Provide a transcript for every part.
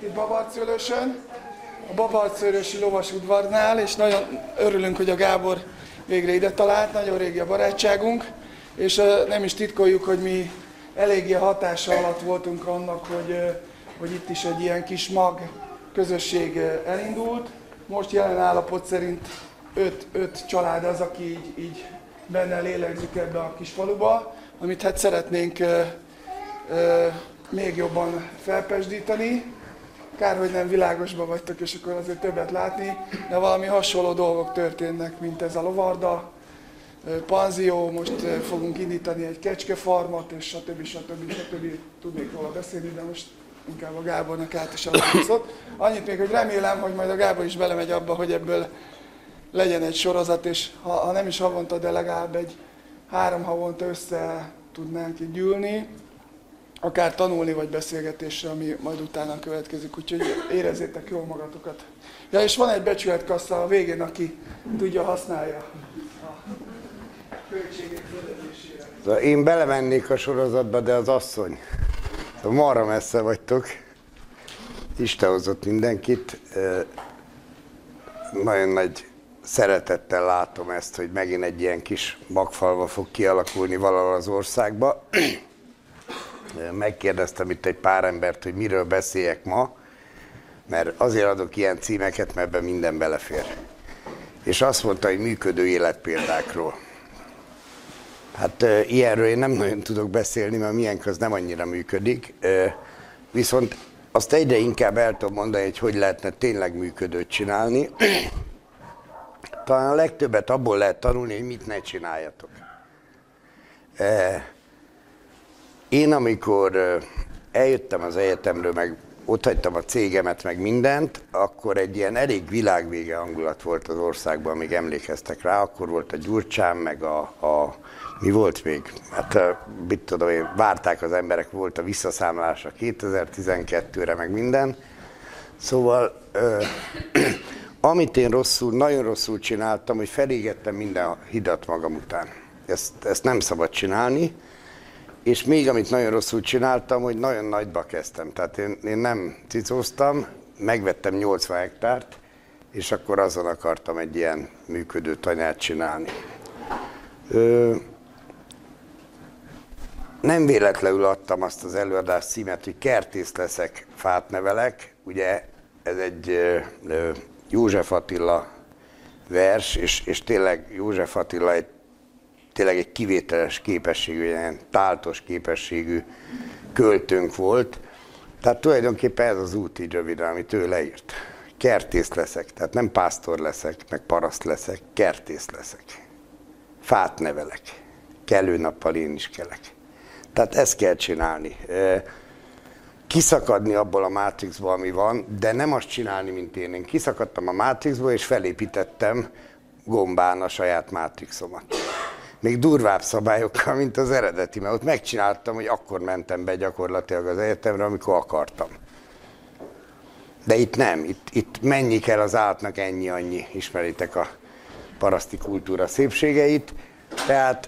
itt Babarcölösön, a Babarcölösi lovasudvarnál, és nagyon örülünk, hogy a Gábor végre ide talált, nagyon régi a barátságunk, és nem is titkoljuk, hogy mi eléggé hatása alatt voltunk annak, hogy itt is egy ilyen kis mag közösség elindult. Most jelen állapot szerint 5 család az, aki így benne lélegzik ebbe a kis faluba, amit hát szeretnénk még jobban felpesdíteni. Kár, hogy nem világosban vagytok, és akkor azért többet látni, de valami hasonló dolgok történnek, mint ez a lovarda, panzió, most fogunk indítani egy kecskefarmot, és stb. Tudnék róla beszélni, de most inkább a Gábornak át is adom szót. Annyit még, hogy remélem, hogy majd a Gábor is belemegy abba, hogy ebből legyen egy sorozat, és ha nem is havonta, de legalább egy 3 havonta össze tudnánk így gyűlni, akár tanulni, vagy beszélgetésre, ami majd utána következik, úgyhogy érezzétek jól magatokat. Ja, és van egy becsületkassa a végén, aki tudja, használja a költségek vezetésére. Én belemennék a sorozatba, de az asszony. Marra messze vagytok. Isten hozott mindenkit. Nagyon nagy szeretettel látom ezt, hogy megint egy ilyen kis magfalva fog kialakulni valahol az országba. Megkérdeztem itt egy pár embert, hogy miről beszéljek ma, mert azért adok ilyen címeket, mert ebben minden belefér. És azt mondta, hogy működő életpéldákról. Hát ilyenről én nem nagyon tudok beszélni, mert milyenk az nem annyira működik. Viszont azt egyre inkább el tudom mondani, hogy lehetne tényleg működőt csinálni. Talán a legtöbbet abból lehet tanulni, hogy mit ne csináljatok. Én amikor eljöttem az egyetemről, meg ott hagytam a cégemet, meg mindent, akkor egy ilyen elég világvége hangulat volt az országban, amíg emlékeztek rá. Akkor volt a Gyurcsán, meg mi volt még? Hát mit tudom én, várták az emberek, volt a visszaszámlása 2012-re, meg minden. Szóval amit én nagyon rosszul csináltam, hogy felégettem minden hidat magam után. Ezt nem szabad csinálni. És még amit nagyon rosszul csináltam, hogy nagyon nagyba kezdtem. Tehát én nem cicóztam, megvettem 80 hektárt, és akkor azon akartam egy ilyen működő tanyát csinálni. Nem véletlenül adtam azt az előadás címet, hogy kertész leszek, fát nevelek. Ugye ez egy József Attila vers, és tényleg József Attila tényleg egy kivételes képességű, ilyen táltos képességű költőnk volt. Tehát tulajdonképpen ez az út így röviden, amit ő leírt. Kertész leszek, tehát nem pásztor leszek, meg paraszt leszek, kertész leszek. Fát nevelek. Kellő nappal én is kelek. Tehát ezt kell csinálni. Kiszakadni abból a mátrixból, ami van, de nem azt csinálni, mint én. Én kiszakadtam a mátrixból, és felépítettem gombán a saját mátrixomat. Még durvább szabályokkal, mint az eredeti, mert ott megcsináltam, hogy akkor mentem be gyakorlatilag az egyetemre, amikor akartam. De itt nem, itt mennyi kell az állatnak, ennyi-annyi, ismeritek a paraszti kultúra szépségeit. Tehát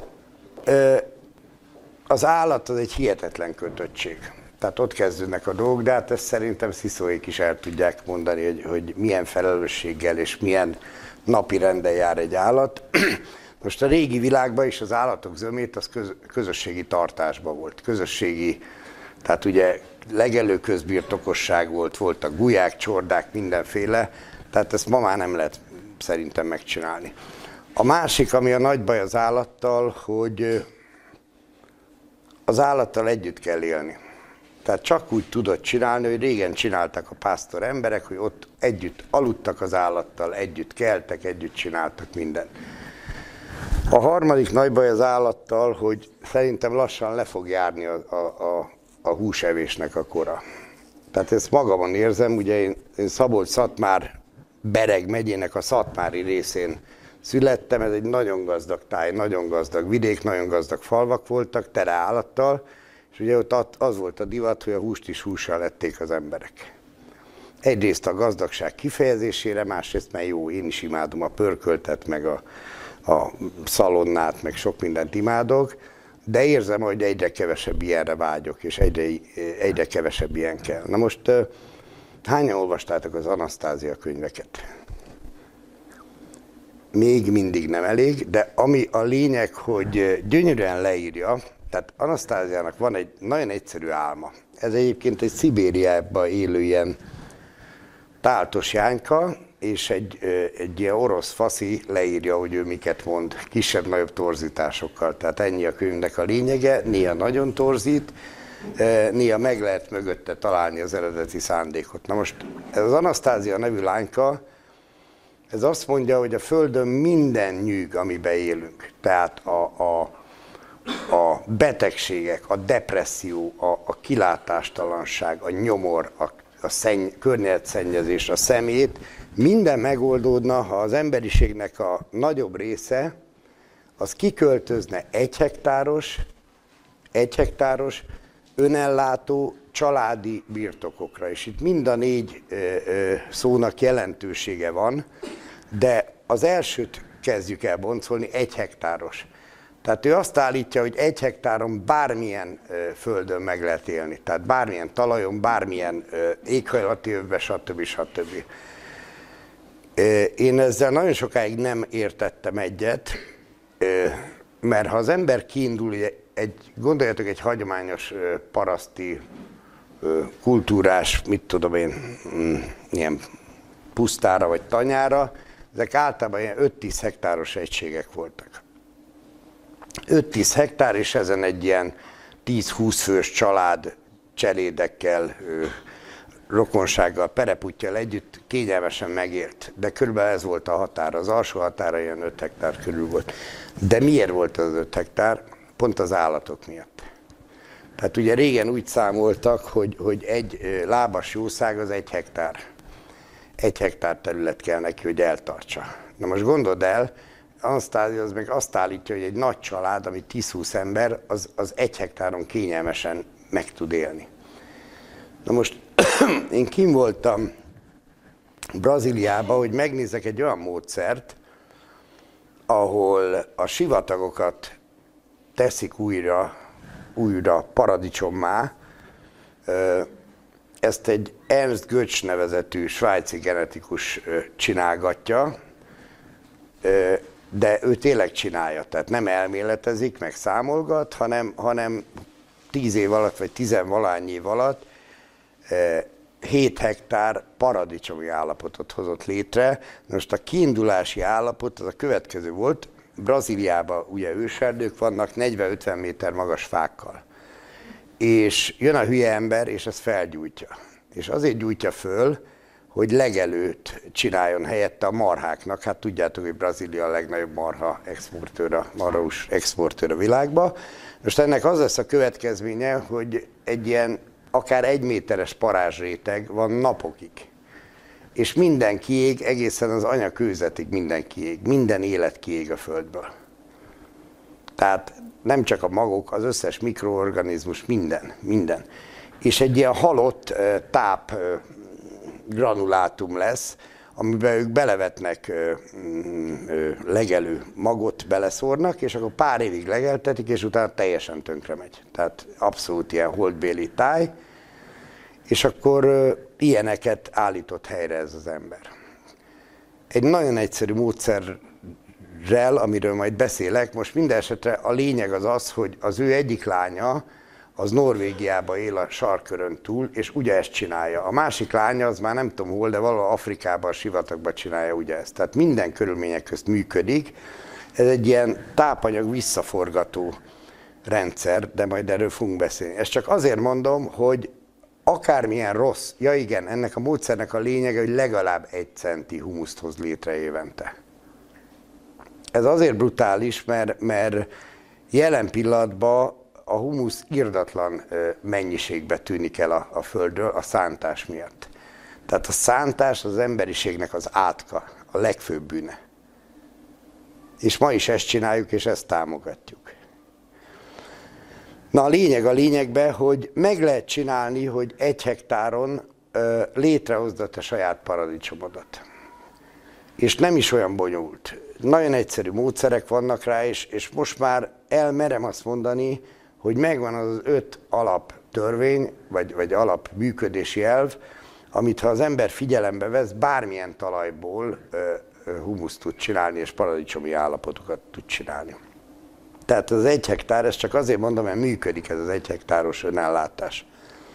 az állat az egy hihetetlen kötöttség. Tehát ott kezdődnek a dolgok, de hát ezt szerintem Sziszóék is el tudják mondani, hogy milyen felelősséggel és milyen napi renden jár egy állat. Most a régi világban is az állatok zömét az közösségi tartásban volt. Közösségi, tehát ugye legelő közbirtokosság volt, voltak gulyák, csordák, mindenféle, tehát ezt ma már nem lehet szerintem megcsinálni. A másik, ami a nagy baj az állattal, hogy az állattal együtt kell élni. Tehát csak úgy tudod csinálni, hogy régen csináltak a pásztor emberek, hogy ott együtt aludtak az állattal, együtt keltek, együtt csináltak mindent. A harmadik nagy baj az állattal, hogy szerintem lassan le fog járni a húsevésnek a kora. Tehát ezt magamon érzem, ugye én Szabolcs-Szatmár Bereg megyének a szatmári részén születtem, ez egy nagyon gazdag táj, nagyon gazdag vidék, nagyon gazdag falvak voltak, tele állattal, és ugye ott az volt a divat, hogy a húst is hússal lették az emberek. Egyrészt a gazdagság kifejezésére, másrészt mert jó, én is imádom a pörköltet, meg a szalonnát, meg sok mindent imádok, de érzem, hogy egyre kevesebb ilyenre vágyok, és egyre kevesebb ilyen kell. Na most Hányan olvastátok az Anasztázia könyveket? Még mindig nem elég, de ami a lényeg, hogy gyönyörűen leírja, tehát Anasztáziának van egy nagyon egyszerű álma. Ez egyébként egy Szibériában élő ilyen táltos jányka, és egy ilyen orosz faszi leírja, hogy ő miket mond, kisebb-nagyobb torzításokkal. Tehát ennyi a könyvnek a lényege, néha nagyon torzít, néha meg lehet mögötte találni az eredeti szándékot. Na most ez az Anasztázia nevű lányka, ez azt mondja, hogy a Földön minden nyűg, amiben élünk, tehát a betegségek, a depresszió, a kilátástalanság, a nyomor, a környezetszennyezés, a szemét, minden megoldódna, ha az emberiségnek a nagyobb része az kiköltözne egy hektáros önellátó családi birtokokra. És itt mind a 4 szónak jelentősége van, de az elsőt kezdjük el boncolni, 1 hektáros. Tehát ő azt állítja, hogy 1 hektáron bármilyen földön meg lehet élni. Tehát bármilyen talajon, bármilyen éghajlati övbe, stb. Én ezzel nagyon sokáig nem értettem egyet, mert ha az ember kiindul, gondoljatok egy hagyományos paraszti, kultúrás, mit tudom én, ilyen pusztára vagy tanyára, ezek általában ilyen 5-10 hektáros egységek voltak. 5-10 hektár, és ezen egy ilyen 10-20 fős család cselédekkel, rokonsággal, pereputtyal együtt kényelmesen megélt. De körülbelül ez volt a határ. Az alsó határa ilyen 5 hektár körül volt. De miért volt az 5 hektár? Pont az állatok miatt. Tehát ugye régen úgy számoltak, hogy egy lábas jószág az 1 hektár. 1 hektár terület kell neki, hogy eltartsa. Na most gondold el, Anasztázia az meg azt állítja, hogy egy nagy család, ami 10-20 ember, az 1 hektáron kényelmesen meg tud élni. Na most én kim voltam Brazíliában, hogy megnézek egy olyan módszert, ahol a sivatagokat teszik újra paradicsommá. Ezt egy Ernst Götz nevezetű svájci genetikus csinálgatja, de ő tényleg csinálja, tehát nem elméletezik, meg számolgat, hanem 10 év alatt, vagy 10-valahány év alatt 7 hektár paradicsomi állapotot hozott létre. Most a kiindulási állapot az a következő volt, Brazíliában ugye őserdők vannak, 40-50 méter magas fákkal. És jön a hülye ember, és ezt felgyújtja. És azért gyújtja föl, hogy legelőt csináljon helyette a marháknak. Hát tudjátok, hogy Brazília a legnagyobb marha marhahús exportőr a világban. Most ennek az lesz a következménye, hogy egy ilyen akár 1 méteres parázsréteg van napokig. És minden kiég, egészen az anya kőzetig minden kiég. Minden élet kiég a földből. Tehát nem csak a magok, az összes mikroorganizmus, minden. És egy ilyen halott táp granulátum lesz, amiben ők belevetnek legelő magot, beleszórnak, és akkor pár évig legeltetik, és utána teljesen tönkre megy. Tehát abszolút ilyen holdbéli táj, és akkor ilyeneket állított helyre ez az ember. Egy nagyon egyszerű módszerrel, amiről majd beszélek, most minden esetre a lényeg az, hogy az ő egyik lánya, az Norvégiában él a sarkkörön túl, és ugye ezt csinálja. A másik lánya, az már nem tudom hol, de valahol Afrikában, a sivatagban csinálja ugye ezt. Tehát minden körülmények közt működik. Ez egy ilyen tápanyag visszaforgató rendszer, de majd erről fogunk beszélni. Ezt csak azért mondom, hogy akármilyen rossz, ja igen, ennek a módszernek a lényege, hogy legalább 1 centi humuszt hoz létre évente. Ez azért brutális, mert jelen pillanatban a humusz irdatlan mennyiségbe tűnik el a földről a szántás miatt. Tehát a szántás az emberiségnek az átka, a legfőbb bűne. És ma is ezt csináljuk, és ezt támogatjuk. Na a lényeg a lényegben, hogy meg lehet csinálni, hogy 1 hektáron létrehozd a te saját paradicsomodat. És nem is olyan bonyolult. Nagyon egyszerű módszerek vannak rá, és most már elmerem azt mondani, hogy megvan az 5 alaptörvény, vagy alapműködési elv, amit ha az ember figyelembe vesz, bármilyen talajból humuszt tud csinálni, és paradicsomi állapotokat tud csinálni. Tehát az 1 hektár, ezt csak azért mondom, mert működik ez az 1 hektáros önellátás.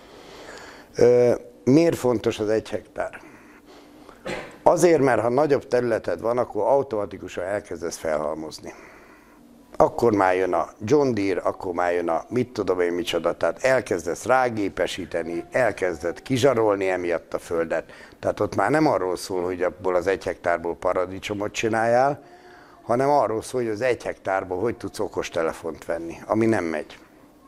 Miért fontos az 1 hektár? Azért, mert ha nagyobb területed van, akkor automatikusan elkezdesz felhalmozni. Akkor már jön a John Deere, akkor már jön a mit tudom én micsoda, tehát elkezdesz rágépesíteni, elkezded kizsarolni emiatt a földet. Tehát ott már nem arról szól, hogy abból az 1 hektárból paradicsomot csináljál, hanem arról szól, hogy az 1 hektárból hogy tudsz okostelefont venni, ami nem megy.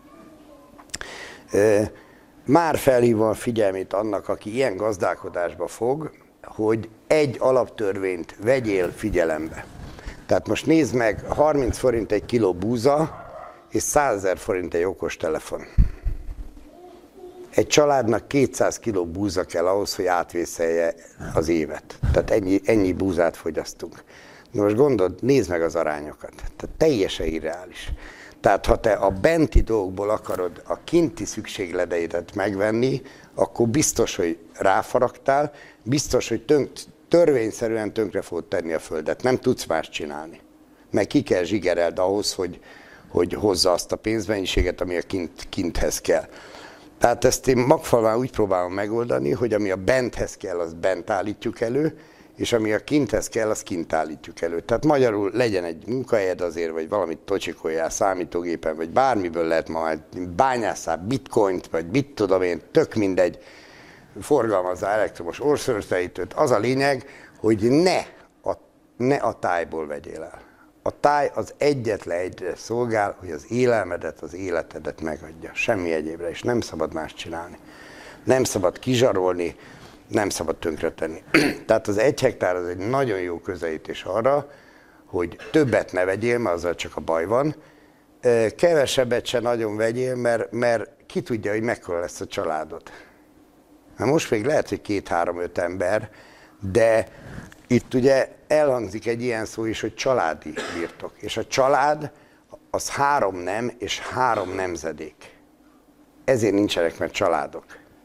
Már felhívom a figyelmét annak, aki ilyen gazdálkodásba fog, hogy egy alaptörvényt vegyél figyelembe. Tehát most nézd meg, 30 forint egy kiló búza, és 100 000 forint egy okostelefon. Egy családnak 200 kiló búza kell ahhoz, hogy átvészelje az évet. Tehát ennyi búzát fogyasztunk. Na most gondold, nézd meg az arányokat. Tehát teljesen irreális. Tehát ha te a benti dolgokból akarod a kinti szükségleteidet megvenni, akkor biztos, hogy ráfaragtál, biztos, hogy törvényszerűen tönkre fogod tenni a földet. Nem tudsz más csinálni. Meg ki kell zsigereld ahhoz, hogy hozza azt a pénzmennyiséget, ami a kinthez kell. Tehát ezt én Magfalván úgy próbálom megoldani, hogy ami a benthez kell, azt bent állítjuk elő, és ami a kinthez kell, azt kint állítjuk elő. Tehát magyarul legyen egy munkahelyed azért, vagy valamit tocsikoljál számítógépen, vagy bármiből lehet ma már bányásszál bitcoint, vagy mit tudom én, tök mindegy, forgalmazzál elektromos orszöröztetítőt. Az a lényeg, hogy ne a tájból vegyél el. A táj az egyetlen egyre szolgál, hogy az élelmedet, az életedet megadja. Semmi egyébre, és nem szabad más csinálni. Nem szabad kizsarolni, nem szabad tönkretenni. Tehát az 1 hektár az egy nagyon jó közelítés arra, hogy többet ne vegyél, mert azzal csak a baj van. Kevesebbet se nagyon vegyél, mert ki tudja, hogy mekkora lesz a családod. Mert most még lehet, hogy 2-3-5 ember, de itt ugye elhangzik egy ilyen szó is, hogy családi birtok. És a család az 3 nem és 3 nemzedék. Ezért nincsenek meg családok.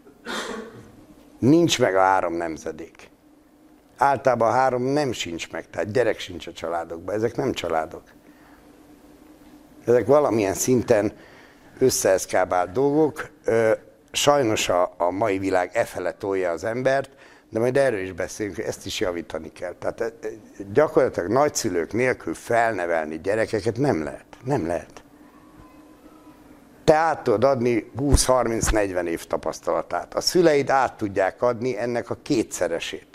Nincs meg a 3 nemzedék. Általában a 3 nem sincs meg, tehát gyerek sincs a családokban. Ezek nem családok. Ezek valamilyen szinten összeeszkábált dolgok. Sajnos a mai világ efele tolja az embert, de majd erről is beszélünk, hogy ezt is javítani kell. Tehát gyakorlatilag nagyszülők nélkül felnevelni gyerekeket nem lehet. Nem lehet. Te át tudod adni 20-30-40 év tapasztalatát. A szüleid át tudják adni ennek a 2-szeresét.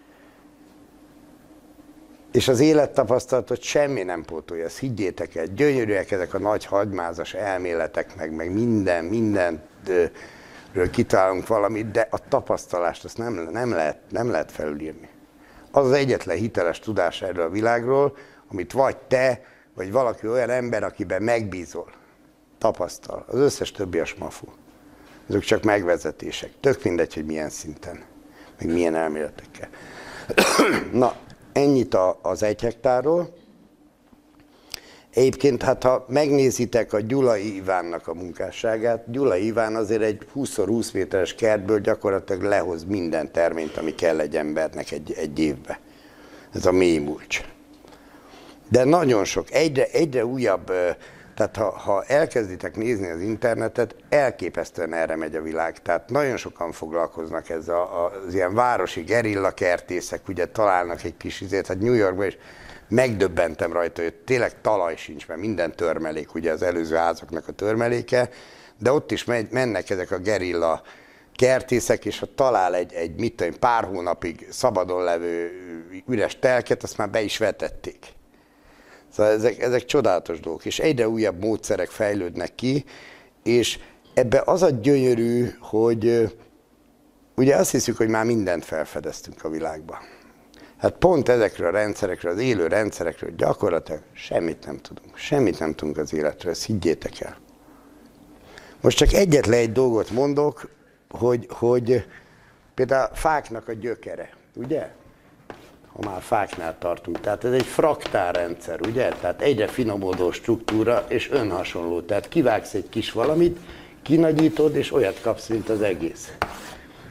És az élettapasztalatot semmi nem pótolja, ezt higgyétek el. Gyönyörűek ezek a nagy hagymázas elméletek, meg mindenről kitalálunk valamit, de a tapasztalást azt nem lehet felülírni. Az az egyetlen hiteles tudás erről a világról, amit vagy te, vagy valaki olyan ember, akiben megbízol, tapasztal. Az összes többi a smafu. Ezek csak megvezetések. Tök mindegy, hogy milyen szinten, meg milyen elméletekkel. Na, ennyit az 1 hektárról. Egyébként, hát ha megnézitek a Gyulai Ivánnak a munkásságát, Gyulai Iván azért egy 20x20 méteres kertből gyakorlatilag lehoz minden terményt, ami kell egy embernek egy évbe. Ez a mély mulcs. De nagyon sok, egyre újabb, tehát ha elkezditek nézni az internetet, elképesztően erre megy a világ. Tehát nagyon sokan foglalkoznak ezzel az ilyen városi gerillakertészek, ugye találnak egy kis izét, hát New Yorkban is megdöbbentem rajta, hogy tényleg talaj sincs, mert minden törmelék, ugye az előző házaknak a törmeléke, de ott is mennek ezek a gerilla kertészek, és ha talál egy mit tudom, pár hónapig szabadon levő üres telket, azt már be is vetették. Szóval ezek csodálatos dolgok, és egyre újabb módszerek fejlődnek ki, és ebbe az a gyönyörű, hogy ugye azt hiszük, hogy már mindent felfedeztünk a világban. Hát pont ezekről a rendszerekről, az élő rendszerekről gyakorlatilag semmit nem tudunk. Semmit nem tudunk az életről, ezt higgyétek el. Most csak egyetlen egy dolgot mondok, hogy például a fáknak a gyökere, ugye? Ha már fáknál tartunk. Tehát ez egy fraktálrendszer, ugye? Tehát egyre finomodó struktúra és önhasonló. Tehát kivágsz egy kis valamit, kinagyítod, és olyat kapsz, mint az egész.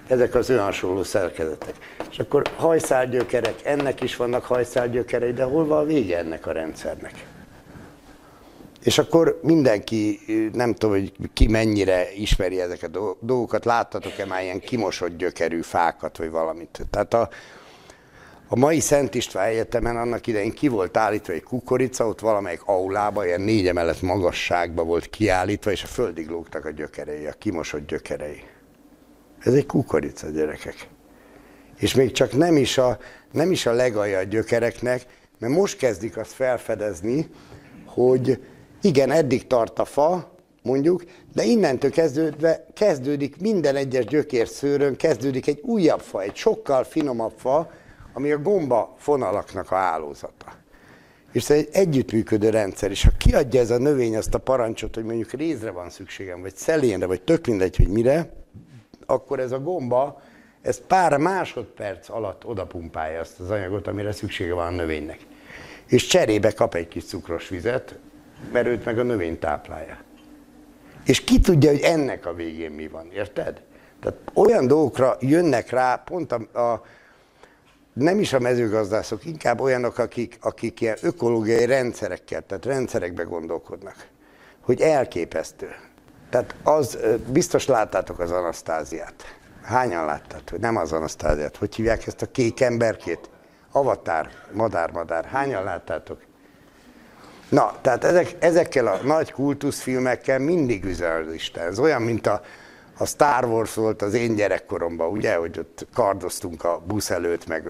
Ezek az önhasonló szerkezetek. És akkor hajszálgyökerek, ennek is vannak hajszálgyökerei, de hol van a vége ennek a rendszernek? És akkor mindenki, nem tudom, hogy ki mennyire ismeri ezeket a dolgokat, láttatok-e már ilyen kimosott gyökerű fákat, vagy valamit. Tehát a mai Szent István Egyetemen annak idején ki volt állítva egy kukorica, ott valamelyik aulában, ilyen 4 emelet magasságban volt kiállítva, és a földig lógtak a gyökerei, a kimosott gyökerei. Ez egy kukorica, gyerekek. És még csak nem is a legalja a gyökereknek, mert most kezdik azt felfedezni, hogy igen, eddig tart a fa, mondjuk, de innentől kezdődik minden egyes gyökérszőrön, kezdődik egy újabb fa, egy sokkal finomabb fa, ami a gomba fonalaknak a hálózata. És ez egy együttműködő rendszer, és ha kiadja ez a növény azt a parancsot, hogy mondjuk rézre van szükségem, vagy szelénre, vagy tök mindegy, hogy mire, akkor ez a gomba, ez pár másodperc alatt odapumpálja azt az anyagot, amire szüksége van a növénynek. És cserébe kap egy kis cukros vizet, mert őt meg a növény táplálja. És ki tudja, hogy ennek a végén mi van, érted? Tehát olyan dolgokra jönnek rá, pont nem is a mezőgazdászok, inkább olyanok, akik ilyen ökológiai rendszerekkel, tehát rendszerekbe gondolkodnak, hogy elképesztő. Tehát biztos láttátok az Anasztáziát. Hányan láttátok? Nem az Anasztáziát. Hogy hívják ezt a kék emberkét? Avatar, madár. Hányan láttátok? Na, tehát ezekkel a nagy kultuszfilmekkel mindig üzen az Isten. Ez olyan, mint a Star Wars volt az én gyerekkoromban, ugye, hogy ott kardoztunk a busz előtt, meg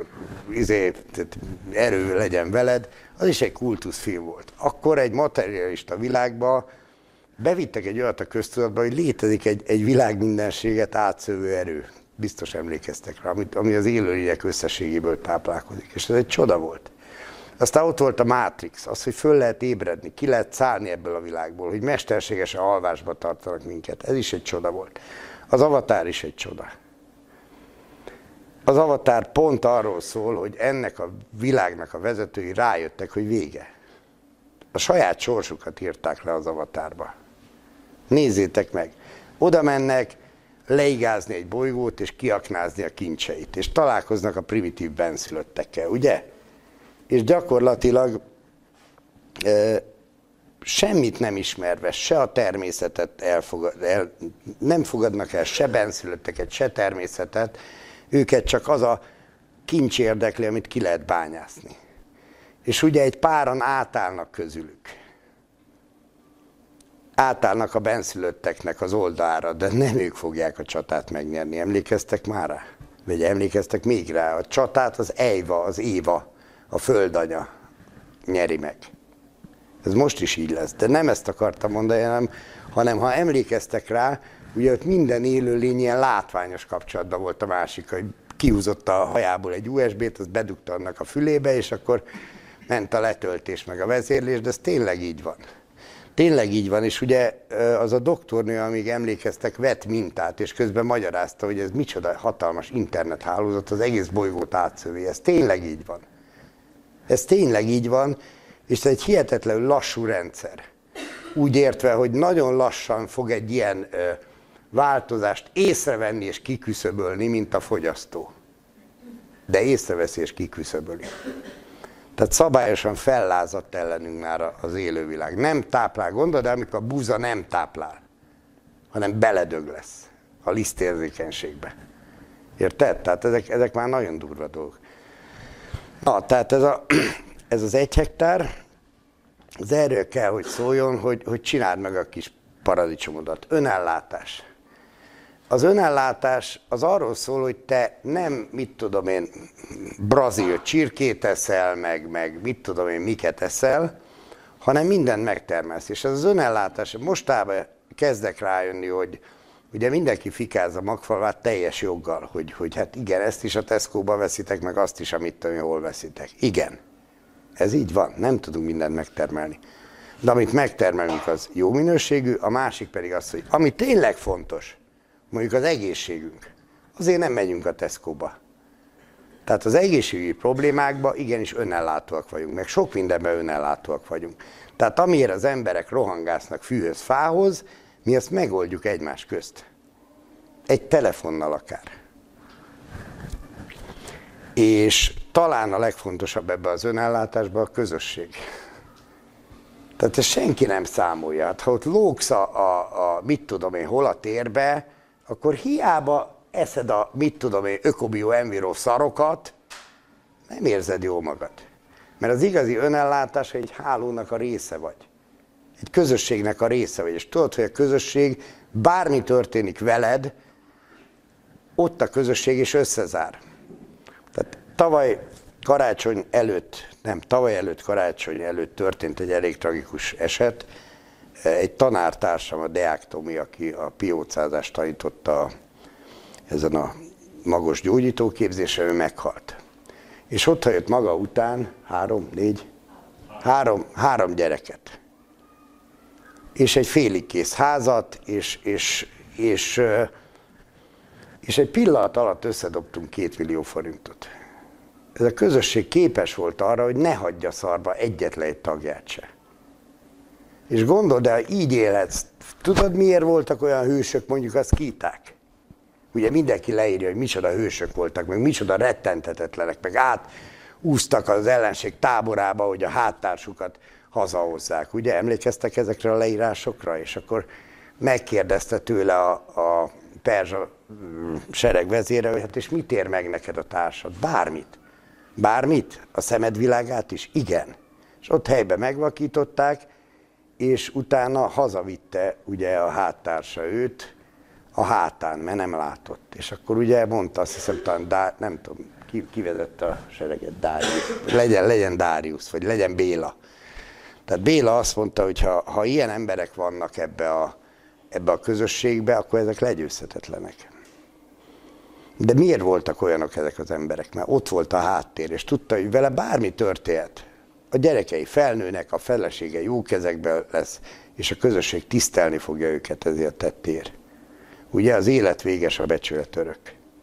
erő legyen veled, az is egy kultuszfilm volt. Akkor egy materialista világban bevittek egy olyat a köztudatba, hogy létezik egy világmindenséget átszövő erő. Biztos emlékeztek rá, ami az élőlények összességéből táplálkozik. És ez egy csoda volt. Aztán ott volt a Matrix, az, hogy föl lehet ébredni, ki lehet szállni ebből a világból, hogy mesterségesen alvásba tartanak minket. Ez is egy csoda volt. Az Avatar is egy csoda. Az Avatar pont arról szól, hogy ennek a világnak a vezetői rájöttek, hogy vége. A saját sorsukat írták le az Avatárba. Nézzétek meg! Oda mennek leigázni egy bolygót és kiaknázni a kincseit, és találkoznak a primitív benszülöttekkel, ugye? És gyakorlatilag semmit nem ismerve, se a természetet nem fogadnak el, se benszülötteket, se természetet, őket csak az a kincs érdekli, amit ki lehet bányászni. És ugye egy páran átállnak közülük. Átállnak a benszülötteknek az oldalára, de nem ők fogják a csatát megnyerni. Emlékeztek már rá? Vagy emlékeztek még rá? A csatát az Éva, a földanya nyeri meg. Ez most is így lesz, de nem ezt akartam mondani, hanem ha emlékeztek rá, ugye ott minden élőlény ilyen látványos kapcsolatban volt a másik, hogy kihúzott a hajából egy USB-t, azt bedugta annak a fülébe, és akkor ment a letöltés meg a vezérlés, de ez tényleg így van. Tényleg így van, és ugye az a doktornő, amíg emlékeztek, vett mintát, és közben magyarázta, hogy ez micsoda hatalmas internethálózat, az egész bolygót átszövi. Ez tényleg így van. Ez tényleg így van, és ez egy hihetetlenül lassú rendszer. Úgy értve, hogy nagyon lassan fog egy ilyen változást észrevenni és kiküszöbölni, mint a fogyasztó. De észreveszi és kiküszöböli. Tehát szabályosan fellázadt ellenünk már az élővilág. Nem táplál, gondolod, de amikor a búza nem táplál, hanem beledög lesz a lisztérzékenységbe. Érted? Tehát ezek már nagyon durva dolgok. Na, tehát ez az 1 hektár, az erről kell, hogy szóljon, hogy csináld meg a kis paradicsomodat. Önellátás. Az önellátás az arról szól, hogy te nem, mit tudom én, brazil csirkét eszel, meg mit tudom én, miket eszel, hanem mindent megtermelsz. És ez az önellátás, mostában kezdek rájönni, hogy ugye mindenki fikáz a magfalvát teljes joggal, hogy hát igen, ezt is a Tesco-ba veszitek, meg azt is, amit tudom, hol veszitek. Igen, ez így van, nem tudunk mindent megtermelni. De amit megtermelünk, az jó minőségű, a másik pedig az, hogy ami tényleg fontos, mondjuk az egészségünk, azért nem megyünk a Tesco-ba. Tehát az egészségügyi problémákban igenis önellátóak vagyunk, meg sok mindenben önellátóak vagyunk. Tehát amiért az emberek rohangásznak fűhöz, fához, mi azt megoldjuk egymás közt. Egy telefonnal akár. És talán a legfontosabb ebben az önellátásban a közösség. Tehát ezt senki nem számolja. Hát, ha ott lógsz mit tudom én, hol a térbe, akkor hiába eszed a, mit tudom én, ökobio enviro szarokat, nem érzed jól magad. Mert az igazi önellátás, hogy egy hálónak a része vagy. Egy közösségnek a része vagy. És tudod, hogy a közösség, bármi történik veled, ott a közösség is összezár. Tehát tavaly karácsony előtt történt egy elég tragikus eset. Egy tanártársam, a Deák Tomi, aki a piócázást tanította ezen a magos gyógyítóképzésen, ő meghalt. És ott hagyott maga után három gyereket. És egy félig kész házat, és egy pillanat alatt összedobtunk 2 millió forintot. Ez a közösség képes volt arra, hogy ne hagyja szarba egyetlen egy tagját se. És gondold, de ha így élhetsz, tudod miért voltak olyan hősök, mondjuk a szkíták? Ugye mindenki leírja, hogy micsoda hősök voltak, meg micsoda rettenthetetlenek, meg átúztak az ellenség táborába, hogy a háttársukat hazahozzák. Ugye emlékeztek ezekre a leírásokra? És akkor megkérdezte tőle a perzsa seregvezére, hogy hát és mit ér meg neked a társad? Bármit. Bármit? A szemed világát is? Igen. És ott helyben megvakították, és utána hazavitte ugye a háttársa őt a hátán, mert nem látott. És akkor ugye mondta, azt hiszem, talán nem tudom, ki vezette a sereget, Dárius. Legyen Dárius, vagy legyen Béla. Tehát Béla azt mondta, hogy ha ilyen emberek vannak ebbe a közösségbe, akkor ezek legyőzhetetlenek. De miért voltak olyanok ezek az emberek? Mert ott volt a háttér, és tudta, hogy vele bármi történhet. A gyerekei felnőnek, a felesége jó kezekben lesz, és a közösség tisztelni fogja őket ezért tettért. Ugye az élet véges, a becsület örök.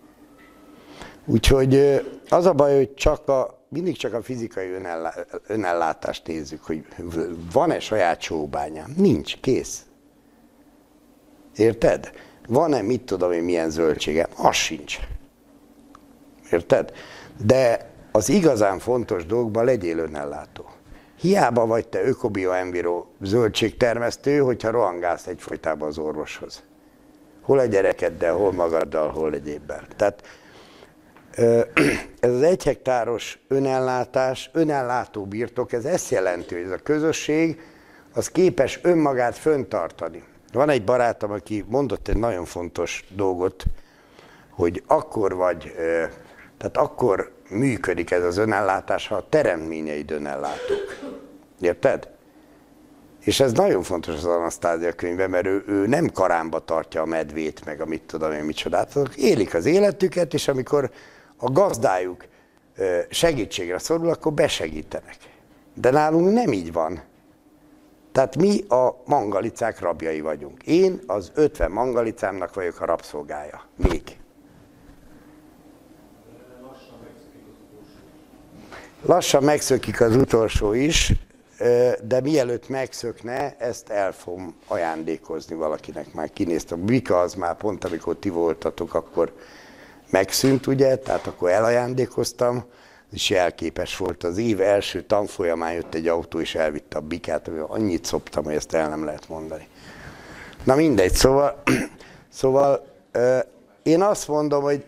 Úgyhogy az a baj, hogy mindig csak a fizikai önellátást nézzük, hogy van-e saját sóbányám? Nincs, kész. Érted? Van-e mit tudom én milyen zöldségem? Az sincs. Érted? De az igazán fontos dolgokban legyél önellátó. Hiába vagy te ökobio enviro zöldségtermesztő, hogyha rohangálsz egyfolytában az orvoshoz. Hol a gyerekeddel, hol magaddal, hol egyébben. Tehát ez az 1 hektáros önellátó birtok, ez ezt jelenti, hogy ez a közösség az képes önmagát föntartani. Van egy barátom, aki mondott egy nagyon fontos dolgot, hogy akkor működik ez az önellátás, ha a teremtményeid önellátók. Érted? És ez nagyon fontos az Anasztázia könyvben, mert ő nem karámba tartja a medvét, meg a mit tudom én micsodát. Élik az életüket, és amikor a gazdájuk segítségre szorul, akkor besegítenek. De nálunk nem így van. Tehát mi a mangalicák rabjai vagyunk. Én az 50 mangalicámnak vagyok a rabszolgája. Még. Lassan megszökik az utolsó is, de mielőtt megszökne, ezt el fogom ajándékozni valakinek. Már kinéztem. A bika az már pont, amikor ti voltatok, akkor megszűnt, ugye? Tehát akkor elajándékoztam. És jelképes volt. Az év első tanfolyamán jött egy autó, és elvitte a bikát, hogy annyit szoptam, hogy ezt el nem lehet mondani. Na mindegy, szóval én azt mondom, hogy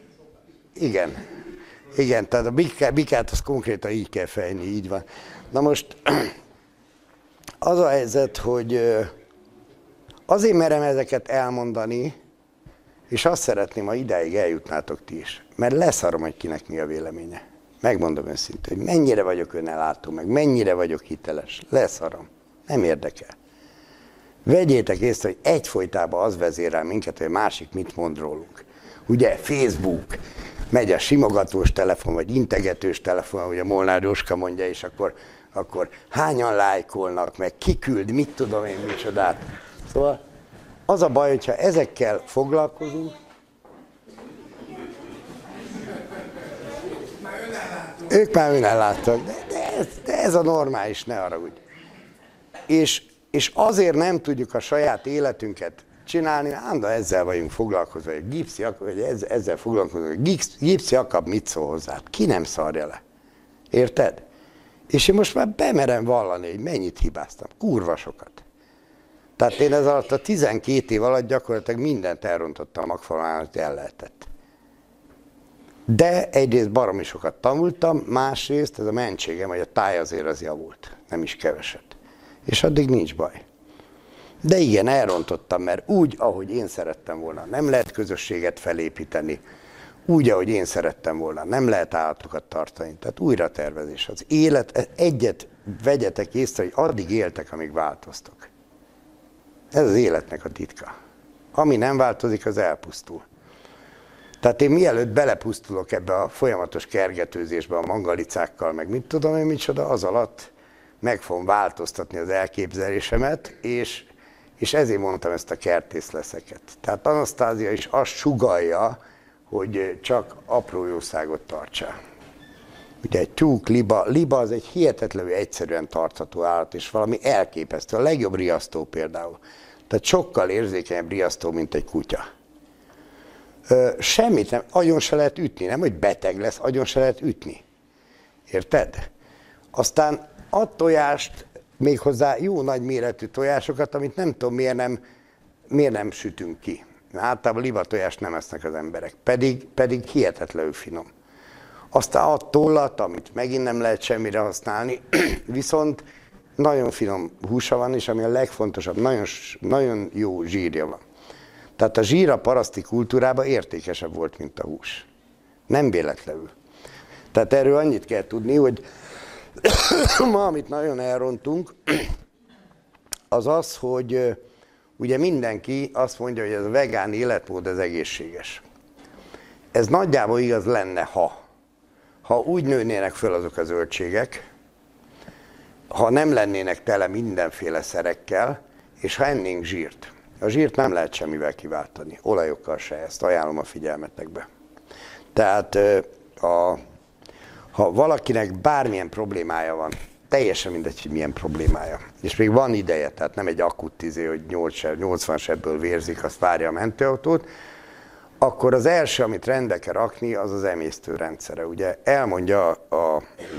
igen, tehát a bikát az konkrétan így kell fejni, így van. Na most az a helyzet, hogy azért merem ezeket elmondani, és azt szeretném, ha idáig eljutnátok ti is, mert leszarom, hogy kinek mi a véleménye. Megmondom őszintén, hogy mennyire vagyok önellátó, meg mennyire vagyok hiteles. Leszarom. Nem érdekel. Vegyétek észre, hogy egyfolytában az vezérel minket, hogy a másik mit mond rólunk. Ugye Facebook, megy a simogatós telefon, vagy integetős telefon, ahogy a Molnár Jóska mondja, és akkor hányan lájkolnak, meg kiküld, mit tudom én, micsodát. Szóval az a baj, hogyha ezekkel foglalkozunk, ők már önelláttak, de ez a normális, ne haragudj. És azért nem tudjuk a saját életünket csinálni, de ezzel vagyunk foglalkozva, hogy ezzel foglalkozva, hogy Gipsy Jakab mit szól hozzá? Ki nem szarja le? Érted? És én most már bemerem vallani, hogy mennyit hibáztam. Kurva sokat. Tehát én ez alatt a 12 év alatt gyakorlatilag mindent elrontottam a Magfalván, hogy el lehetett. De egyrészt baromi sokat tanultam, másrészt ez a mentségem, hogy a táj azért az javult, nem is keveset. És addig nincs baj. De igen, elrontottam, mert úgy, ahogy én szerettem volna, nem lehet közösséget felépíteni, úgy, ahogy én szerettem volna, nem lehet állatokat tartani. Tehát újra tervezés. Az élet, egyet vegyetek észre, hogy addig éltek, amíg változtok. Ez az életnek a titka. Ami nem változik, az elpusztul. Tehát én mielőtt belepusztulok ebbe a folyamatos kergetőzésbe a mangalicákkal, meg mit tudom én micsoda, az alatt meg fogom változtatni az elképzelésemet, és ezért mondtam ezt a kertészleszeket. Tehát Anasztázia is azt sugallja, hogy csak apró jószágot tartsál. Ugye egy tyúk, liba az egy hihetetlenül egyszerűen tartható állat, és valami elképesztő. A legjobb riasztó például. Tehát sokkal érzékenyebb riasztó, mint egy kutya. Semmit nem, agyon se lehet ütni, nem, hogy beteg lesz, agyon se lehet ütni. Érted? Aztán ad tojást, méghozzá jó nagy méretű tojásokat, amit nem tudom, miért nem sütünk ki. Általában libatojást nem esznek az emberek, pedig hihetetlenül finom. Aztán ad tollat, amit megint nem lehet semmire használni, viszont nagyon finom húsa van, és ami a legfontosabb, nagyon jó zsírja van. Tehát a zsír a paraszti kultúrában értékesebb volt, mint a hús. Nem véletlenül. Tehát erről annyit kell tudni, hogy ma, amit nagyon elrontunk, az az, hogy ugye mindenki azt mondja, hogy ez a vegán életmód ez egészséges. Ez nagyjából igaz lenne, ha úgy nőnének föl azok a zöldségek, ha nem lennének tele mindenféle szerekkel, és ha ennénk zsírt. A zsírt nem lehet semmivel kiváltani, olajokkal se, ezt ajánlom a figyelmetekbe. Tehát ha valakinek bármilyen problémája van, teljesen mindegy, hogy milyen problémája, és még van ideje, tehát nem egy akut hogy 80 sebből vérzik, azt várja a mentőautót, akkor az első, amit rendbe kell rakni, az az emésztőrendszere. Ugye elmondja a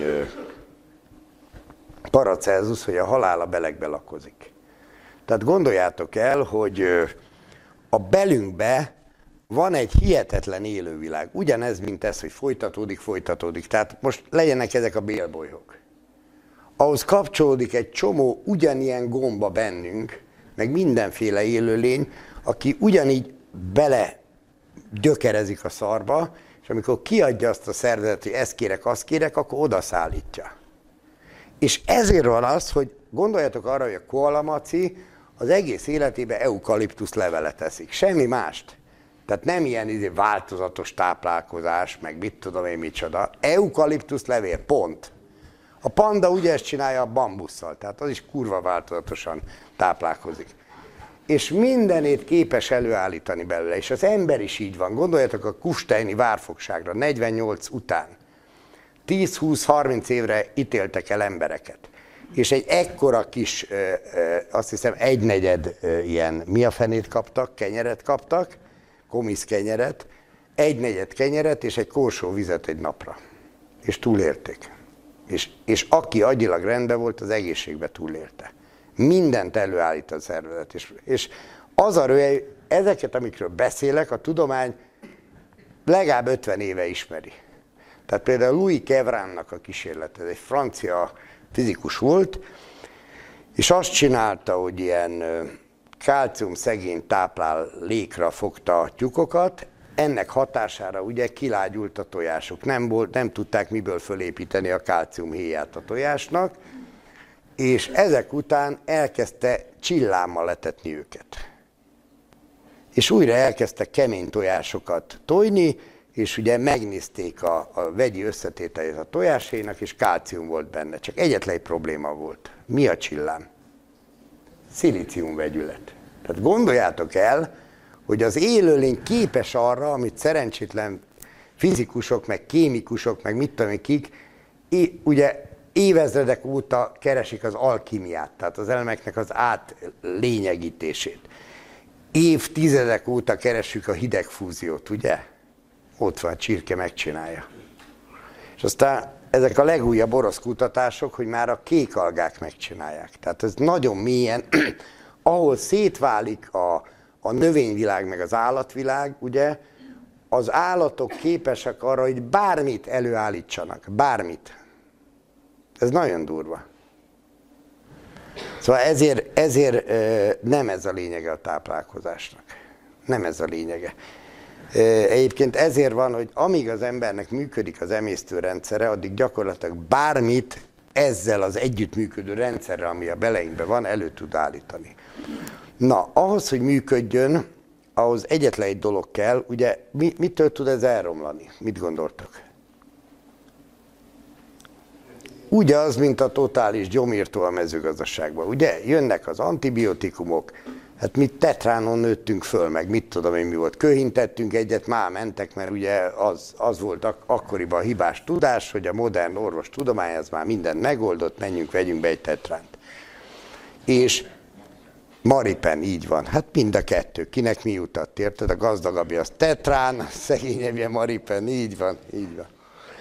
Paracelsus, hogy a halál a belegbe lakozik. Tehát gondoljátok el, hogy a belünkbe van egy hihetetlen élővilág. Ugyanez, mint ez, hogy folytatódik. Tehát most legyenek ezek a bélbolyhok. Ahhoz kapcsolódik egy csomó ugyanilyen gomba bennünk, meg mindenféle élőlény, aki ugyanígy bele gyökerezik a szarba, és amikor kiadja azt a szervezet, hogy ezt kérek, azt kérek, akkor odaszállítja. És ezért van az, hogy gondoljatok arra, hogy a koalamaci az egész életében eukaliptusz levelet eszik. Semmi mást. Tehát nem ilyen változatos táplálkozás, meg mit tudom én micsoda. Eukaliptusz levél, pont. A panda ugye ezt csinálja a bambusszal, tehát az is kurva változatosan táplálkozik. És mindenét képes előállítani belőle, és az ember is így van. Gondoljatok a kufsteini várfogságra, 48 után. 10-20-30 évre ítéltek el embereket. És egy ekkora kis, azt hiszem 1/4 ilyen, mi a fenét kaptak, kenyeret kaptak, komisz kenyeret, 1/4 kenyeret és egy korsó vizet egy napra. És túlélték. És aki agyilag rendben volt, az egészségbe túlélte. Mindent előállít a szervezet. És az a röhely, ezeket, amikről beszélek, a tudomány legalább 50 éve ismeri. Tehát például Louis Kevrannak a kísérlet, ez egy francia fizikus volt, és azt csinálta, hogy ilyen kálcium szegény táplálékra fogta a tyúkokat, ennek hatására ugye kilágyult a tojásuk. Nem tudták miből fölépíteni a kálcium héját a tojásnak, és ezek után elkezdte csillámmal letetni őket. És újra elkezdtek kemény tojásokat tojni, és ugye megnézték a vegyi összetételét a tojáshéjnak, és kálcium volt benne. Csak egyetlen egy probléma volt. Mi a csillám? Szilícium vegyület. Tehát gondoljátok el, hogy az élőlény képes arra, amit szerencsétlen fizikusok, meg kémikusok, meg mit tudom kik, ugye évezredek óta keresik az alkimiát, tehát az elemeknek az átlényegítését. évtizedek óta keressük a hidegfúziót, ugye? Ott van, a csirke megcsinálja. És aztán ezek a legújabb orosz kutatások, hogy már a kék algák megcsinálják. Tehát ez nagyon mélyen, ahol szétválik a növényvilág meg az állatvilág, ugye, az állatok képesek arra, hogy bármit előállítsanak. Bármit. Ez nagyon durva. Szóval ezért nem ez a lényege a táplálkozásnak. Nem ez a lényege. Egyébként ezért van, hogy amíg az embernek működik az emésztőrendszere, addig gyakorlatilag bármit ezzel az együttműködő rendszerrel, ami a beleinkben van, elő tud állítani. Na, ahhoz, hogy működjön, ahhoz egyetlen egy dolog kell, ugye mitől tud ez elromlani? Mit gondoltok? Ugye az, mint a totális gyomírtó a mezőgazdaságban. Ugye jönnek az antibiotikumok, hát mi tetránon nőttünk föl, meg mit tudom én mi volt. Köhintettünk egyet, már mentek, mert ugye az volt akkoriban a hibás tudás, hogy a modern orvostudomány az már mindent megoldott, menjünk, vegyünk be egy tetránt. És Maripen, így van. Hát mind a kettő. Kinek mi jutott, érted? A gazdagabbja az tetrán, a szegényebbje Maripen, így van, így van.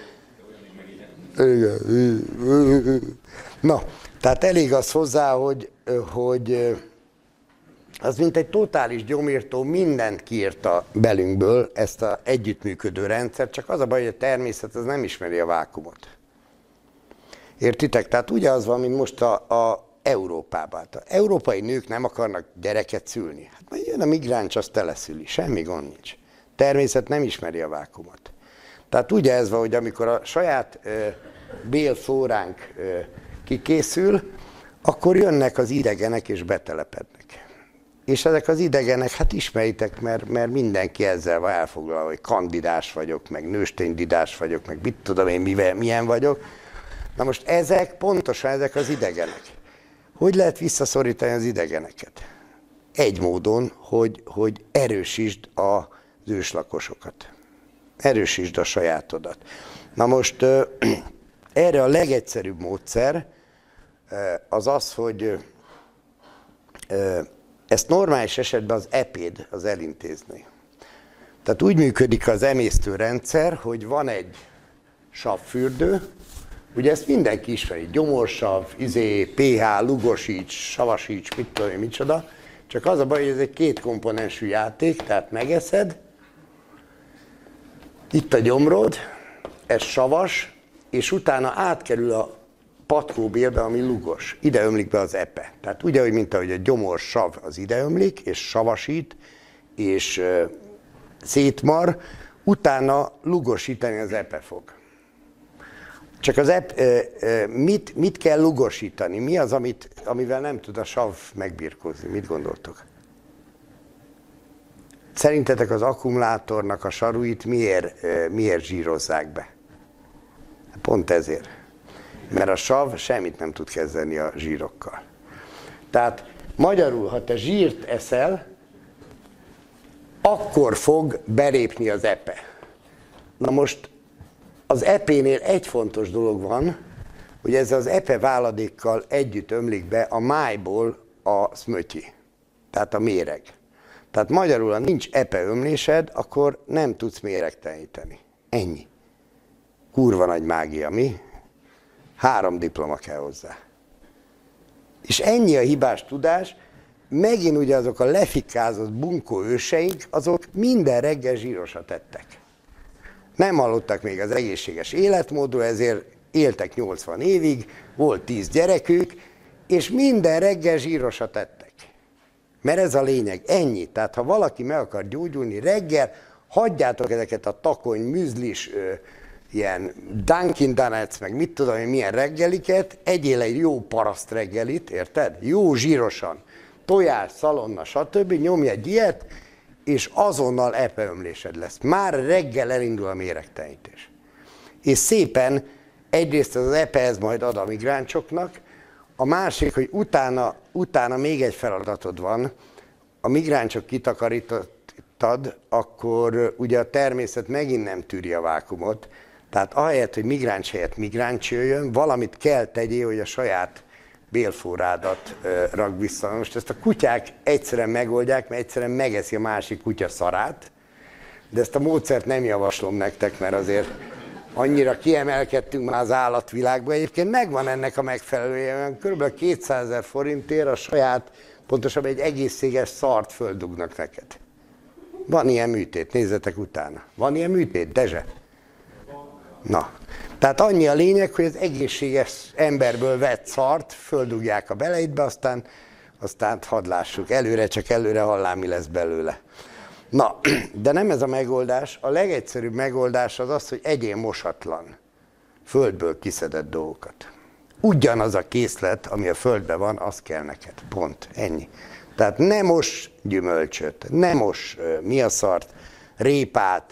Na, tehát elég az hozzá, hogy az mint egy totális gyomírtó mindent kiírta belünkből, ezt az együttműködő rendszert, csak az a baj, hogy a természet az nem ismeri a vákuumot. Értitek? Tehát ugye az van, mint most a Európában. Az európai nők nem akarnak gyereket szülni. Hát majd jön a migráns, az teleszüli. Semmi gond nincs. Természet nem ismeri a vákuumot. Tehát ugye ez van, hogy amikor a saját bélflóránk kikészül, akkor jönnek az idegenek és betelepednek. És ezek az idegenek, hát ismeritek, mert mindenki ezzel van elfoglalva, hogy kandidás vagyok, meg nősténydidás vagyok, meg mit tudom én, milyen vagyok. Na most pontosan ezek az idegenek. Hogy lehet visszaszorítani az idegeneket? Egy módon, hogy erősítsd az őslakosokat. Erősítsd a sajátodat. Na most erre a legegyszerűbb módszer az az, hogy ezt normális esetben az epéd az elintézni. Tehát úgy működik az emésztőrendszer, hogy van egy savfürdő, ugye ezt mindenki ismeri, gyomorsav, pH, lugosíts, savasíts, mit tudom én, micsoda, csak az a baj, hogy ez egy kétkomponensű játék, tehát megeszed, itt a gyomrod, ez savas, és utána átkerül a patkóbélbe, ami lugos. Ide ömlik be az epe. Tehát úgy, mint ahogy a gyomor sav az ide ömlik, és savasít, és szétmar, utána lugosítani az epe fog. Csak az mit kell lugosítani? Mi az, amivel nem tud a sav megbirkózni? Mit gondoltok? Szerintetek az akkumulátornak a saruit miért zsírozzák be? Pont ezért. Mert a sav semmit nem tud kezdeni a zsírokkal. Tehát magyarul, ha te zsírt eszel, akkor fog belépni az epe. Na most az epénél egy fontos dolog van, hogy ez az epe váladékkal együtt ömlik be a májból a szmötyi, tehát a méreg. Tehát magyarul, ha nincs epe ömlésed, akkor nem tudsz méregteleníteni. Ennyi. Kurva nagy mágia, mi? 3 diploma kell hozzá. És ennyi a hibás tudás, megint ugye azok a lefikázott bunkó őseink, azok minden reggel zsírosat ettek. Nem hallottak még az egészséges életmódról, ezért éltek 80 évig, volt 10 gyerekük, és minden reggel zsírosat ettek. Mert ez a lényeg, ennyi. Tehát ha valaki meg akar gyógyulni reggel, hagyjátok ezeket a takony, műzlis, ilyen Dunkin Donuts, meg mit tudom én, milyen reggeliket, egyél egy jó paraszt reggelit, érted? Jó zsírosan, tojás, szalonna, stb. Nyomj egy ilyet, és azonnal epeömlésed lesz. Már reggel elindul a méregtelenítés. És szépen egyrészt az epe ez majd ad a migránsoknak, a másik, hogy utána még egy feladatod van, a migránsok kitakarítottad, akkor ugye a természet megint nem tűri a vákuumot, tehát ahelyett, hogy migráns helyett migráns jöjjön, valamit kell tegyél, hogy a saját bélforrádat rak vissza. Most ezt a kutyák egyszerűen megoldják, mert egyszerűen megeszi a másik kutya szarát, de ezt a módszert nem javaslom nektek, mert azért annyira kiemelkedtünk már az állatvilágba. Egyébként megvan ennek a megfelelője, kb. 200 000 forintért a saját, pontosabban egy egészséges szart földugnak neked. Van ilyen műtét, nézzetek utána. Van ilyen műtét, Dezse? Na, tehát annyi a lényeg, hogy az egészséges emberből vett szart földugják a beleidbe, aztán hadd lássuk, csak előre hallám, mi lesz belőle. Na, de nem ez a megoldás. A legegyszerűbb megoldás az az, hogy egyél mosatlan, földből kiszedett dolgokat. Ugyanaz a készlet, ami a földben van, az kell neked. Pont. Ennyi. Tehát ne mos gyümölcsöt, ne mos mi a szart, répát,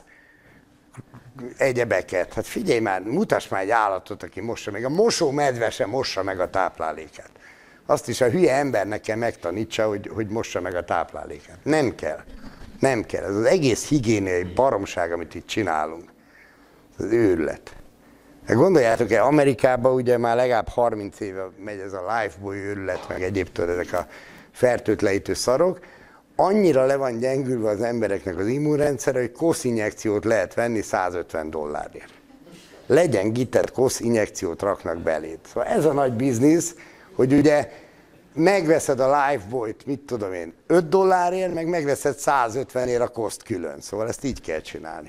egyebeket. Hát figyelj már, mutass már egy állatot, aki mossa meg. A mosó medve sem mossa meg a táplálékát. Azt is a hülye embernek kell megtanítsa, hogy mossa meg a táplálékát. Nem kell. Nem kell. Ez az egész higiéniai baromság, amit itt csinálunk. Ez az őrület. Gondoljátok el, Amerikában ugye már legalább 30 éve megy ez a Lifebuoy őrület, meg egyébként ezek a fertőtlenítő szarok. Annyira le van gyengülve az embereknek az immunrendszere, hogy kosz-injekciót lehet venni $150. Legyengített kosz-injekciót raknak beléd. Szóval ez a nagy biznisz, hogy ugye megveszed a Lifebuoyt, mit tudom én, $5, meg megveszed 150-ért a koszt külön. Szóval ezt így kell csinálni.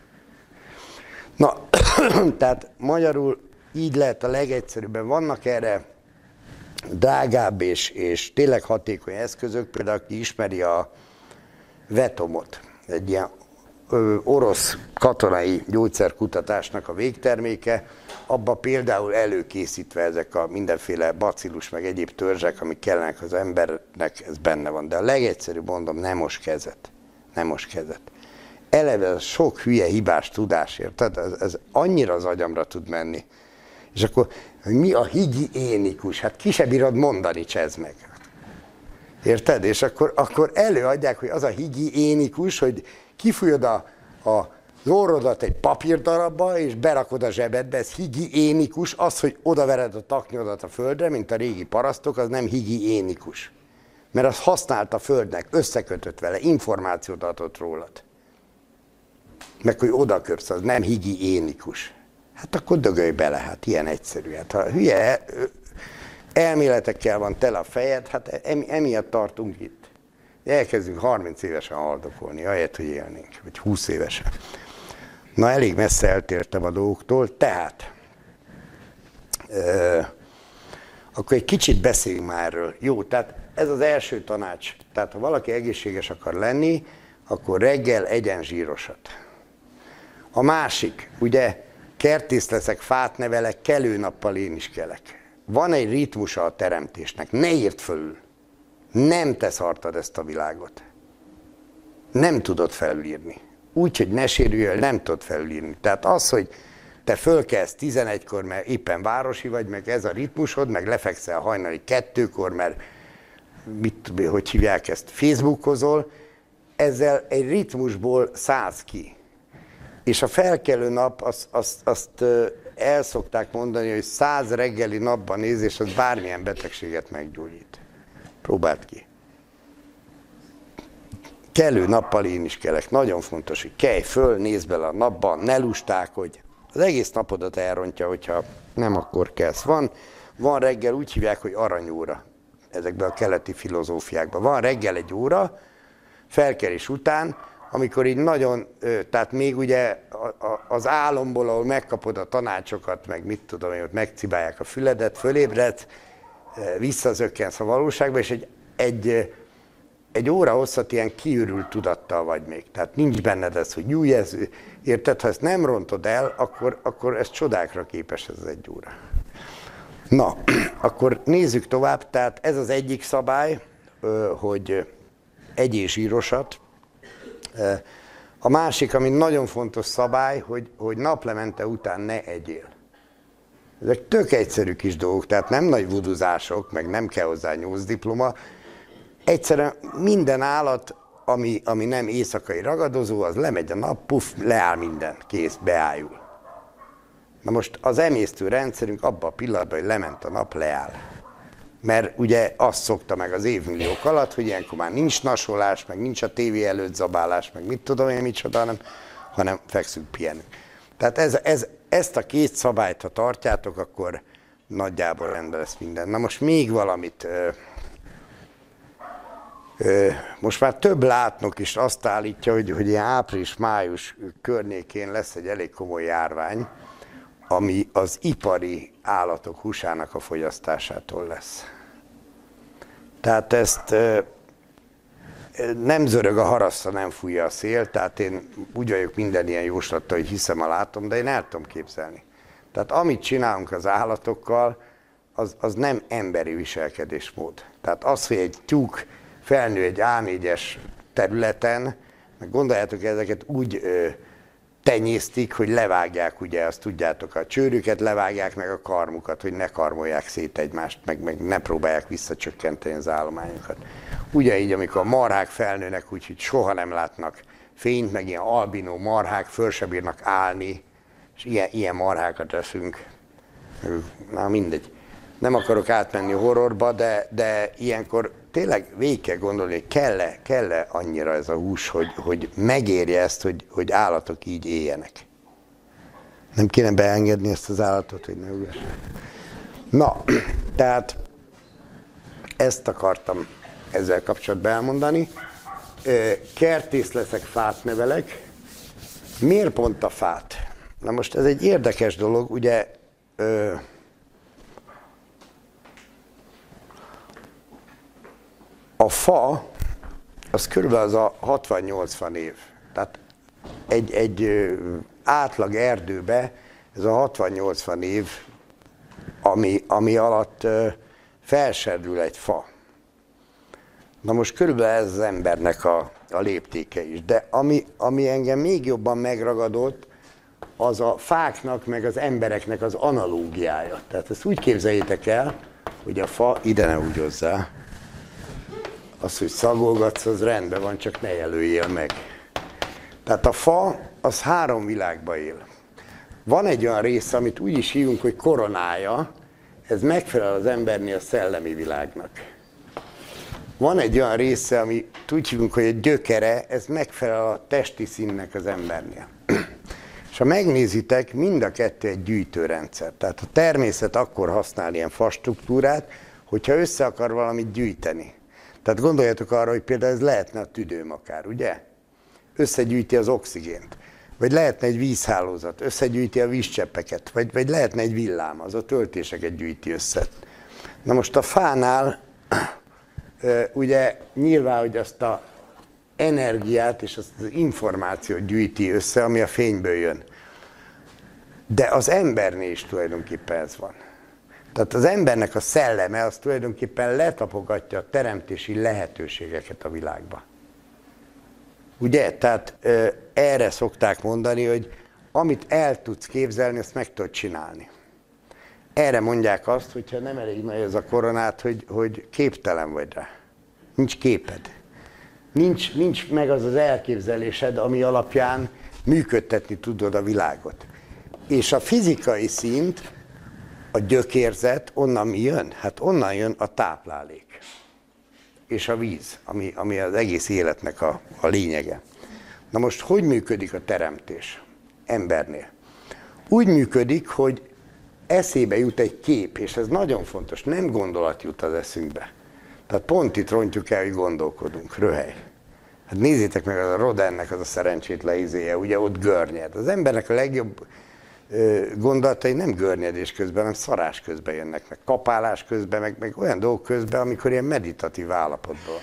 Na, tehát magyarul így lehet a legegyszerűbben. Vannak erre drágább és tényleg hatékony eszközök, például aki ismeri a Vetomot, egy ilyen orosz katonai gyógyszerkutatásnak a végterméke, abban például előkészítve ezek a mindenféle bacillus meg egyéb törzsek, amik kellenek az embernek, ez benne van. De a legegyszerűbb, mondom, nem mos kezet. Nem mos kezet. Eleve sok hülye hibás tudásért, tehát ez annyira az agyamra tud menni. És akkor mi a higiénikus? Hát ki se bírod mondani, csezd meg. Érted? És akkor előadják, hogy az a higiénikus, hogy kifújod az orrodat egy papírdarabba, és berakod a zsebedbe, ez higiénikus. Az, hogy odavered a taknyodat a földre, mint a régi parasztok, az nem higiénikus. Mert az használt a földnek, összekötött vele, információt adott rólad. Meg hogy odaköpsz, az nem higiénikus. Hát akkor dögölj bele, hát ilyen egyszerű. Hát ha hülye elméletekkel van tele a fejed, hát emiatt tartunk itt. Elkezdünk 30 évesen haldokolni, ahelyett, hogy élnénk, vagy 20 évesen. Na, elég messze eltértem a dolgoktól, tehát akkor egy kicsit beszéljünk már erről. Jó, tehát ez az első tanács. Tehát ha valaki egészséges akar lenni, akkor reggel egyen zsírosat. A másik, ugye, kertész leszek, fát nevelek, kelő nappal én is kelek. Van egy ritmusa a teremtésnek, ne írd fölül. Nem te szartad ezt a világot. Nem tudod felülírni. Úgy, hogy ne sérüljön, nem tudod felülírni. Tehát az, hogy te fölkelsz 11-kor, mert éppen városi vagy, meg ez a ritmusod, meg lefekszel hajnali 2-kor, mert hogy hívják ezt, Facebookozol, ezzel egy ritmusból szállsz ki. És a felkelő nap, azt el szokták mondani, hogy 100 reggeli napban nézés, az bármilyen betegséget meggyógyít. Próbáld ki. Kelő nappal én is kelek. Nagyon fontos, hogy kelj föl, nézz bele a napban, ne lustálkodj. Az egész napodat elrontja, hogyha nem akkor kelsz. Van reggel, úgy hívják, hogy aranyóra. Ezekben a keleti filozófiákban. Van reggel egy óra, felkelés után, amikor így nagyon, tehát még ugye az álomból, ahol megkapod a tanácsokat, meg mit tudom én, ott megcibálják a füledet, fölébredsz, visszazökkensz a valóságba, és egy óra hosszat ilyen kiürült tudattal vagy még. Tehát nincs benned ez, hogy nyújj ez, érted? Ha ezt nem rontod el, akkor ez csodákra képes ez az egy óra. Na, akkor nézzük tovább. Tehát ez az egyik szabály, hogy egyél zsírosat. A másik, ami nagyon fontos szabály, hogy naplemente után ne egyél. Ezek tök egyszerű kis dolgok, tehát nem nagy vuduzások, meg nem kell hozzá 8 diploma. Egyszerűen minden állat, ami nem éjszakai ragadozó, az lemegy a nap, puff, leáll minden, kész, beájul. Na most az emésztő rendszerünk abban a pillanatban, hogy lement a nap, leáll. Mert ugye azt szokta meg az évmilliók alatt, hogy ilyenkor már nincs nasolás, meg nincs a tévé előtt zabálás, meg mit tudom én micsoda, hanem fekszünk, pihenünk. Tehát ezt a két szabályt, ha tartjátok, akkor nagyjából rendben lesz minden. Na most még valamit. Most már több látnok is azt állítja, hogy ilyen április-május környékén lesz egy elég komoly járvány, ami az ipari állatok húsának a fogyasztásától lesz. Tehát ezt nem zörög a harasza, nem fújja a szél, tehát én úgy vagyok minden ilyen jóslattal, hogy hiszem, a látom, de én el tudom képzelni. Tehát amit csinálunk az állatokkal, az nem emberi viselkedésmód. Tehát az, hogy egy tyúk felnő egy A4-es területen, meg gondoljátok, ezeket úgy tenyésztik, hogy levágják, ugye azt tudjátok, a csőrüket levágják, meg a karmukat, hogy ne karmolják szét egymást, meg ne próbálják visszacsökkenteni az állományokat. Ugyanígy, amikor a marhák felnőnek, úgyhogy soha nem látnak fényt, meg ilyen albinó marhák föl se bírnak állni, és ilyen marhákat eszünk. Na mindegy. Nem akarok átmenni a horrorba, de ilyenkor tényleg végig kell gondolni, hogy kell-e annyira ez a hús, hogy megérje ezt, hogy állatok így éljenek. Nem kéne beengedni ezt az állatot, hogy ne ugasson. Na, tehát ezt akartam ezzel kapcsolatban elmondani. Kertész leszek, fát nevelek. Miért pont a fát? Na most ez egy érdekes dolog, ugye a fa, az körülbelül az a 60-80 év. Tehát egy átlag erdőbe ez a 60-80 év, ami alatt felserdül egy fa. Na most körülbelül ez az embernek a léptéke is. De ami engem még jobban megragadott, az a fáknak, meg az embereknek az analógiája. Tehát ezt úgy képzeljétek el, hogy a fa, ide ne úgy hozzá, az, hogy szagolgatsz, az rendben van, csak ne jelöljél meg. Tehát a fa, az 3 világba él. Van egy olyan része, amit úgy is hívunk, hogy koronája, ez megfelel az embernél a szellemi világnak. Van egy olyan része, ami úgy hívunk, hogy a gyökere, ez megfelel a testi színnek az embernél. És ha megnézitek, mind a kettő egy gyűjtőrendszer. Tehát a természet akkor használ ilyen fastruktúrát, hogyha össze akar valamit gyűjteni. Tehát gondoljatok arra, hogy például ez lehetne a tüdőm akár, ugye? Összegyűjti az oxigént. Vagy lehetne egy vízhálózat, összegyűjti a vízcseppeket. Vagy lehetne egy villám, az a töltéseket gyűjti össze. Na most a fánál, ugye nyilván, hogy azt az energiát és azt az információt gyűjti össze, ami a fényből jön. De az embernél is tulajdonképpen ez van. Tehát az embernek a szelleme az tulajdonképpen letapogatja a teremtési lehetőségeket a világba. Ugye? Tehát erre szokták mondani, hogy amit el tudsz képzelni, azt meg tudod csinálni. Erre mondják azt, hogyha nem elég nagy ez a koronát, hogy képtelen vagy rá. Nincs képed. Nincs meg az az elképzelésed, ami alapján működtetni tudod a világot. És a fizikai szint, a gyökérzet, onnan mi jön? Hát onnan jön a táplálék. És a víz, ami az egész életnek a lényege. Na most, hogy működik a teremtés embernél? Úgy működik, hogy eszébe jut egy kép, és ez nagyon fontos, nem gondolat jut az eszünkbe. Tehát pont itt rontjuk el, hogy gondolkodunk, röhely. Hát nézzétek meg, az a Rodinnek az a szerencsétlen izéje, ugye ott görnyed. Az embernek a legjobb gondolatai nem görnyedés közben, hanem szarás közben jönnek, meg kapálás közben, meg olyan dolgok közben, amikor ilyen meditatív állapotban.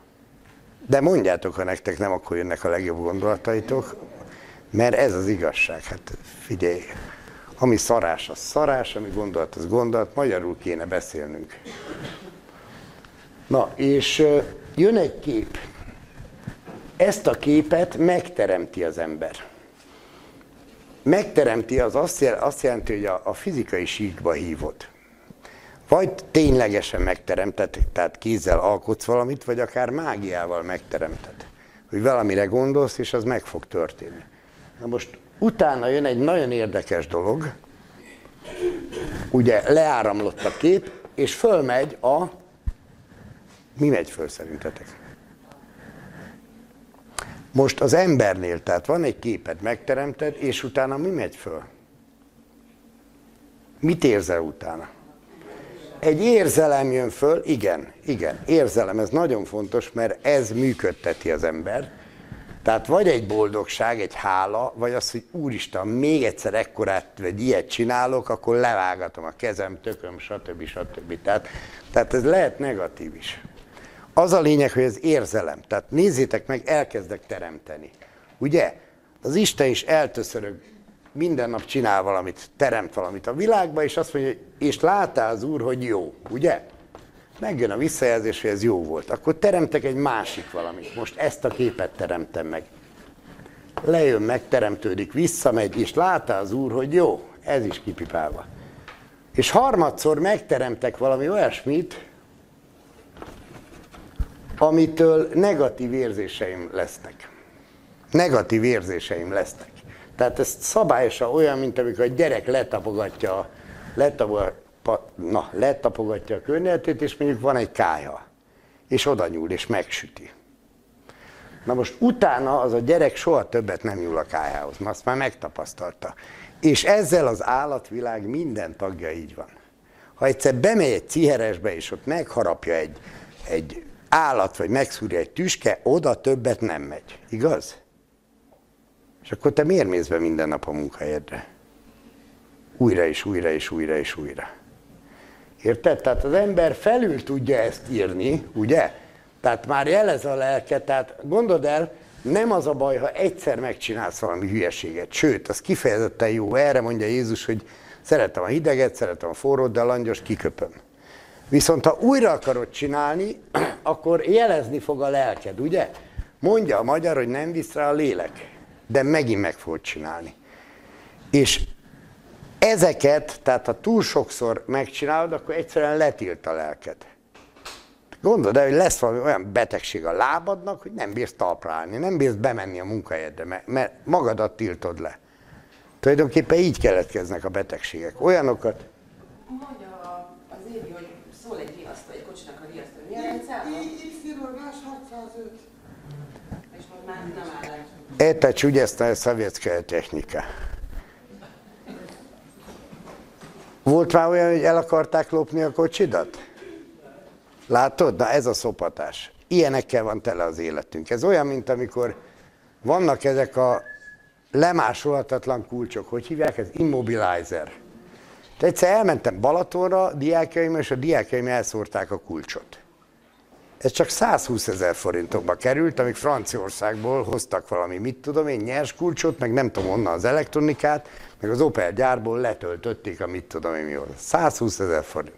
De mondjátok, ha nektek nem, akkor jönnek a legjobb gondolataitok, mert ez az igazság. Hát figyelj, ami szarás, az szarás, ami gondolat, az gondolat, magyarul kéne beszélnünk. Na, és jön egy kép. Ezt a képet megteremti az ember. Megteremti, az azt jelenti, hogy a fizikai síkba hívod. Vagy ténylegesen megteremted, tehát kézzel alkotsz valamit, vagy akár mágiával megteremted. Hogy valamire gondolsz, és az meg fog történni. Na most utána jön egy nagyon érdekes dolog. Ugye leáramlott a kép, és fölmegy a... Mi megy föl szerintetek? Most az embernél, tehát van egy képet, megteremted, és utána mi megy föl? Mit érzel utána? Egy érzelem jön föl, igen, érzelem, ez nagyon fontos, mert ez működteti az ember. Tehát vagy egy boldogság, egy hála, vagy az, hogy úristen, még egyszer ekkorát, vagy ilyet csinálok, akkor levágatom a kezem, tököm, stb. Tehát ez lehet negatív is. Az a lényeg, hogy az érzelem. Tehát nézzétek meg, elkezdek teremteni. Ugye? Az Isten is eltöszörög, minden nap csinál valamit, teremt valamit a világba, és azt mondja, és láttál az Úr, hogy jó. Ugye? Megjön a visszajelzés, hogy ez jó volt. Akkor teremtek egy másik valamit. Most ezt a képet teremtem meg. Lejön, megteremtődik, visszamegy, és láttál az Úr, hogy jó. Ez is kipipálva. És harmadszor megteremtek valami olyasmit, amitől negatív érzéseim lesznek. Negatív érzéseim lesznek. Tehát ez szabályosan olyan, mint amikor a gyerek letapogatja a környezetét, és mondjuk van egy kályha, és oda nyúl, és megsüti. Na most utána az a gyerek soha többet nem nyúl a kályhához, mert azt már megtapasztalta. És ezzel az állatvilág minden tagja így van. Ha egyszer bemegy egy ciheresbe, és ott megharapja egy állat, vagy megszúrja egy tüske, oda többet nem megy. Igaz? És akkor te miért mész be minden nap a munkahelyedre? Újra és újra és újra és újra. Érted? Tehát az ember felül tudja ezt írni, ugye? Tehát már jelez a lelke, tehát gondold el, nem az a baj, ha egyszer megcsinálsz valami hülyeséget. Sőt, az kifejezetten jó. Erre mondja Jézus, hogy szeretem a hideget, szeretem a forrót, de a langyost kiköpöm. Viszont ha újra akarod csinálni, akkor jelezni fog a lelked, ugye? Mondja a magyar, hogy nem visz rá a lélek, de megint meg fogod csinálni. És ezeket, tehát ha túl sokszor megcsinálod, akkor egyszerűen letilt a lelked. Gondold el, hogy lesz valami olyan betegség a lábadnak, hogy nem bírsz talpra állni, nem bírsz bemenni a munkahelyedre, mert magadat tiltod le. Tulajdonképpen így keletkeznek a betegségek. Olyanokat... Mondja az Évi, hogy szól egy riasztó, egy kocsinak a riasztó. Milyen rendszerben? X-írólgás 605. És most már nem áll. Это чудесная советская technika. Volt már olyan, hogy el akarták lopni a kocsidat? Látod? Na ez a szopatás. Ilyenekkel van tele az életünk. Ez olyan, mint amikor vannak ezek a lemásolhatatlan kulcsok. Hogy hívják? Ez immobilizer. De egyszer elmentem Balatonra diákjaimmal, és a diákjaim elszórták a kulcsot. Ez csak 120 000 forintokba került, amíg Franciaországból hoztak valami, mit tudom én, nyers kulcsot, meg nem tudom onnan az elektronikát, meg az Opel gyárból letöltötték a mit tudom én mi volt. 120 000 forint.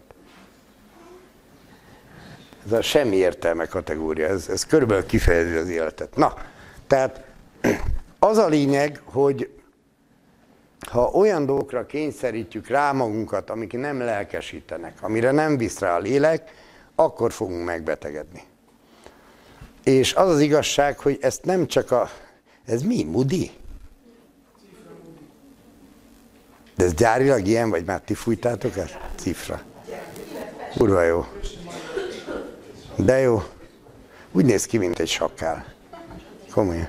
Ez a semmi értelme kategória, ez körülbelül kifejezi az életet. Na, tehát az a lényeg, hogy ha olyan dolgokra kényszerítjük rá magunkat, amik nem lelkesítenek, amire nem visz rá a lélek, akkor fogunk megbetegedni. És az az igazság, hogy ezt nem csak a... Ez mi? Mudi? De ez gyárilag ilyen, vagy már ti fújtátok ezt? Cifra. Kurva jó. De jó. Úgy néz ki, mint egy sakkál. Komolyan.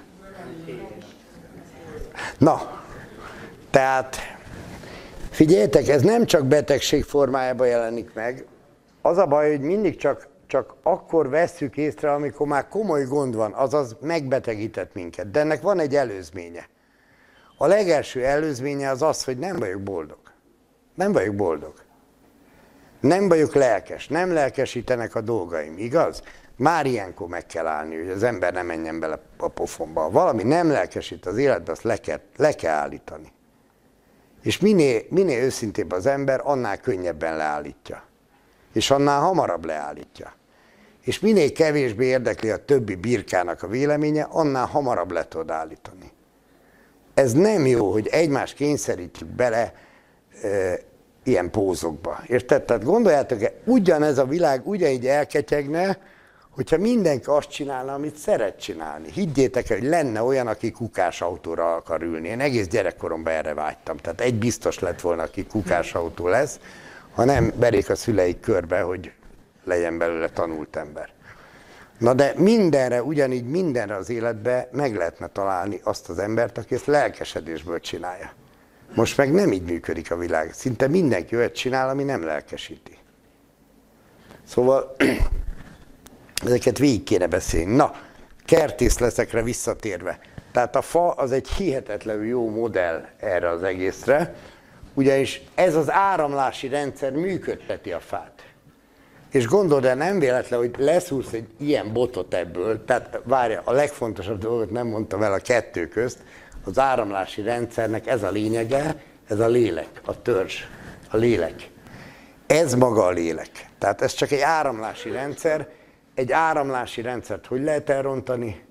Na, tehát figyeljetek, ez nem csak betegség formájában jelenik meg. Az a baj, hogy mindig csak akkor vesszük észre, amikor már komoly gond van, azaz megbetegített minket. De ennek van egy előzménye. A legelső előzménye az az, hogy nem vagyok boldog. Nem vagyok boldog. Nem vagyok lelkes. Nem lelkesítenek a dolgaim, igaz? Már ilyenkor meg kell állni, hogy az ember ne menjen bele a pofonba. Valami nem lelkesít az életbe, azt le kell állítani. És minél őszintébb az ember, annál könnyebben leállítja. És annál hamarabb leállítja. És minél kevésbé érdekli a többi birkának a véleménye, annál hamarabb le tudod állítani. Ez nem jó, hogy egymást kényszerítjük bele ilyen pózokba. Érted? Tehát gondoljátok, ugyanez a világ ugyanígy elketyegne, hogyha mindenki azt csinálna, amit szeret csinálni. Higgyétek el, hogy lenne olyan, aki kukás autóra akar ülni. Én egész gyerekkoromban erre vágytam. Tehát egy biztos lett volna, aki kukás autó lesz, ha nem verik a szüleik körbe, hogy legyen belőle tanult ember. Na de mindenre, ugyanígy mindenre az életbe meg lehetne találni azt az embert, aki ezt lelkesedésből csinálja. Most meg nem így működik a világ. Szinte mindenki olyat csinál, ami nem lelkesíti. Szóval ezeket végig kéne beszélni. Na, kertészletekre visszatérve. Tehát a fa az egy hihetetlenül jó modell erre az egészre, ugyanis ez az áramlási rendszer működteti a fát. És gondold el, nem véletlen, hogy leszúrsz egy ilyen botot ebből, tehát várja, a legfontosabb dolgot nem mondtam el a kettő közt, az áramlási rendszernek ez a lényege, ez a lélek, a törzs, a lélek. Ez maga a lélek. Tehát ez csak egy áramlási rendszer. Egy áramlási rendszert hogy lehet elrontani?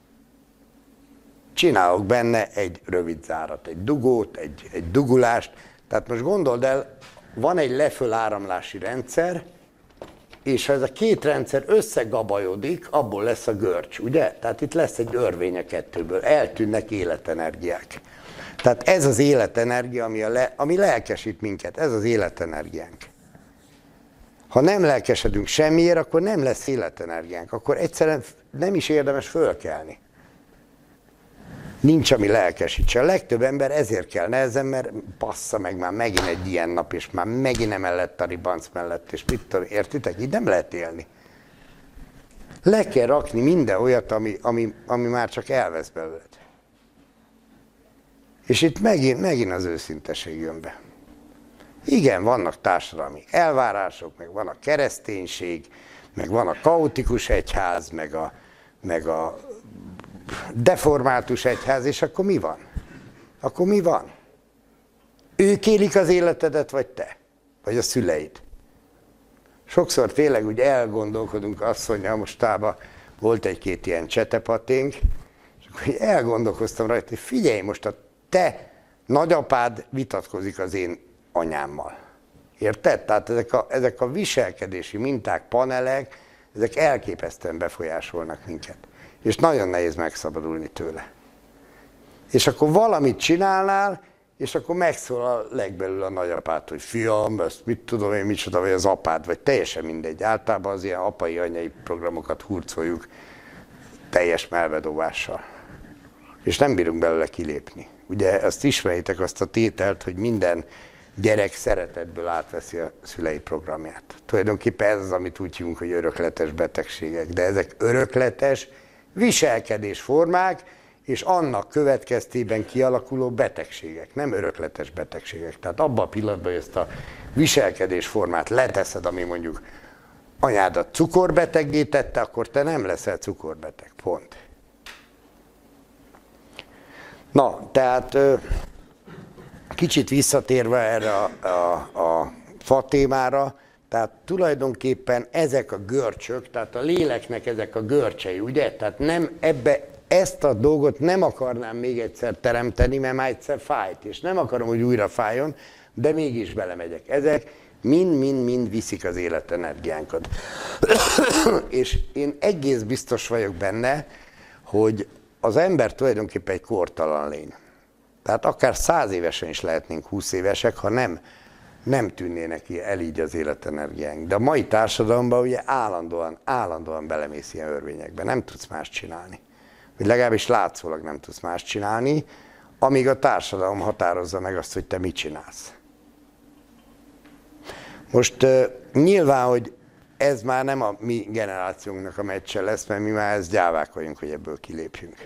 Csinálok benne egy rövid zárat, egy dugót, egy dugulást. Tehát most gondold el, van egy leföl áramlási rendszer, és ha ez a két rendszer összegabajodik, abból lesz a görcs, ugye? Tehát itt lesz egy örvény a kettőből, eltűnnek életenergiák. Tehát ez az életenergia, ami lelkesít minket, ez az életenergiánk. Ha nem lelkesedünk semmiért, akkor nem lesz életenergiánk, akkor egyszerűen nem is érdemes fölkelni. Nincs, ami lelkesítse. A legtöbb ember ezért kell nehezen, mert bassza meg már megint egy ilyen nap, és már megint emellett a ribanc mellett, és mit tudom, értitek? Így nem lehet élni. Le kell rakni minden olyat, ami már csak elvesz belőled. És itt megint az őszinteség jön be. Igen, vannak társadalmi elvárások, meg van a kereszténység, meg van a kaotikus egyház, meg a deformátus egyház, és akkor mi van? Akkor mi van? Ők élik az életedet, vagy te? Vagy a szüleid? Sokszor tényleg úgy elgondolkodunk, asszonyjal mostában volt egy-két ilyen csetepaténk, és akkor elgondolkoztam rajta, hogy figyelj, most a te nagyapád vitatkozik az én anyámmal. Érted? Tehát ezek a viselkedési minták, panelek, ezek elképesztően befolyásolnak minket. És nagyon nehéz megszabadulni tőle. És akkor valamit csinálnál, és akkor megszól a legbelül a nagyapád, hogy fiam, ezt mit tudom én, micsoda, vagy az apád, vagy teljesen mindegy. Általában az ilyen apai-anyai programokat hurcoljuk teljes melvedobással. És nem bírunk belőle kilépni. Ugye azt ismeritek azt a tételt, hogy minden gyerek szeretetből átveszi a szülei programját. Tulajdonképpen ez az, amit úgy hívunk, hogy örökletes betegségek. De ezek örökletes viselkedésformák, és annak következtében kialakuló betegségek, nem örökletes betegségek. Tehát abban a pillanatban, hogy ezt a viselkedésformát leteszed, ami mondjuk anyádat cukorbeteggé tette, akkor te nem leszel cukorbeteg. Pont. Na, tehát kicsit visszatérve erre a fa témára, tehát tulajdonképpen ezek a görcsök, tehát a léleknek ezek a görcsei, ugye? Tehát nem ezt a dolgot nem akarnám még egyszer teremteni, mert már egyszer fájt, és nem akarom, hogy újra fájjon, de mégis belemegyek. Ezek mind viszik az életenergiánkat. És én egész biztos vagyok benne, hogy az ember tulajdonképpen egy kortalan lény. Tehát akár 100 évesen is lehetnénk 20 évesek, ha nem tűnnének el így az életenergiánk. De a mai társadalomban ugye állandóan belemész ilyen örvényekbe, nem tudsz más csinálni. Vagy legalábbis látszólag nem tudsz más csinálni, amíg a társadalom határozza meg azt, hogy te mit csinálsz. Most nyilván, hogy ez már nem a mi generációnknak a meccse lesz, mert mi már ezt gyávák vagyunk, hogy ebből kilépjünk.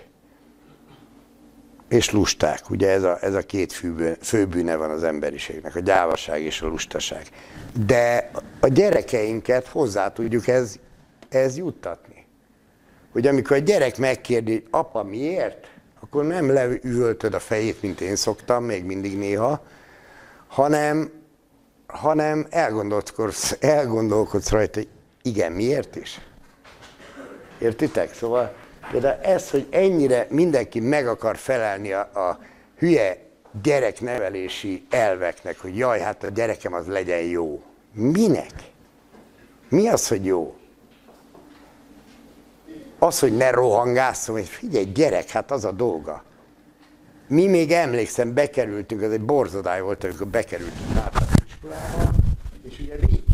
És lusták, ugye ez a két főbűne van az emberiségnek, a gyávaság és a lustaság. De a gyerekeinket hozzá tudjuk ez juttatni. Hogy amikor a gyerek megkérdi, hogy apa miért, akkor nem leüvöltöd a fejét, mint én szoktam, még mindig néha, hanem elgondolkodsz rajta, hogy igen, miért is? Értitek? Szóval de ez, hogy ennyire mindenki meg akar felelni a hülye gyereknevelési elveknek, hogy jaj, hát a gyerekem az legyen jó. Minek? Mi az, hogy jó? Az, hogy ne rohangásszom, hogy figyelj, gyerek, hát az a dolga. Mi még emlékszem, bekerültünk, az egy borzodály volt, amikor bekerültünk általános iskolába, és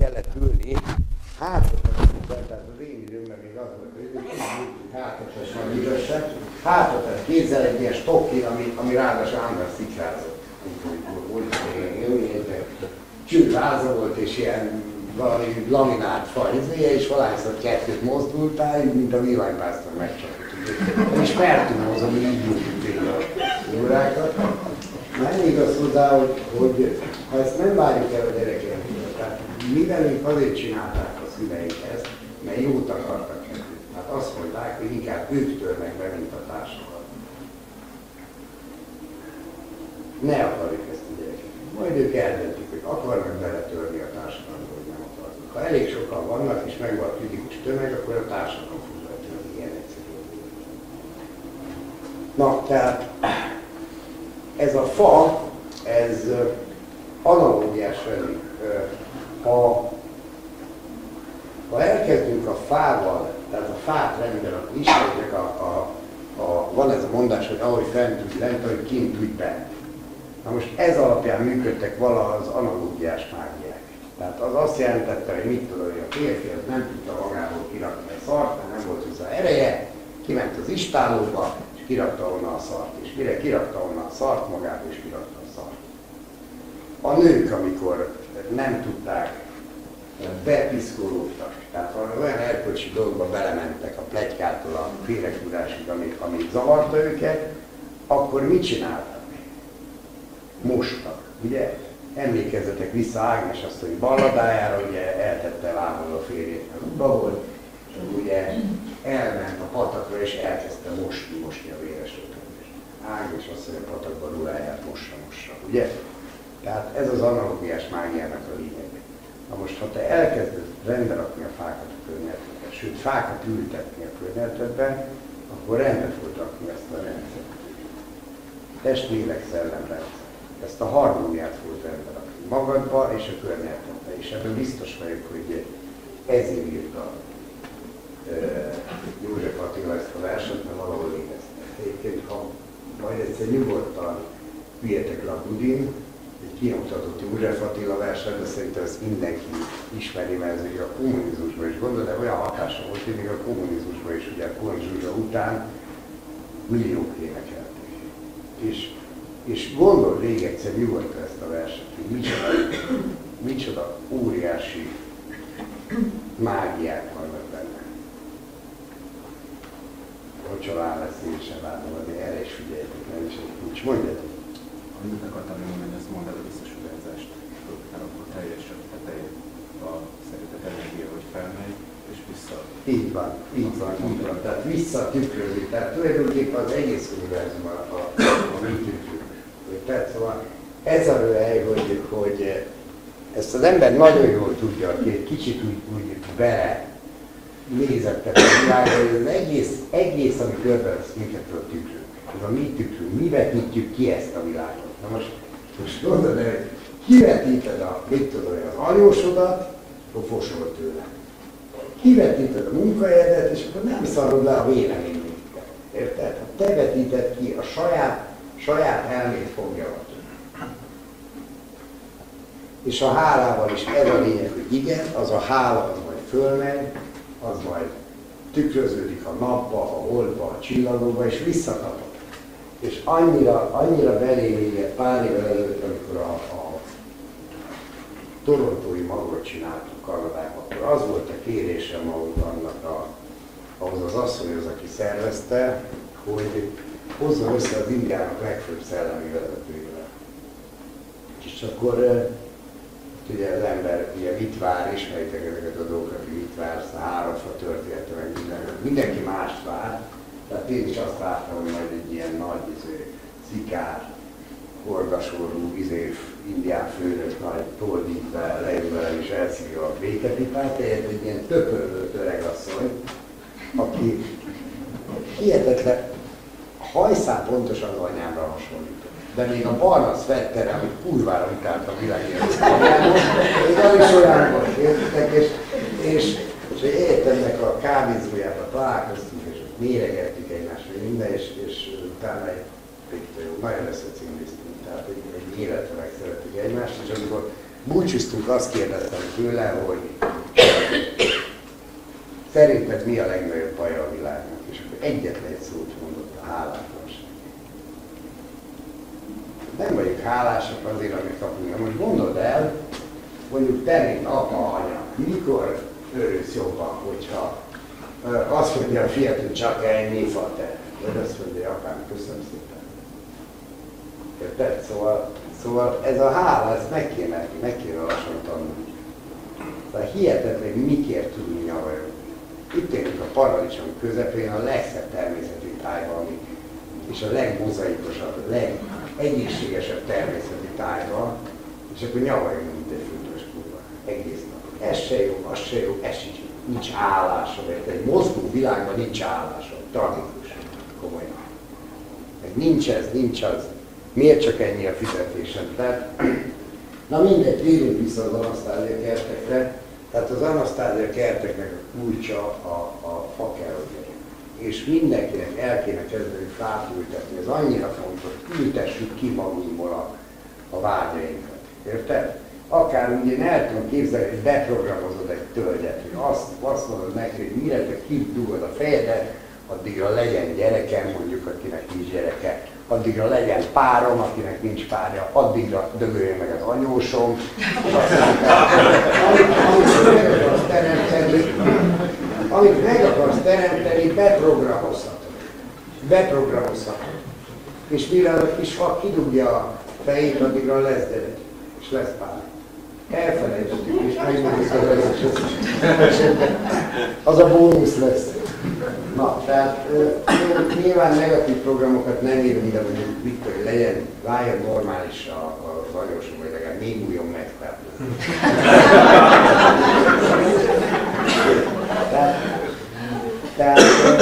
kellett ülni, tehát az én időmben még az volt, hogy hátatas nagy igazság, hátatas kézzel egy ilyen stokki, ami ráadásul András szikrázott. Volt csőváza volt, és ilyen valami laminált fajzéje, és valahányszor kettőt mozdultál, mint a villanypásztor megcsapott. Nem is mertünk mozogni, így ültünk a órákat. Nem igaz hozzá, hogy ha ezt nem várjuk el a gyerekeinktől, tehát mindenünk azért csinálták a szüleink ezt, mert jót akartak nekünk. Hát azt mondták, hogy inkább ők törnek be, mint a társadalom. Ne akarjuk ezt a gyerekeket. Majd ők eldöntik, hogy akarnak beletörni a társadalomba, vagy nem akarnak. Ha elég sokan vannak, és megvan a kritikus tömeg, akkor a társadalom fog beletörni. Ilyen egyszerű. Na, tehát ez a fa, ez analógiás velünk. Ha elkezdünk a fával, tehát a fát rendelni, akkor ismerjük, van ez a mondás, hogy ahogy fent úgy lent, ahogy kint úgy bent. Na most ez alapján működtek vala az analógiás mágiák. Tehát az azt jelentette, hogy mit tudom, hogy a férfi az nem tudta magából kirakni a szart, mert nem volt hozzá ereje, kiment az istállóba, és kirakta onnan a szart. És mire kirakta onnan a szart, magából is kirakta a szart. A nők, amikor nem tudták, bepiszkolódtak, tehát olyan erkölcsi dolgokba belementek a pletykától a félretudásig, amit zavarta őket, akkor mit csináltak? Mostak, ugye? Emlékezzetek vissza Ágnes asszony balladájára, ugye eltette lábbal a férjét, az utba volt, és ugye elment a patakra és elkezdte mosni a véres ötöt. Ágnes asszony a patakba ruláját mossa, ugye? Tehát ez az analógiás mágiának a lényeg. Na most, ha te elkezded rendbe rakni a fákat a környezetben, sőt fákat ültetni a környezetben, akkor rendbe fogod rakni ezt a rendszert. Test, lélek, szellem rendszer. Ezt a harmóniát fogod rendbe rakni magadba és a környezetbe. És ebben biztos vagyok, hogy ezért írta József Attila ezt a verset, mert valahol érezte. Egyébként, ha majd egyszer nyugodtan üljetek le a budin, egy kinyomtatott József Attila verset, de szerintem ezt mindenki ismeri, mert ez a kommunizmusban is gondol, de olyan hatása volt, hogy még a kommunizmusban is, ugye a Kohn Zsuzsa után milliók énekelték. És gondol végig egyszer nyugodtan ezt a verset, hogy micsoda óriási mágiák vannak benne. Hogyha rá lesz, szívesen látom, de erre is figyeljetek, nem is egy kulcs. Mondjatok. Amit akartam mondani, hogy ezt mondd el a visszasugárzást, akkor teljesen tetején a szerinted energia, hogy felmegy, és vissza. Így van. Tehát visszatükrözik. Tehát tulajdonképpen az egész univerzum a mi tükrünk. Tehát szóval ez a röhely, hogy ezt az ember nagyon jól tudja, aki egy kicsit úgy bele nézettet a világra, hogy az egész ami körbelesz minket a tükrünk. Ez a mi tükrünk, mi vetítjük ki ezt a világot. Na most mondod el, hogy kivetíted az anyósodat, akkor fosol tőle. Kivetíted a munkahelyedet, és akkor nem szarod le a véleményünket. Érted? Ha te vetíted ki a saját elmét fogja. És a hálával is ez a lényeg, hogy igen, az a hála az majd fölmegy, az majd tükröződik a napba, a holdba, a csillagokba, és visszakapod. És annyira belém égett pár évvel előtt, amikor a torontói magot csináltuk Kanadában, akkor az volt a kérésem ahhoz az asszonyhoz, aki szervezte, hogy hozzon össze az Indiának legfőbb szellemi vezetőjével. És akkor ugye az ember ugye mit vár, ismeritek ezeket a dolgokat, hogy mit vársz, a háromfa története, meg mindenki mást vár. Tehát én is azt vártam, hogy majd egy ilyen nagy szikár, horgasorú, indián főnök nagy toldítve lejön velem és elszívja a békepipát, tehát egy ilyen töpörlőt öregasszony, aki hihetetlen hajszál pontosan az anyámra hasonlított. De még a barna szvettere, amit kurvára utált a világélet anyámon, még az is olyan volt, értetek, és egyetemnek a kávézójában találkoztunk, és ott méregettük egymásra minden, és utána egy nagyon összecimliztünk, tehát egy életre megszerettük egymást, és amikor búcsúztunk, azt kérdeztem tőle, hogy szerinted mi a legnagyobb baja a világnak? És akkor egyetlen egy szót mondott, a hálátlanság. Nem vagyunk hálásak azért, amit kapunk. Na most gondold el, mondjuk te, mint apa, anya, mikor örülsz jobban, hogyha azt mondja a fiat, hogy csak ennyi fate, vagy azt mondja, apám, köszönöm szépen. Érted? Szóval ez a hála, ezt meg kéne lassan tanulni. Szóval hihetetlen, mikért tudni nyavajogni. Itt élünk a paradicsom közepén, a legszebb természeti tájban, és a legmozaikosabb, a legegészségesebb természeti tájban, és akkor nyavajogni, mint egy fűtös kurva. Egész nap. Ez se jó, az se jó, ez sincs. Nincs állásom, mert egy mozgó világban nincs állásom. Tragikus, komolyan. Meg nincs ez, nincs az. Miért csak ennyi a fizetésem? Tehát, na mindegy, térjünk vissza az Anasztázia kertekre. Tehát az Anasztázia kerteknek a kulcsa a fa kell, hogy legyen. És mindenkinek el kéne kezdeni fát ültetni. Ez annyira fontos, ültessük ki magunkból a vágyainkat. Érted? Akár ugye én el tudom képzelni, hogy beprogramozod egy tölgyet, hogy azt mondod neki, hogy mire te kidugod a fejedet, addigra legyen gyerekem, mondjuk akinek nincs gyereke, addigra legyen párom, akinek nincs párja, addigra dögöljön meg az anyósom, amit meg akarsz teremteni, beprogramozhatod. És mire a kis fa kidugja a fejét, addigra lesz gyerek, és lesz pár. Elfelejtettük, és megmondjuk, az a bónusz lesz. Na, tehát nyilván negatív programokat nem írunk, de mondjuk mit, hogy legyen, váljon normális az anyósom, vagy legalább még újon meg. Tehát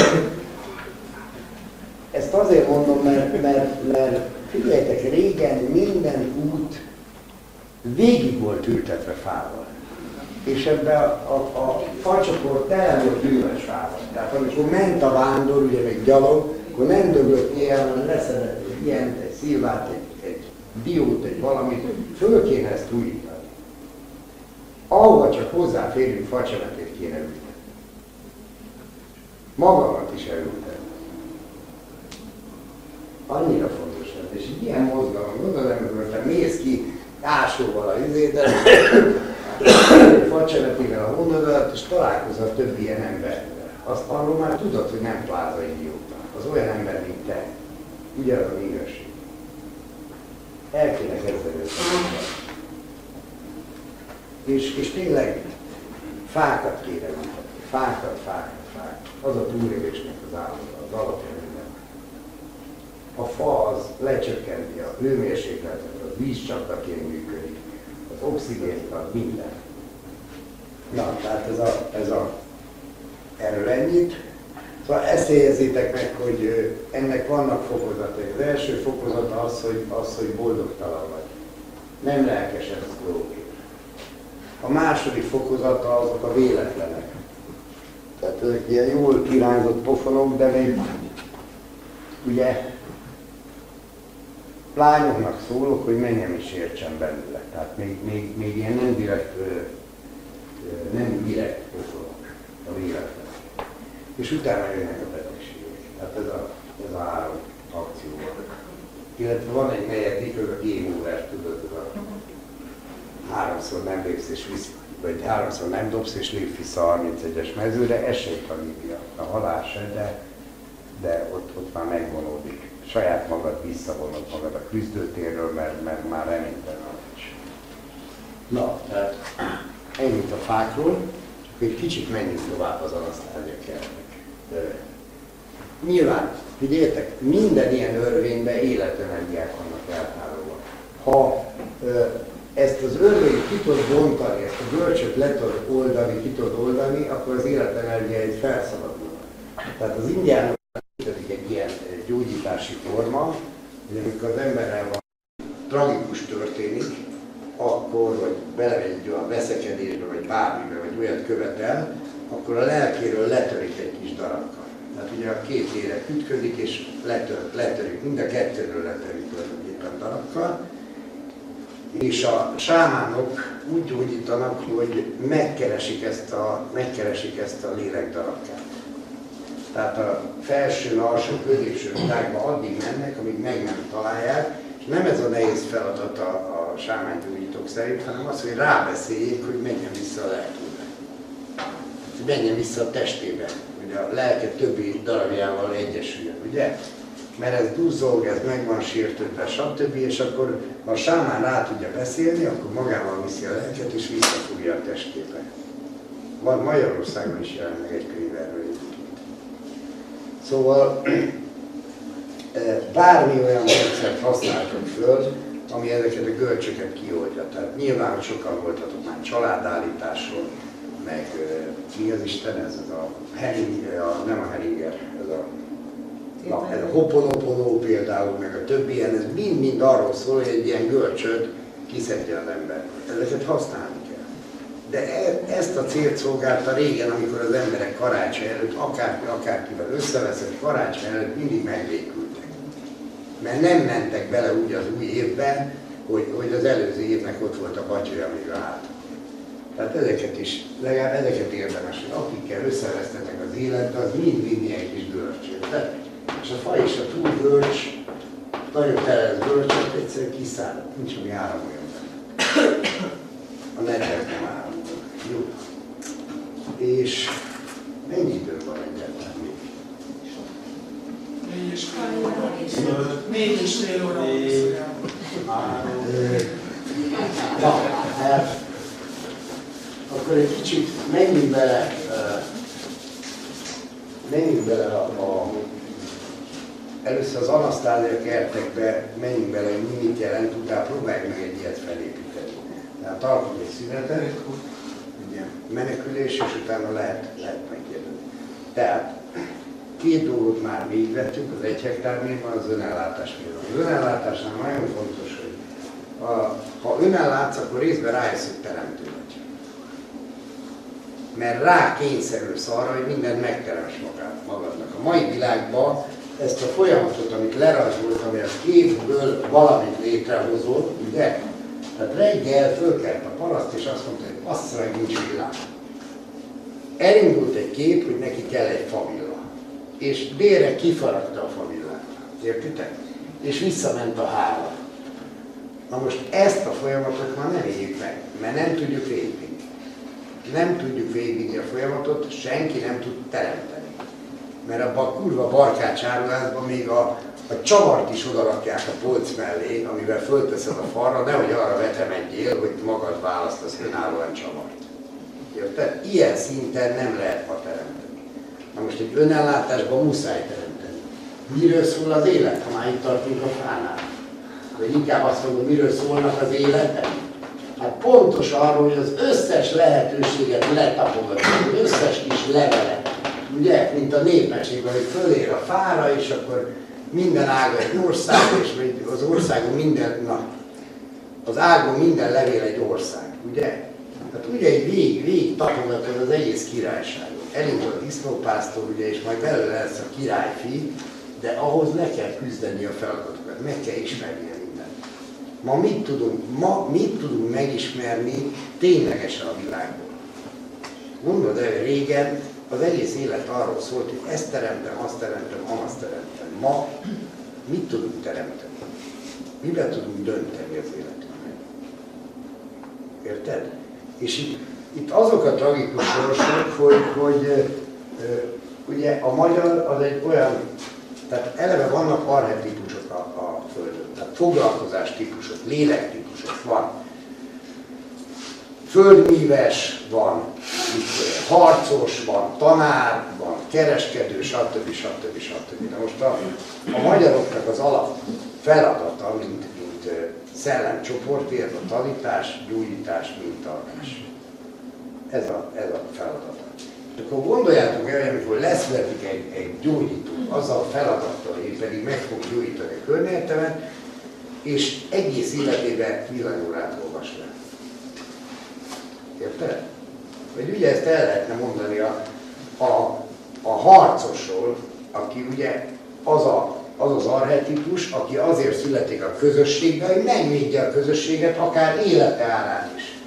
ezt azért mondom, mert figyeljetek, régen minden út végig volt ültetve fával. És ebben a facsokor tele volt bűnös fával. Tehát amikor ment a vándor, ugye meg gyalog, akkor nem döglött ilyen, hanem leszedett egy ilyent, egy szilvát, egy diót, egy valamit, föl kéne ezt újítani. Ahova csak hozzáférünk, facsemetét kéne ültetni. Magamat is elültetni. Annyira fontos ez. És egy ilyen mozgalom, gondolom, amikor te mész ki ásóval a izétel, facsemetével a honnodat, és találkozol több ilyen emberrel. Azt arról már tudod, hogy nem pláza idióta. Az olyan ember, mint te. Ugyanaz a minőség. El kéne kezdeni össze. És tényleg fákat kéne mutatni. Fákat. Az a túlélésnek az állata, az alapja minden. A fa az lecsökkenti a hőmérsékletet, a vízcsaptaként működik, az oxigént ad, minden. Na, tehát erről ennyit. Szóval ezt jegyezzétek meg, hogy ennek vannak fokozatai. Az első fokozata az, hogy boldogtalan vagy. Nem lelkesed a dolgokért. A második fokozata azok a véletlenek. Tehát ezek ilyen jól kiránzott pofonok, de még ugye lányoknak szólok, hogy menjem is értsen belőle. Tehát még ilyen nem direkt pofonok a véletlenek. És utána jönnek a betegségek. Tehát ez a három akció van. Illetve van egy negyedik, az a game over, tudod, ez a háromszor nem lépsz és visz, vagy háromszor nem dobsz és lépsz vissza a 31-es mezőre, ez se egy tragédia. A halál se, de ott már megvonódik. Saját magad visszavonod magad a küzdőtérről, mert már reménytelen nincs. Na, tehát ennyit a fákról, csak egy kicsit menjünk tovább az Anasztázia kertnek. Nyilván, figyeljetek, minden ilyen örvényben életenergiák vannak eltárolva. Ha ezt az örvényt ki tudod bontani, ezt a görcsöt le tudod oldani, ki tudod oldani, akkor az életenergia egy felszabadul. Tehát az indiánok egy ilyen gyógyítási forma, hogy amikor az emberrel van tragikus történik, akkor, vagy belemegy a veszekedésbe, vagy bármibe, vagy olyat követel, akkor a lelkéről letörik egy kis darakkal. Tehát ugye a két lélek ütközik, és letörik, mind a kettőről letörik tulajdonképpen darakkal. És a sámánok úgy gyógyítanak, hogy megkeresik ezt a lélekdarabkát. Tehát a felső, alsó, középső világba addig mennek, amíg meg nem találják, és nem ez a nehéz feladat a sámánygyógyítók szerint, hanem az, hogy rábeszéljék, hogy menjen vissza a lelkébe. Hogy menjen vissza a testébe, hogy a lelke többi darabjával egyesüljön, ugye? Mert ez duzzog, ez meg van sértődve, stb. És akkor ha a sámán rá tudja beszélni, akkor magával viszi a lelket és visszafogja a testébe. Van Magyarországon is jelent meg egy könyv erről egyébként. Szóval bármi olyan módszert használtak föl, ami ezeket a görcsöket kioldja. Tehát nyilván sokan voltatok már családállításon, meg mi az Isten, ez nem a Heringer, ez a Hoponopono például, meg a többi ilyen, ez mind-mind arról szól, hogy egy ilyen görcsöt kiszedje az ember. Ezeket használni kell. De ezt a célt szolgálta régen, amikor az emberek karácsony előtt, akárkivel összeveszett karácsony előtt mindig megvékültek. Mert nem mentek bele úgy az új évben, hogy az előző évnek ott volt a batyja, amíg állt. Tehát ezeket is, legalább ezeket érdemes, hogy akikkel összevesztetek az életbe, az mind vinni egy kis görcsöt. És a fa és a túlgörcs, nagyon tele lesz görcsöt, egyszerűen kiszáll, nincs ami áramoljon benne. A nedvek nem áramoljon. Jó. És mennyi idő van egyáltalán még? 4,5 óra. Na, hát, akkor egy kicsit menjünk bele először az Anasztázia kertekbe menjünk bele, hogy mit jelent, utána próbáljuk meg egy ilyet felépíteni. Tehát tartunk egy szünetet, ugye, menekülés, és utána lehet megkérdezni. Tehát két dolgot már végigvettünk, az 1 hektár miért van, az önellátás miért van. Az önellátásnál nagyon fontos, hogy ha önellátsz, akkor részben rájössz, hogy teremtő vagy. Mert rá kényszerülsz arra, hogy mindent megteremts magadnak. A mai világban ezt a folyamatot, amit lerajzolt, ami a képből valamit létrehozott, ugye? Tehát reggel fölkelt a paraszt, és azt mondta, hogy azt meg nincs világ. Elindult egy kép, hogy neki kell egy favilla. És délre kifaragta a favillát. Értitek? És visszament a hála. Na most ezt a folyamatot már nem éljük meg, mert nem tudjuk végigvinni. Nem tudjuk végigvinni a folyamatot, senki nem tud teremteni. Mert abban a kurva barkács áruházban még a csavart is odarakják a polc mellé, amivel fölteszed a falra, nehogy arra vetemedjél, hogy magad választasz önállóan csavart. Érted? Ilyen szinten nem lehet ma teremteni. Na most egy önellátásban muszáj teremteni. Miről szól az élet, ha már itt tartunk a fánál? Vagy inkább azt mondom, miről szólnak az életek? Hát pontos arról, hogy az összes lehetőséget letapogatjuk, az összes kis levelet. Ugye, mint a népmesékben, hogy fölér a fára, és akkor minden ága egy ország, és az országon minden, az ágon minden levél egy ország, ugye? Tehát ugye egy végig tapogatod az egész királyságot. Elindul a disznópásztor, ugye, és majd belőle lesz a királyfi, de ahhoz le kell küzdeni a feladatokat, meg kell ismerni mindent. Ma mit tudunk megismerni ténylegesen a világból? Gondold el, hogy régen az egész élet arról szólt, hogy ezt teremtem, azt teremtem, azt teremtem. Ma mit tudunk teremteni? Miben tudunk dönteni az életünkben? Érted? És itt azok a tragikus sorsok, hogy ugye a magyar az egy olyan, tehát eleve vannak archetípusok a Földön, tehát foglalkozás típusok, lélektípusok van. Földmíves van, harcos van, tanár van, kereskedő, stb. De most a magyaroknak az alap feladata, mint szellemcsoport, ez a tanítás, gyógyítás, mintaadás. Ez a feladata. Akkor gondoljátok el, amikor leszületik egy gyógyító, azzal a feladattal, hogy pedig meg fog gyógyítani a környezetemet, és egész életében villanyórát olvas le. Érted? Vagy ugye ezt el lehetne mondani a harcosról, aki ugye az archetípus, aki azért születik a közösségben, hogy megvédje a közösséget, akár élete árán is.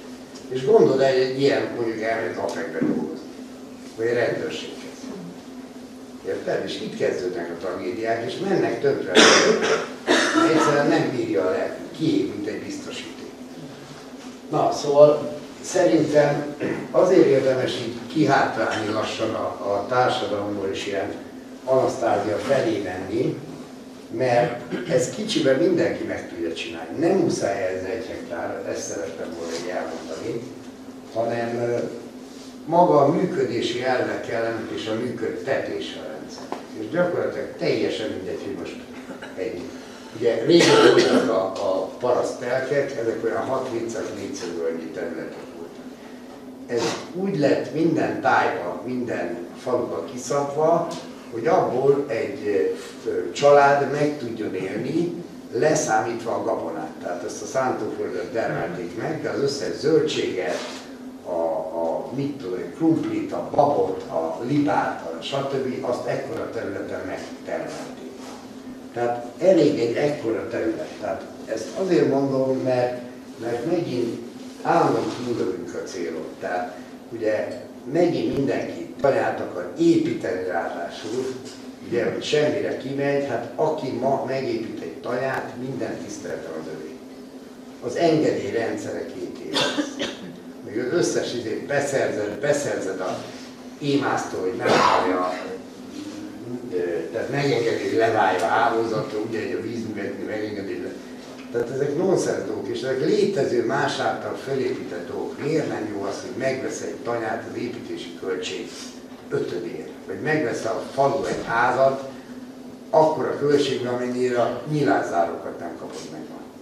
És gondold el, hogy egy ilyen mondjuk elmegy APEC-be dolgozni, vagy egy rendőrséghez. Érted? És itt kezdődnek a tragédiák, és mennek tönkre. Egyszerűen nem bírja a lelkű, kiég, mint egy biztosíték. Na, szóval szerintem azért érdemes így kihátrálni lassan a társadalomból is ilyen anasztázia felé menni, mert ez kicsiben mindenki meg tudja csinálni. Nem muszáj ez 1 hektár, ezt szerettem volna így elmondani, hanem maga a működési elvek kellenek és a működtetés a rendszer. És gyakorlatilag teljesen mindegy, hogy most egy. Ugye régen voltak a parasztelkek, ezek olyan 6-700 négyzetből területek voltak. Ez úgy lett minden tájba, minden faluba kiszabva, hogy abból egy család meg tudjon élni, leszámítva a gabonát. Tehát ezt a szántóföldet termelték meg, de az összes zöldséget, mit tudom, krumplit, a babot, a libát, stb. Azt ekkora területen megtermelték. Tehát elég egy ekkora terület. Tehát ezt azért mondom, mert megint állandóan túllövünk a célot. Tehát ugye megint mindenki tanyát akar építeni ráadásul, ugye, hogy semmire kimegy, hát aki ma megépít egy tanyát, minden tisztelete az övé. Az engedélyrendszere 2 év. Még az összes izét beszerzed a émásztól, hogy nem akarja, tehát megengedi, hogy leválja a hálózatra, ugye, hogy a vízművetni megengedi. Tehát ezek nonsens dolgok, és ezek létező más által felépített dolgok. Miért nem jó az, hogy megvesz egy tanyát az építési költség 5-ért, vagy megvesz a falu egy házat, akkora költségben, amennyire a nyilászárokat nem kapod meg.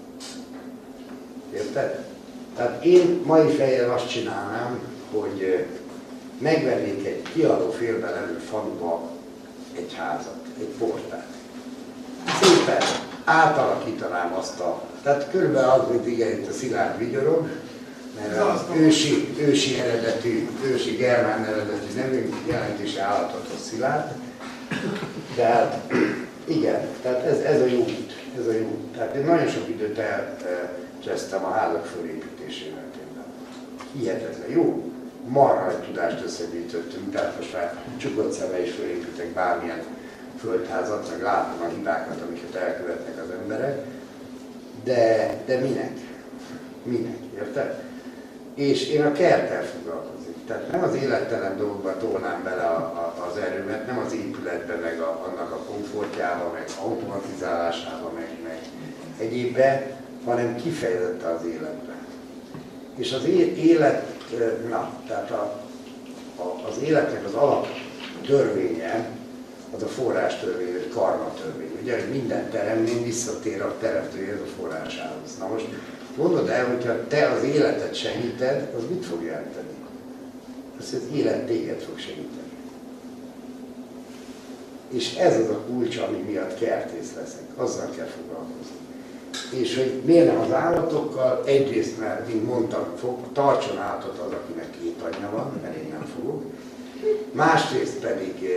Érted? Tehát én mai fejjel azt csinálnám, hogy megvennék egy kiadó félben levő faluba egy házat, egy portát. Szépen átalakítanám azt tehát körülbelül az, mint igen, itt a Szilárd vigyorog, mert az ősi eredetű, ősi germán eredetű nevünk jelentése állapothoz Szilárd. De hát igen, tehát ez a jó út, ez a jó út. Tehát én nagyon sok időt elcsesztem a házak fölépítésével például. Hihetetlen jó, marha egy tudást összegyűjtöttünk, tehát most már csukott szemmel is fölépítek bármilyen földházat, meg látom a hibákat, amiket elkövetnek az emberek, de minek? Minek, érted? És én a kerttel foglalkozik. Tehát nem az élettelen dolgokba tolnám bele az erőmet, nem az épületbe, meg annak a komfortjába, meg automatizálásába, meg egyébbe, hanem kifejezetten az életbe. És az élet, tehát az életnek az alaptörvénye, az a forrástörvény, vagy karmatörvény. Ugye, hogy minden teremnél visszatér a teremtőjéhez, a forrásához. Na most gondold el, hogyha te az életet segíted, az mit fog jelenteni? Az, hogy az élet téged fog segíteni. És ez az a kulcs, ami miatt kertész leszek. Azzal kell foglalkozni. És hogy miért nem az állatokkal, egyrészt, mert, mint mondtam, tartson állatot az, akinek 2 anyja van, mert én nem fogok. Másrészt pedig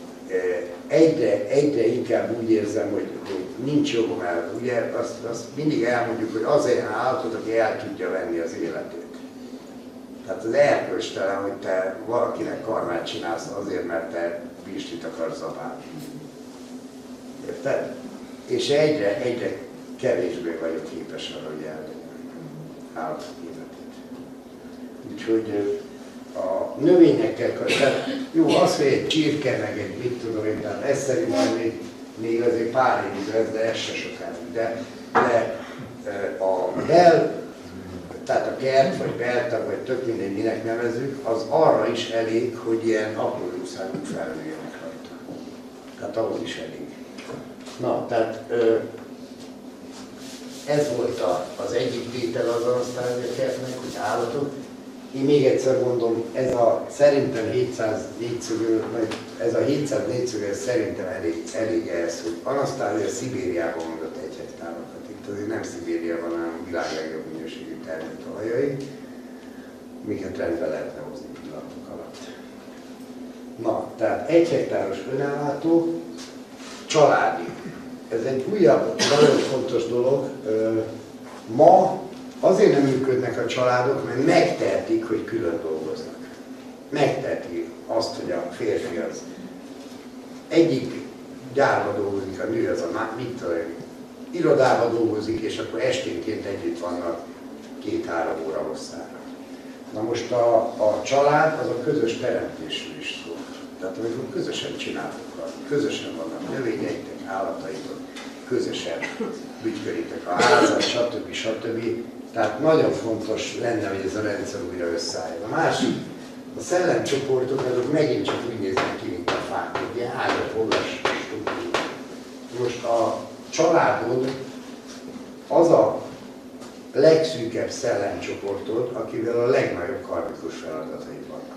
egyre inkább úgy érzem, hogy nincs jogom el. Ugye azt mindig elmondjuk, hogy az ilyen állatot, aki el tudja venni az életét. Tehát az erkölcstelen, hogy te valakinek karmát csinálsz azért, mert te pistit akarsz zabálni. Érted? És egyre kevésbé vagyok képes arra, hogy elvegyem állatok életét. Úgyhogy a növényekkel, tehát jó, az, hogy egy csirke, meg egy mit tudom én, tehát ez szerintem még azért pár évig lesz, de ez se sokáig. De tehát a kert, vagy beltag, vagy tök mindegy, minek nevezzük, az arra is elég, hogy ilyen apró jószágok felnőjenek rajta. Tehát ahhoz is elég. Na, tehát ez volt az egyik tétel az asztalkertnek, hogy állatok. Én még egyszer mondom, ez a szerintem 700 négyszögő, ez a 700 négyszögő szerintem elég ehhez, hogy Anasztázia Szibériában mondott 1 hektárokat. Itt azért nem Szibériában, hanem a világ legjobb minőségű termőtalajai, miket rendbe lehetne hozni pillanatok alatt. Na, tehát 1 hektáros önellátó, családi. Ez egy újabb, nagyon fontos dolog. Ma azért nem működnek a családok, mert megtehetik, hogy külön dolgoznak. Megteheti azt, hogy a férfi az egyik gyárba dolgozik, a nő az a irodába dolgozik, és akkor esténként együtt vannak 2-3 óra hosszára. Na most a család az a közös teremtésről is szól. Tehát amikor közösen csináltok, közösen vannak növényeitek, állataitok, közösen bütykölítek a házat, stb. Tehát nagyon fontos lenne, hogy ez a rendszer újra összeálljon. A másik, a szellemcsoportok azok megint csak úgy néznek ki, mint a fák, egy ilyen ágapollas struktúra. Most a családod az a legszűkebb szellemcsoportod, akivel a legnagyobb karmikus feladatai vannak.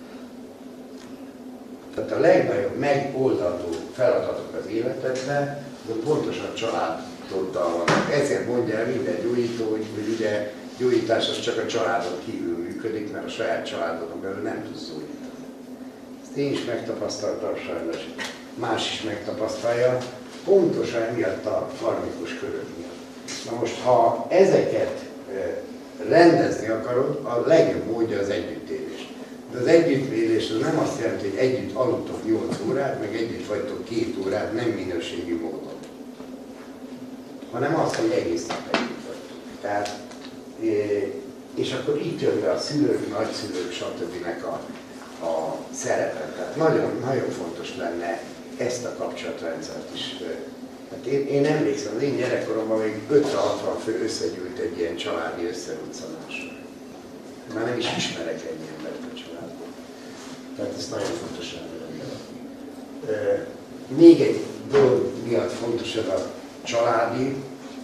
Tehát a legnagyobb megoldandó feladatok az életedben, azok pontosan a családoddal vannak. Ezért mondja el minden gyógyító, hogy ugye gyógyítás az csak a családon kívül működik, mert a saját családodon belül nem tudsz gyógyítani. Ezt én is megtapasztaltam sajnos, más is megtapasztalja, pontosan emiatt a karmikus körök miatt. Na most, ha ezeket rendezni akarod, a legjobb módja az együttélés. De az együttélés az nem azt jelenti, hogy együtt aludtok 8 órát, meg együtt vagytok 2 órát, nem minőségi módon. Hanem azt, hogy egész nap együtt vagytok. Tehát, és akkor itt jön be a szülők, nagyszülők, stb. A szerepe. Tehát nagyon, nagyon fontos lenne ezt a kapcsolatrendszert is. Hát én emlékszem, az én gyerekkoromban még 50-60 fő összegyűlt egy ilyen családi összeruccanásra. Már nem is ismerek ennyi embert a családban. Tehát ezt nagyon fontos lenne. Még egy dolog miatt fontos ez a családi.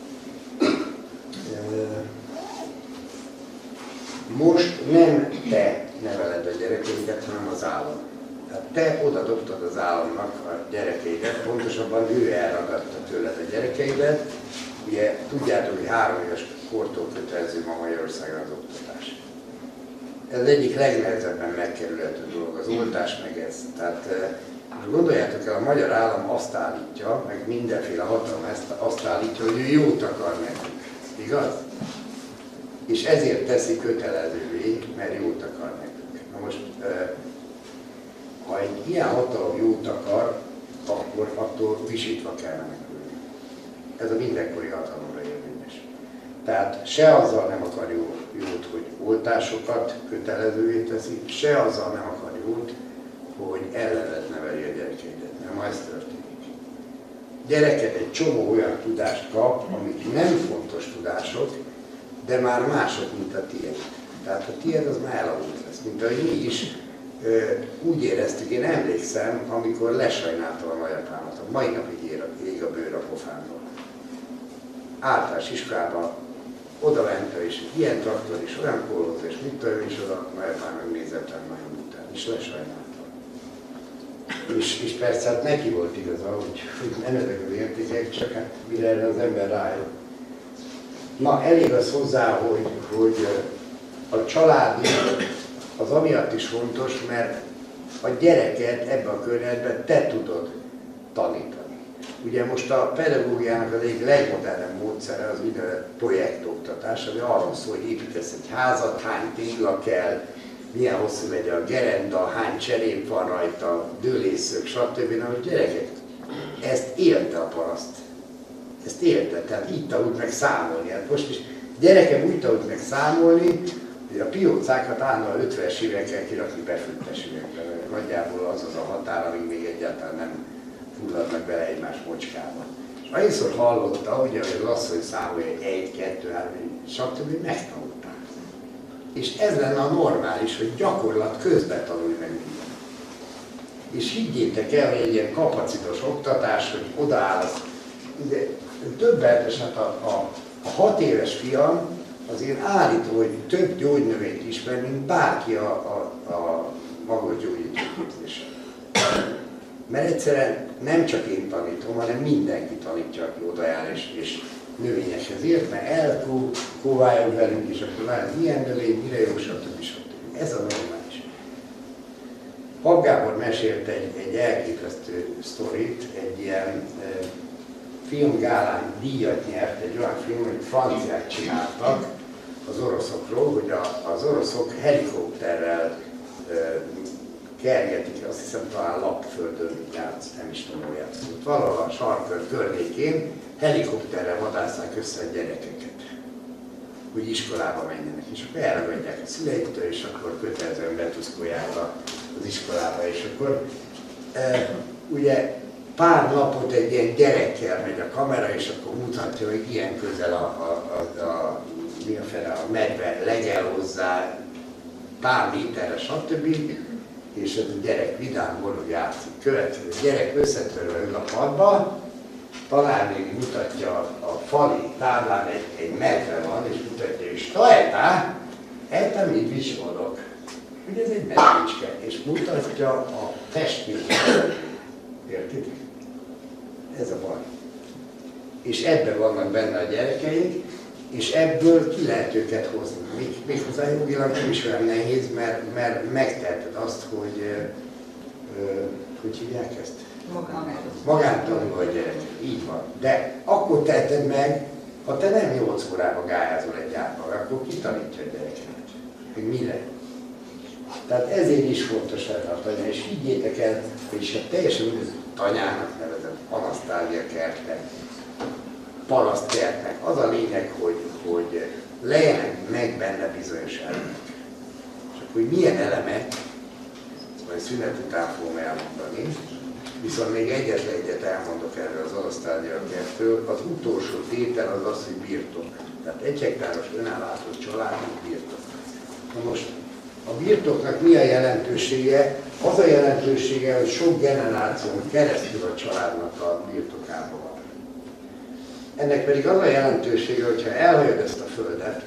Most nem te neveled a gyerekeidet, hanem az állam. Tehát te oda dobtad az államnak a gyerekeidet, pontosabban ő elragadta tőled a gyerekeidet. Ugye tudjátok, hogy 3 éves kortól kötelező ma Magyarországon az oktatás. Ez az egyik legnehezebben megkerülhető dolog, az oltás meg ez. Tehát gondoljátok el, a magyar állam azt állítja, meg mindenféle hatalom azt állítja, hogy ő jót akar nekünk. Igaz? És ezért teszi kötelezővé, mert jót akar nekünk. Na most, ha egy ilyen hatalom jót akar, akkor attól visítva kell menekülni. Ez a mindenkori hatalomra érvényes. Tehát se azzal nem akar jót, hogy oltásokat kötelezővé teszi, se azzal nem akar jót, hogy ellened neveli a gyerekeidet, mert ma ez történik. Gyereket egy csomó olyan tudást kap, amik nem fontos tudások, de már mások, mint a tiéd. Tehát a tiéd az már elavult lesz, mint ahogy mi is úgy éreztük, én emlékszem, amikor lesajnáltam a nagyapámat, a mai napig ég a bőr a pofámról. Általános iskolában oda mentem, és ilyen traktor, és olyan kólóz, és mit tudom, és oda nagyapám megnézettem nagyon után, és lesajnáltam. És persze hát neki volt igaza, hogy nem ezek az értékek, csak hát mire erre az ember rájön. Na, elég az hozzá, hogy a család az amiatt is fontos, mert a gyereket ebben a környezetben te tudod tanítani. Ugye most a pedagógiának az egyik legmodernebb módszere az úgynevezett projektoktatás, ami arról szól, hogy építesz egy házat, hány tégla kell, milyen hosszú legyen a gerenda, hány cserép van rajta, dőlészők, stb. Na, hogy gyerekek, ezt élte a paraszt. Ezt élte, tehát így tanult meg számolni. Hát most is gyerekem úgy tanult meg számolni, hogy a piócákat állandóan 50-es évekkel kirakni befőttes üvegbe. Nagyjából az az a határ, amíg még egyáltalán nem fulladnak bele egymás mocskába. És annyiszor hallotta, hogy az asszony számolja 1, 2, 3, stb. Megtanulták. És ez lenne a normális, hogy gyakorlat közben tanulj meg mindent. És higgyétek el, hogy egy ilyen kapacitos oktatás, hogy odaállsz. Döbbenetes, hát a 6 éves fiam azért állító, hogy több gyógynövényt ismer, mint bárki a magas gyógyító képzésen. Mert egyszerűen nem csak én tanítom, hanem mindenki tanítja, aki odaáll és növényekhez ért, mert elkóváljuk velünk, és akkor már milyen növény, mire jó, stb. Ez a normális. Pap Gábor mesélt egy elképesztő sztorit, egy ilyen filmgálán díjat nyert, egy olyan film, hogy franciák csináltak, az oroszokról, hogy az oroszok helikopterrel kergetik, azt hiszem talán Lapföldön játsz, nem is tudom, hogy játszott. Valahol a sarkör környékén helikopterrel vadásszák össze a gyerekeket, hogy iskolába menjenek. És akkor elragadják a szüleiktől, és akkor kötelezően betuszkolják az iskolába. És akkor ugye pár napot egy ilyen gyerekkel megy a kamera, és akkor mutatja, hogy ilyen közel a medve legel hozzá, pár méterre, stb. És ez a gyerek vidám bolog játszik. Következő gyerek összetörve ül a padba, talán még mutatja a fali táblán egy medve van, és mutatja, és eta mit visolok. Ugye ez egy medvicske, és mutatja a testét. Értitek? Ez a baj. És ebben vannak benne a gyerekeik, és ebből ki lehet őket hozni. Méghozzá jogilag nem is olyan nehéz, mert megteheted azt, hogy hívják ezt? Magántanuló a gyerek. Így van. De akkor teheted meg, ha te nem 8 órába gályázol egy gyárban, akkor ki tanítja a gyereket? Hogy mire? Tehát ezért is fontos ez a tanya, és higgyétek el, hogy is a teljesen úgy tanyának nevezett Anasztázia kertek, parasztkertnek, az a lényeg, hogy legyenek meg benne bizonyos elemek. És akkor, hogy milyen elemek, majd szünet után fogom elmondani, viszont még egyet elmondok erről az Anasztázia kertről, az utolsó tétel az az, hogy birtok. Tehát egy hektáros önállátó családnak birtok. Na most, a birtoknak mi a jelentősége? Az a jelentősége, hogy sok generáción keresztül a családnak a birtokában van. Ennek pedig az a jelentősége, hogyha elhagyod ezt a földet,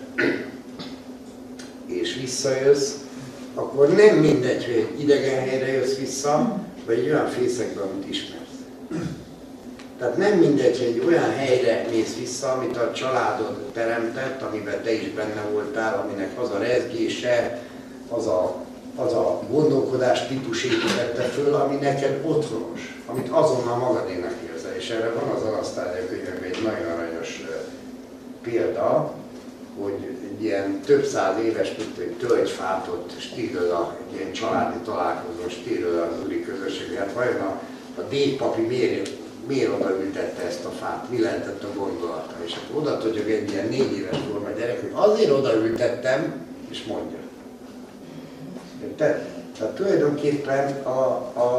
és visszajössz, akkor nem mindegy, hogy egy idegen helyre jössz vissza, vagy egy olyan fészekbe, amit ismersz. Tehát nem mindegy, hogy egy olyan helyre mész vissza, amit a családod teremtett, amiben te is benne voltál, aminek az a rezgése, az a gondolkodás típus építette föl, ami neked otthonos, amit azonnal magadénak érzel. És erre van az Anasztázia könyvekben egy nagyon aranyos példa, hogy egy ilyen több száz éves tölgyfát ott stílől, egy ilyen családi találkozón stílől az úri közösség. Hát vajon a dékpapi miért odaültette ezt a fát? Mi lehetett a gondolata? És akkor oda tudjuk egy ilyen 4 éves forma gyerek, hogy azért odaültettem, és mondja. Tehát tulajdonképpen a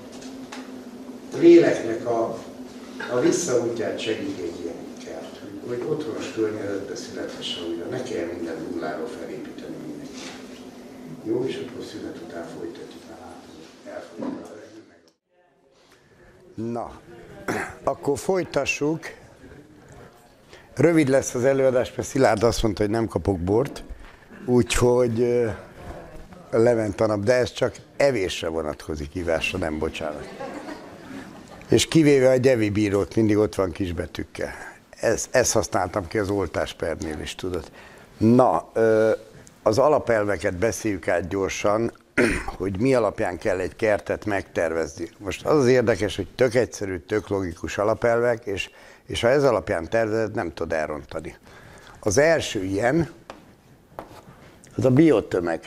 léleknek a visszaútját segít egy ilyen kert, hogy otthonos környezetbe születhessen újra, ne kell minden nulláról felépíteni mindenki. Jó, és akkor szünet után folytatjuk a Na, akkor folytassuk. Rövid lesz az előadás, mert Szilárd azt mondta, hogy nem kapok bort, úgyhogy lement a nap, de ez csak evésre vonatkozik, ivásra nem, bocsánat. És kivéve a Gyevi bírót, mindig ott van kisbetűkkel. Ezt használtam ki az oltáspernél is, tudod. Na, az alapelveket beszéljük át gyorsan, hogy mi alapján kell egy kertet megtervezni. Most az érdekes, hogy tök egyszerű, tök logikus alapelvek, és ha ez alapján tervezed, nem tudod elrontani. Az első ilyen, az a biotömeg.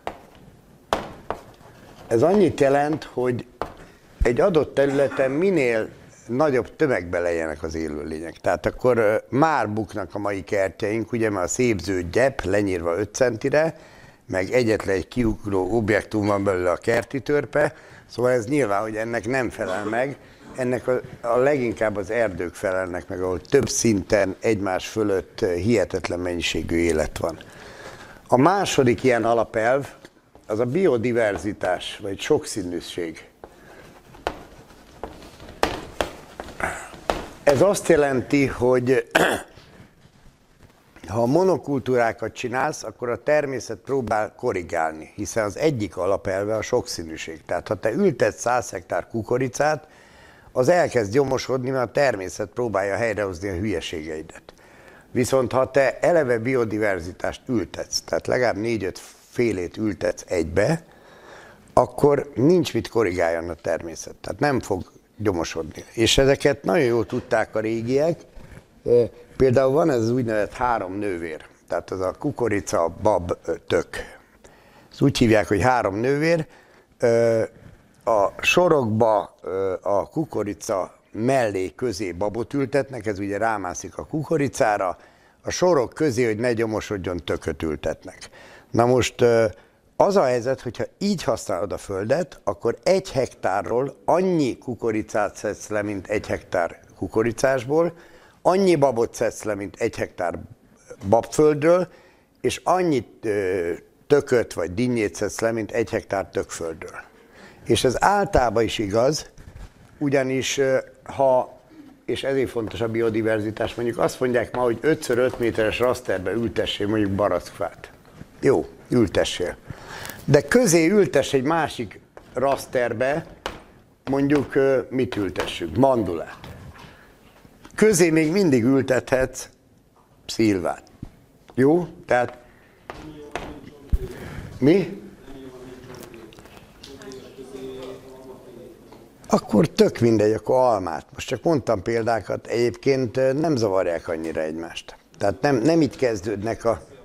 Ez annyit jelent, hogy egy adott területen minél nagyobb tömegbe legyenek az élőlények. Tehát akkor már buknak a mai kertjeink, ugye, mert a szép zöld gyep lenyírva 5 centire, meg egyetlen egy kiugró objektum van belőle a kerti törpe, szóval ez nyilván, hogy ennek nem felel meg, ennek a leginkább az erdők felelnek meg, ahol több szinten egymás fölött hihetetlen mennyiségű élet van. A második ilyen alapelv az a biodiverzitás, vagy sokszínűség. Ez azt jelenti, hogy ha monokultúrákat csinálsz, akkor a természet próbál korrigálni, hiszen az egyik alapelve a sokszínűség. Tehát ha te ültetsz 100 hektár kukoricát, az elkezd gyomosodni, mert a természet próbálja helyrehozni a hülyeségeidet. Viszont ha te eleve biodiverzitást ültetsz, tehát legalább 4-5 félét ültetsz egybe, akkor nincs mit korrigáljon a természet. Tehát nem fog gyomosodni. És ezeket nagyon jól tudták a régiek. Például van ez az úgynevezett 3 nővér. Tehát az a kukorica, bab, tök. Ezt úgy hívják, hogy 3 nővér. A sorokba a kukorica mellé közé babot ültetnek, ez ugye rámászik a kukoricára, a sorok közé, hogy ne gyomosodjon, tököt ültetnek. Na most az a helyzet, hogyha így használod a földet, akkor 1 hektárról annyi kukoricát szedsz le, mint 1 hektár kukoricásból, annyi babot szedsz le, mint 1 hektár babföldről, és annyi tököt vagy dinnyét szedsz le, mint 1 hektár tökföldről. És ez általában is igaz, ugyanis és ezért fontos a biodiverzitás, mondjuk azt mondják ma, hogy 5x5 méteres rasterbe ültessél mondjuk barackfát. Jó, ültessél. De közé ültess egy másik rasterbe, mondjuk mit ültessük? Mandulát. Közé még mindig ültethetsz szilvát. Jó? Tehát mi? Akkor tök mindegy, akkor almát. Most csak mondtam példákat, egyébként nem zavarják annyira egymást. Tehát nem itt kezdődnek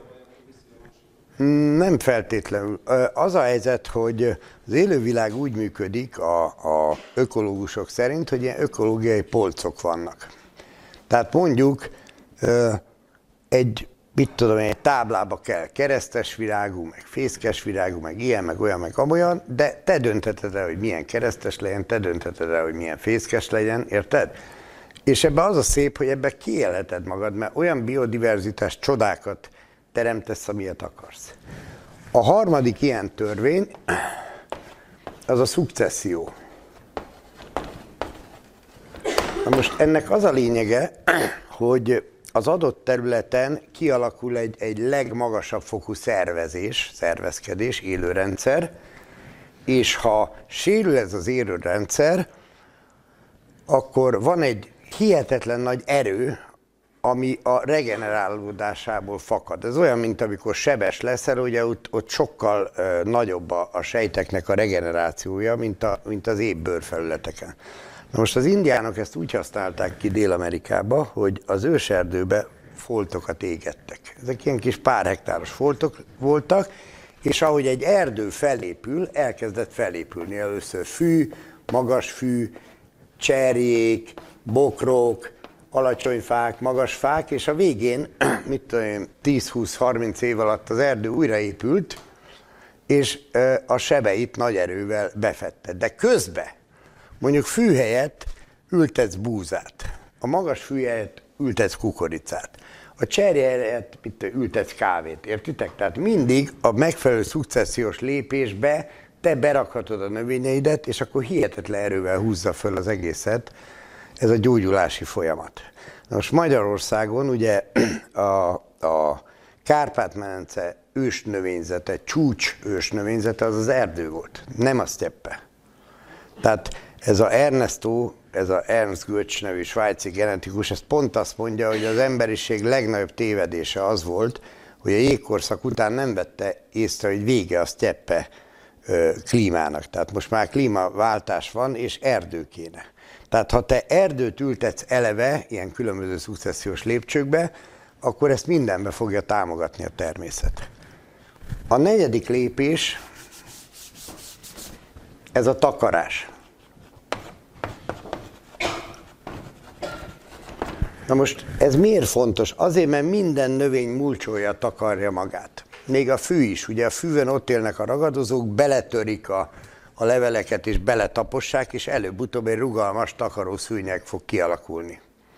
Nem feltétlenül. Az a helyzet, hogy az élővilág úgy működik a ökológusok szerint, hogy ilyen ökológiai polcok vannak. Tehát mondjuk egy táblába kell keresztes virágú, meg fészkes virágú, meg ilyen, meg olyan, meg amolyan, de te döntheted el, hogy milyen keresztes legyen, te döntheted el, hogy milyen fészkes legyen, érted? És ebben az a szép, hogy ebben kiélheted magad, mert olyan biodiverzitás csodákat teremtesz, amilyet akarsz. A harmadik ilyen törvény, az a szukcesszió. Na most ennek az a lényege, hogy az adott területen kialakul egy legmagasabb fokú szervezkedés, élőrendszer, és ha sérül ez az élőrendszer, akkor van egy hihetetlen nagy erő, ami a regenerálódásából fakad. Ez olyan, mint amikor sebes leszel, ugye ott sokkal nagyobb a sejteknek a regenerációja, mint az épp bőrfelületeken. Na most az indiánok ezt úgy használták ki Dél-Amerikába, hogy az őserdőbe foltokat égettek. Ezek ilyen kis pár hektáros foltok voltak, és ahogy egy erdő felépül, elkezdett felépülni először fű, magas fű, cserjék, bokrok, alacsony fák, magas fák, és a végén, 10-20-30 év alatt az erdő újraépült, és a sebeit nagy erővel befette. De közben, mondjuk fű helyett ültetsz búzát, a magas fű helyett ültetsz kukoricát, a cserje helyett ültetsz kávét, értitek? Tehát mindig a megfelelő szukcessziós lépésbe te berakhatod a növényeidet, és akkor hihetetlen erővel húzza föl az egészet ez a gyógyulási folyamat. Na most Magyarországon ugye a Kárpát-medence ősnövényzete, csúcs ősnövényzete az erdő volt, nem a sztyeppe. Tehát ez a Ernst Götz nevű svájci genetikus, ez pont azt mondja, hogy az emberiség legnagyobb tévedése az volt, hogy a jégkorszak után nem vette észre, hogy vége a sztyeppe klímának. Tehát most már klímaváltás van, és erdő kéne. Tehát ha te erdőt ültetsz eleve, ilyen különböző szukcessziós lépcsőkbe, akkor ezt mindenbe fogja támogatni a természet. A negyedik lépés, ez a takarás. Na most ez miért fontos? Azért, mert minden növény mulcsolja, takarja magát. Még a fű is, ugye a fűvön ott élnek a ragadozók, beletörik a leveleket és beletapossák, és előbb-utóbb egy rugalmas takarószűnyeg fog kialakulni.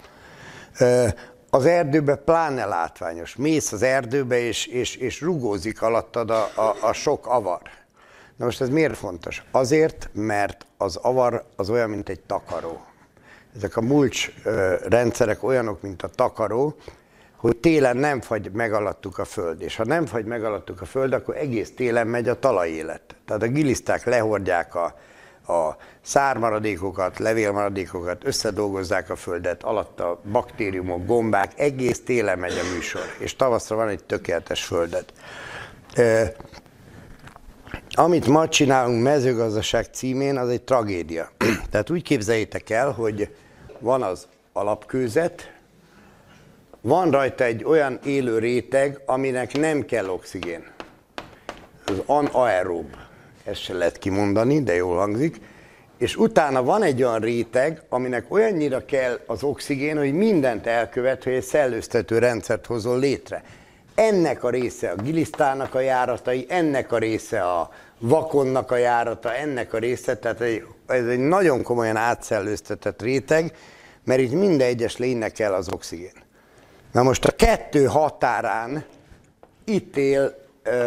Az erdőbe pláne látványos. Mész az erdőbe, és rugózik alattad a sok avar. Na most ez miért fontos? Azért, mert az avar az olyan, mint egy takaró. Ezek a mulcs rendszerek olyanok, mint a takaró, hogy télen nem fagy meg alattuk a föld. És ha nem fagy meg alattuk a föld, akkor egész télen megy a talajélet. Tehát a giliszták lehordják a szármaradékokat, levélmaradékokat, összedolgozzák a földet, alatt a baktériumok, gombák, egész télen megy a műsor. És tavaszra van egy tökéletes földet. Amit ma csinálunk mezőgazdaság címén, az egy tragédia. Tehát úgy képzeljétek el, hogy van az alapkőzet, van rajta egy olyan élő réteg, aminek nem kell oxigén. Az anaerób. Ezt se lehet kimondani, de jól hangzik. És utána van egy olyan réteg, aminek olyannyira kell az oxigén, hogy mindent elkövet, hogy egy szellőztető rendszert hozzon létre. Ennek a része a gilisztának a járatai, ennek a része a vakonnak a járata, ennek a része, tehát ez egy nagyon komolyan átszellőztetett réteg, mert itt minden egyes lénynek kell az oxigén. Na most a kettő határán itt él,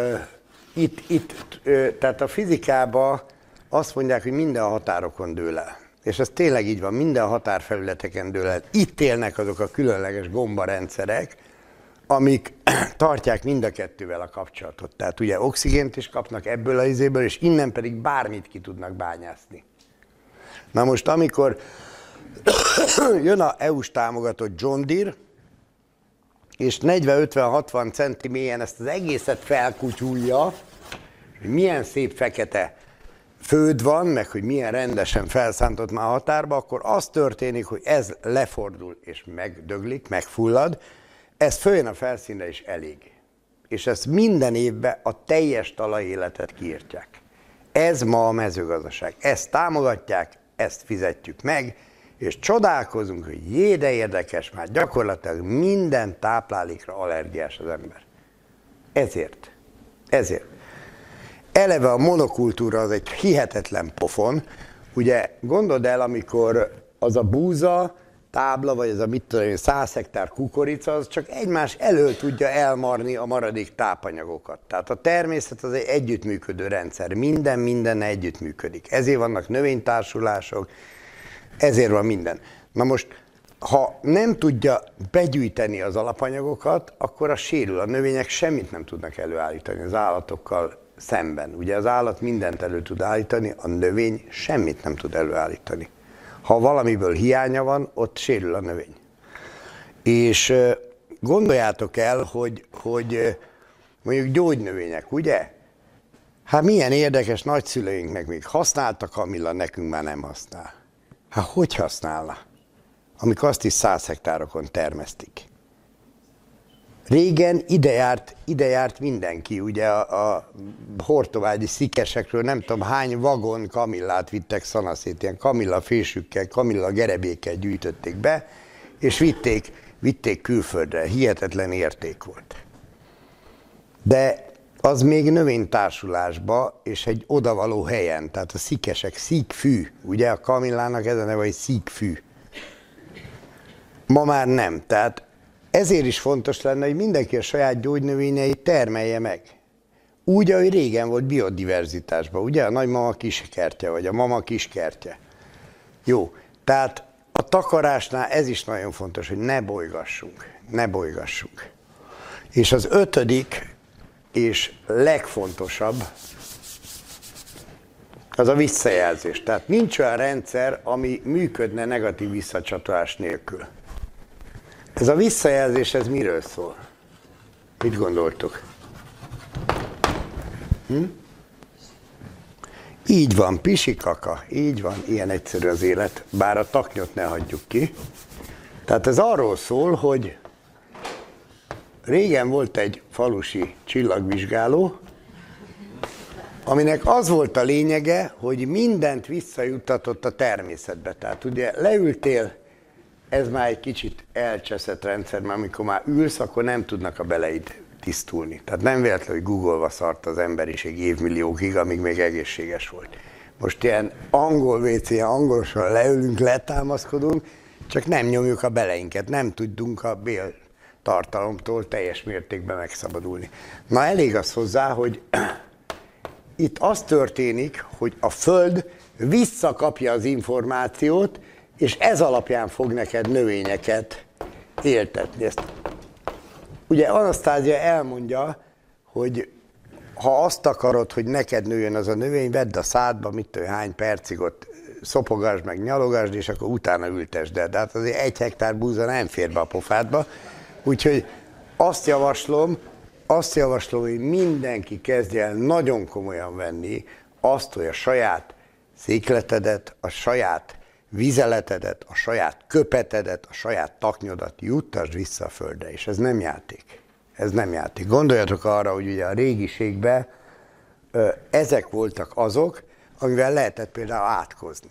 tehát a fizikában azt mondják, hogy minden a határokon dől el. És ez tényleg így van, minden határfelületeken dől el. Itt élnek azok a különleges gombarendszerek, amik tartják mind a kettővel a kapcsolatot. Tehát ugye oxigént is kapnak ebből a izéből, és innen pedig bármit ki tudnak bányászni. Na most amikor jön a EU-s támogatott John Deere, és 40-50-60 centi mélyen ezt az egészet felkutyulja, hogy milyen szép fekete föld van, meg hogy milyen rendesen felszántott már a határba, akkor az történik, hogy ez lefordul és megdöglik, megfullad, ez följön a felszínre is elég. És ezt minden évben a teljes talajéletet kiírtják. Ez ma a mezőgazdaság. Ezt támogatják, ezt fizetjük meg, és csodálkozunk, hogy jé, de érdekes, már gyakorlatilag minden táplálékra allergiás az ember. Ezért. Eleve a monokultúra az egy hihetetlen pofon. Ugye gondold el, amikor az a búza tábla, vagy az a 100 hektár kukorica, az csak egymás elől tudja elmarni a maradék tápanyagokat. Tehát a természet az egy együttműködő rendszer. Minden együttműködik. Ezért vannak növénytársulások, ezért van minden. Na most, ha nem tudja begyűjteni az alapanyagokat, akkor az sérül. A növények semmit nem tudnak előállítani az állatokkal szemben. Ugye az állat mindent elő tud állítani, a növény semmit nem tud előállítani. Ha valamiből hiánya van, ott sérül a növény. És gondoljátok el, hogy mondjuk gyógynövények, ugye? Hát milyen érdekes, nagyszüleinknek még használtak, Kamilla, nekünk már nem használ. Hát hogy használna? Amikor azt is 100 hektárokon termesztik. Régen ide járt mindenki, ugye a hortobágyi szikesekről nem tudom hány vagon kamillát vittek szanaszét, ilyen kamilla fésükkel, kamilla gerebékkel gyűjtötték be, és vitték külföldre, hihetetlen érték volt. De az még növénytársulásba, és egy odavaló helyen, tehát a szikesek, szíkfű, ugye a kamillának ez a neve, hogy szíkfű. Ma már nem, tehát ezért is fontos lenne, hogy mindenki a saját gyógynövényeit termelje meg. Úgy, ahogy régen volt biodiverzitásban, ugye a nagymama kiskertje, vagy a mama kiskertje. Jó, tehát a takarásnál ez is nagyon fontos, hogy ne bolygassunk. És az 5. és legfontosabb, az a visszajelzés. Tehát nincs olyan rendszer, ami működne negatív visszacsatolás nélkül. Ez a visszajelzés, ez miről szól? Mit gondoltok? Így van, pisikaka, így van, ilyen egyszerű az élet, bár a taknyot ne hagyjuk ki. Tehát ez arról szól, hogy régen volt egy falusi csillagvizsgáló, aminek az volt a lényege, hogy mindent visszajuttatott a természetbe. Tehát ugye leültél, ez már egy kicsit elcseszett rendszer, mert amikor már ülsz, akkor nem tudnak a beleid tisztulni. Tehát nem véletlen, hogy Google-va szart az emberiség évmilliókig, amíg még egészséges volt. Most ilyen angol WC-en angolosan leülünk, letámaszkodunk, csak nem nyomjuk a beleinket, nem tudunk a béltartalomtól teljes mértékben megszabadulni. Na elég az hozzá, hogy itt az történik, hogy a Föld visszakapja az információt, és ez alapján fog neked növényeket éltetni. Ezt ugye Anasztázia elmondja, hogy ha azt akarod, hogy neked nőjön az a növény, vedd a szádba, mit tudom, hány percig ott szopogasd meg, nyalogasd, és akkor utána ültesd el. De hát azért 1 hektár búza nem fér be a pofádba. Úgyhogy azt javaslom, hogy mindenki kezdje el nagyon komolyan venni azt, hogy a saját székletedet, a saját vizeletedet, a saját köpetedet, a saját taknyodat juttasd vissza a földre, és ez nem játék. Ez nem játék. Gondoljatok arra, hogy ugye a régiségben ezek voltak azok, amivel lehetett például átkozni.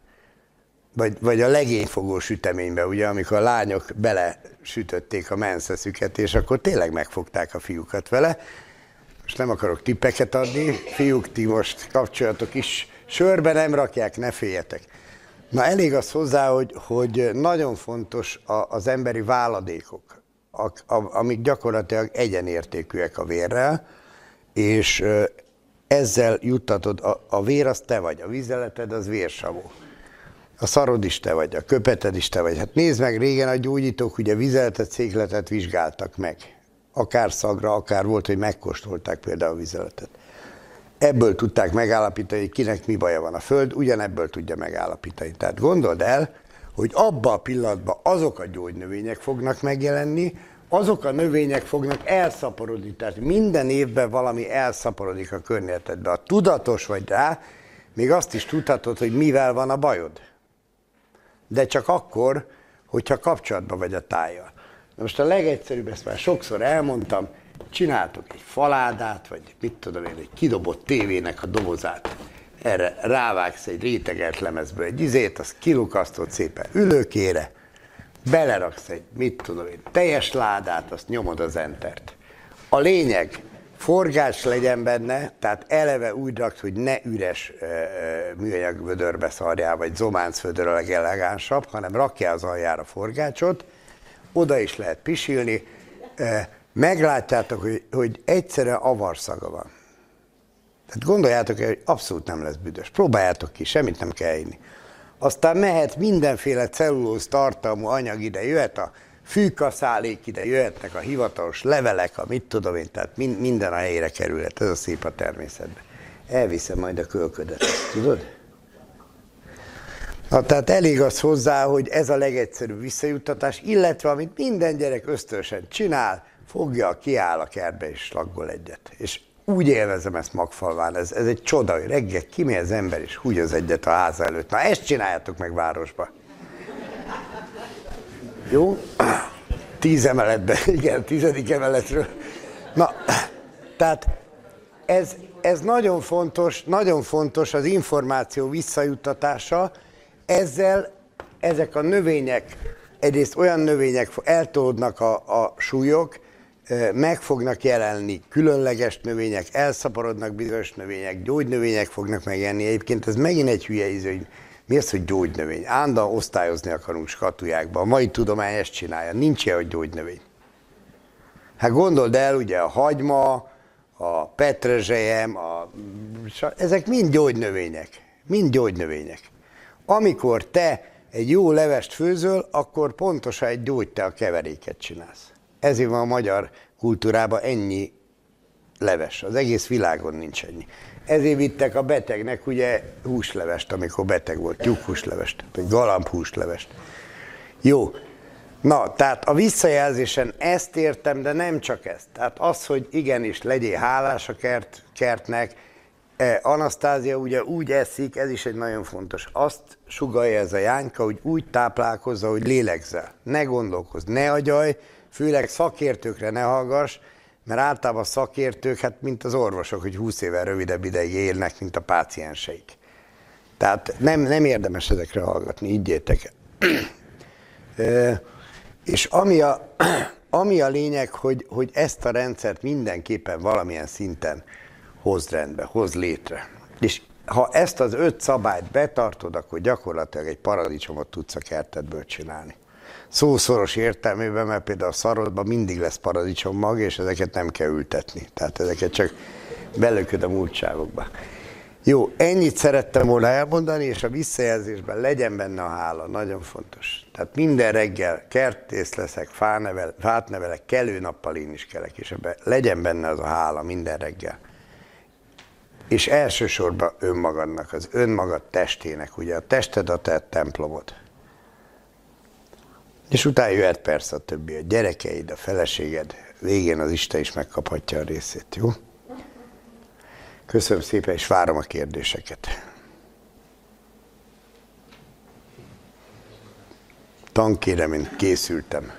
Vagy a legényfogó süteménybe, ugye, amikor a lányok belesütötték a menszeszüket, és akkor tényleg megfogták a fiúkat vele. Most nem akarok tippeket adni, fiúk, ti most kapcsolatok is, sörbe nem rakják, ne féljetek. Na elég az hozzá, hogy nagyon fontos az emberi váladékok, amik gyakorlatilag egyenértékűek a vérrel, és ezzel juttatod, a vér az te vagy, a vizeleted az vérsavó. A szarod is te vagy, a köpeted is te vagy. Hát nézd meg, régen a gyógyítók ugye vizeletet, székletet vizsgáltak meg. Akár szagra, akár volt, hogy megkóstolták például a vizeletet. Ebből tudták megállapítani, hogy kinek mi baja van. A Föld ugyanebből tudja megállapítani. Tehát gondold el, hogy abban a pillanatban azok a gyógynövények fognak megjelenni, azok a növények fognak elszaporodni. Tehát minden évben valami elszaporodik a környezetedbe. Ha tudatos vagy rá, még azt is tudhatod, hogy mivel van a bajod. De csak akkor, hogyha kapcsolatban vagy a tájjal. Na most a legegyszerűbb, ezt már sokszor elmondtam, csináltok egy faládát, vagy mit tudom én, egy kidobott tévének a dobozát. Erre rávágsz egy rétegelt lemezből egy izét, azt kilukasztod szépen ülőkére, beleraksz egy, mit tudom én, teljes ládát, azt nyomod az entert. A lényeg, forgás legyen benne, tehát eleve úgy rakd, hogy ne üres műanyag vödörbe szarjál, vagy zománc vödör a legelegánsabb, hanem rakjál az aljára forgácsot, oda is lehet pisilni, meglátjátok, hogy egyszerűen avarszaga van. Tehát gondoljátok el, hogy abszolút nem lesz büdös. Próbáljátok ki, semmit nem kell inni. Aztán mehet mindenféle cellulóz tartalmú anyag ide, jöhet a fűkaszálék ide, jöhetnek a hivatalos levelek, a mit tudom én, tehát minden a helyére kerülhet, ez a szép a természetben. Elviszem majd a kölködet, tudod? Na, tehát elég az hozzá, hogy ez a legegyszerűbb visszajuttatás, illetve amit minden gyerek ösztönösen csinál, fogja, kiáll a kertbe és slaggol egyet. És úgy élvezem ezt Magfalván, ez egy csoda, hogy reggel kimegy az ember és húgyoz egyet a háza előtt. Na ezt csináljátok meg városba. Jó? 10 emeletben, igen, 10. emeletről. Na, tehát ez nagyon fontos az információ visszajuttatása. Ezzel ezek a növények, egyrészt olyan növények eltolódnak a súlyok, meg fognak jelenni különleges növények, elszaporodnak bizonyos növények, gyógynövények fognak megjelenni. Egyébként ez megint egy hülye íz, hogy mi az, hogy gyógynövény? Állandóan osztályozni akarunk skatujákba. A mai tudomány ezt csinálja. Nincs ilyen, hogy gyógynövény. Hát gondold el, ugye a hagyma, a petrezselyem, ezek mind gyógynövények. Mind gyógynövények. Amikor te egy jó levest főzöl, akkor pontosan egy gyógytea keveréket csinálsz. Ezért van a magyar kultúrában ennyi leves. Az egész világon nincs ennyi. Ezért vittek a betegnek ugye húslevest, amikor beteg volt, tyúkhúslevest, vagy galambhúslevest. Jó. Na, tehát a visszajelzésen ezt értem, de nem csak ezt. Tehát az, hogy igenis legyél hálás a kertnek. Anasztázia ugye úgy eszik, ez is egy nagyon fontos. Azt sugallja ez a Jányka, hogy úgy táplálkozza, hogy lélegzel. Ne gondolkozz, ne agyalj, főleg szakértőkre ne hallgass, mert általában a szakértők, hát mint az orvosok, hogy 20 éven rövidebb ideig élnek, mint a pácienseik. Tehát nem érdemes ezekre hallgatni, higgyétek el. És ami a lényeg, hogy ezt a rendszert mindenképpen valamilyen szinten hozd rendbe, hozd létre. És ha ezt az 5 szabályt betartod, akkor gyakorlatilag egy paradicsomot tudsz a kertedből csinálni. Szószoros értelmében, mert például a szarodban mindig lesz paradicsommag, és ezeket nem kell ültetni. Tehát ezeket csak belököd a múltságokba. Jó, ennyit szerettem volna elmondani, és a visszajelzésben legyen benne a hála, nagyon fontos. Tehát minden reggel kertész leszek, fát nevelek, kelő nappal én is kelek, és ebben legyen benne az a hála minden reggel. És elsősorban önmagadnak, az önmagad testének, ugye a tested a te templomod. És utána jöhet persze a többi, a gyerekeid, a feleséged, végén az Isten is megkaphatja a részét, jó? Köszönöm szépen, és várom a kérdéseket. Tankéremin készültem.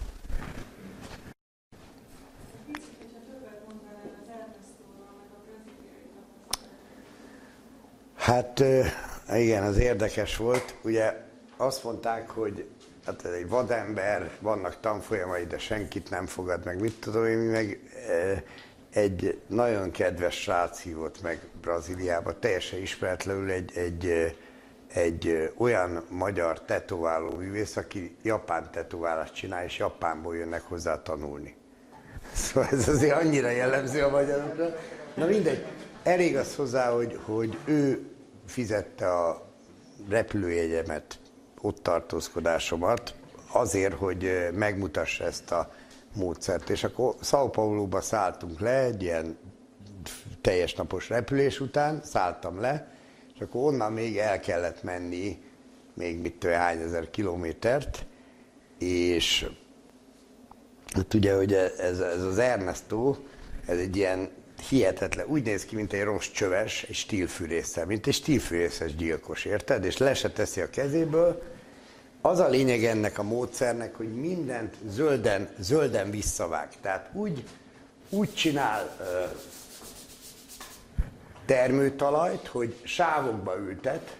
Hát igen, az érdekes volt. Ugye azt mondták, hogy hát ez egy vadember, vannak tanfolyamai, de senkit nem fogad meg, mit tudom én, meg egy nagyon kedves srác hívott meg Brazíliába, teljesen ismeretlenül egy olyan magyar tetováló művész, aki japán tetoválást csinál, és Japánból jönnek hozzá tanulni. Szóval ez azért annyira jellemző a magyarokra. Na mindegy, elég az hozzá, hogy ő fizette a repülőjegyemet, ott tartózkodásomat, azért, hogy megmutassa ezt a módszert. És akkor São Pauloba szálltunk le, egy ilyen teljes napos repülés után, szálltam le, és akkor onnan még el kellett menni még mit tudom, hány ezer kilométert, és hát ugye, hogy ez az Ernesto, ez egy ilyen hihetetlen, úgy néz ki, mint egy rossz csöves, egy stílfűrésszel, mint egy stílfűrészes gyilkos, érted? És le se teszi a kezéből. Az a lényeg ennek a módszernek, hogy mindent zölden visszavág. Tehát úgy csinál termőtalajt, hogy sávokba ültet,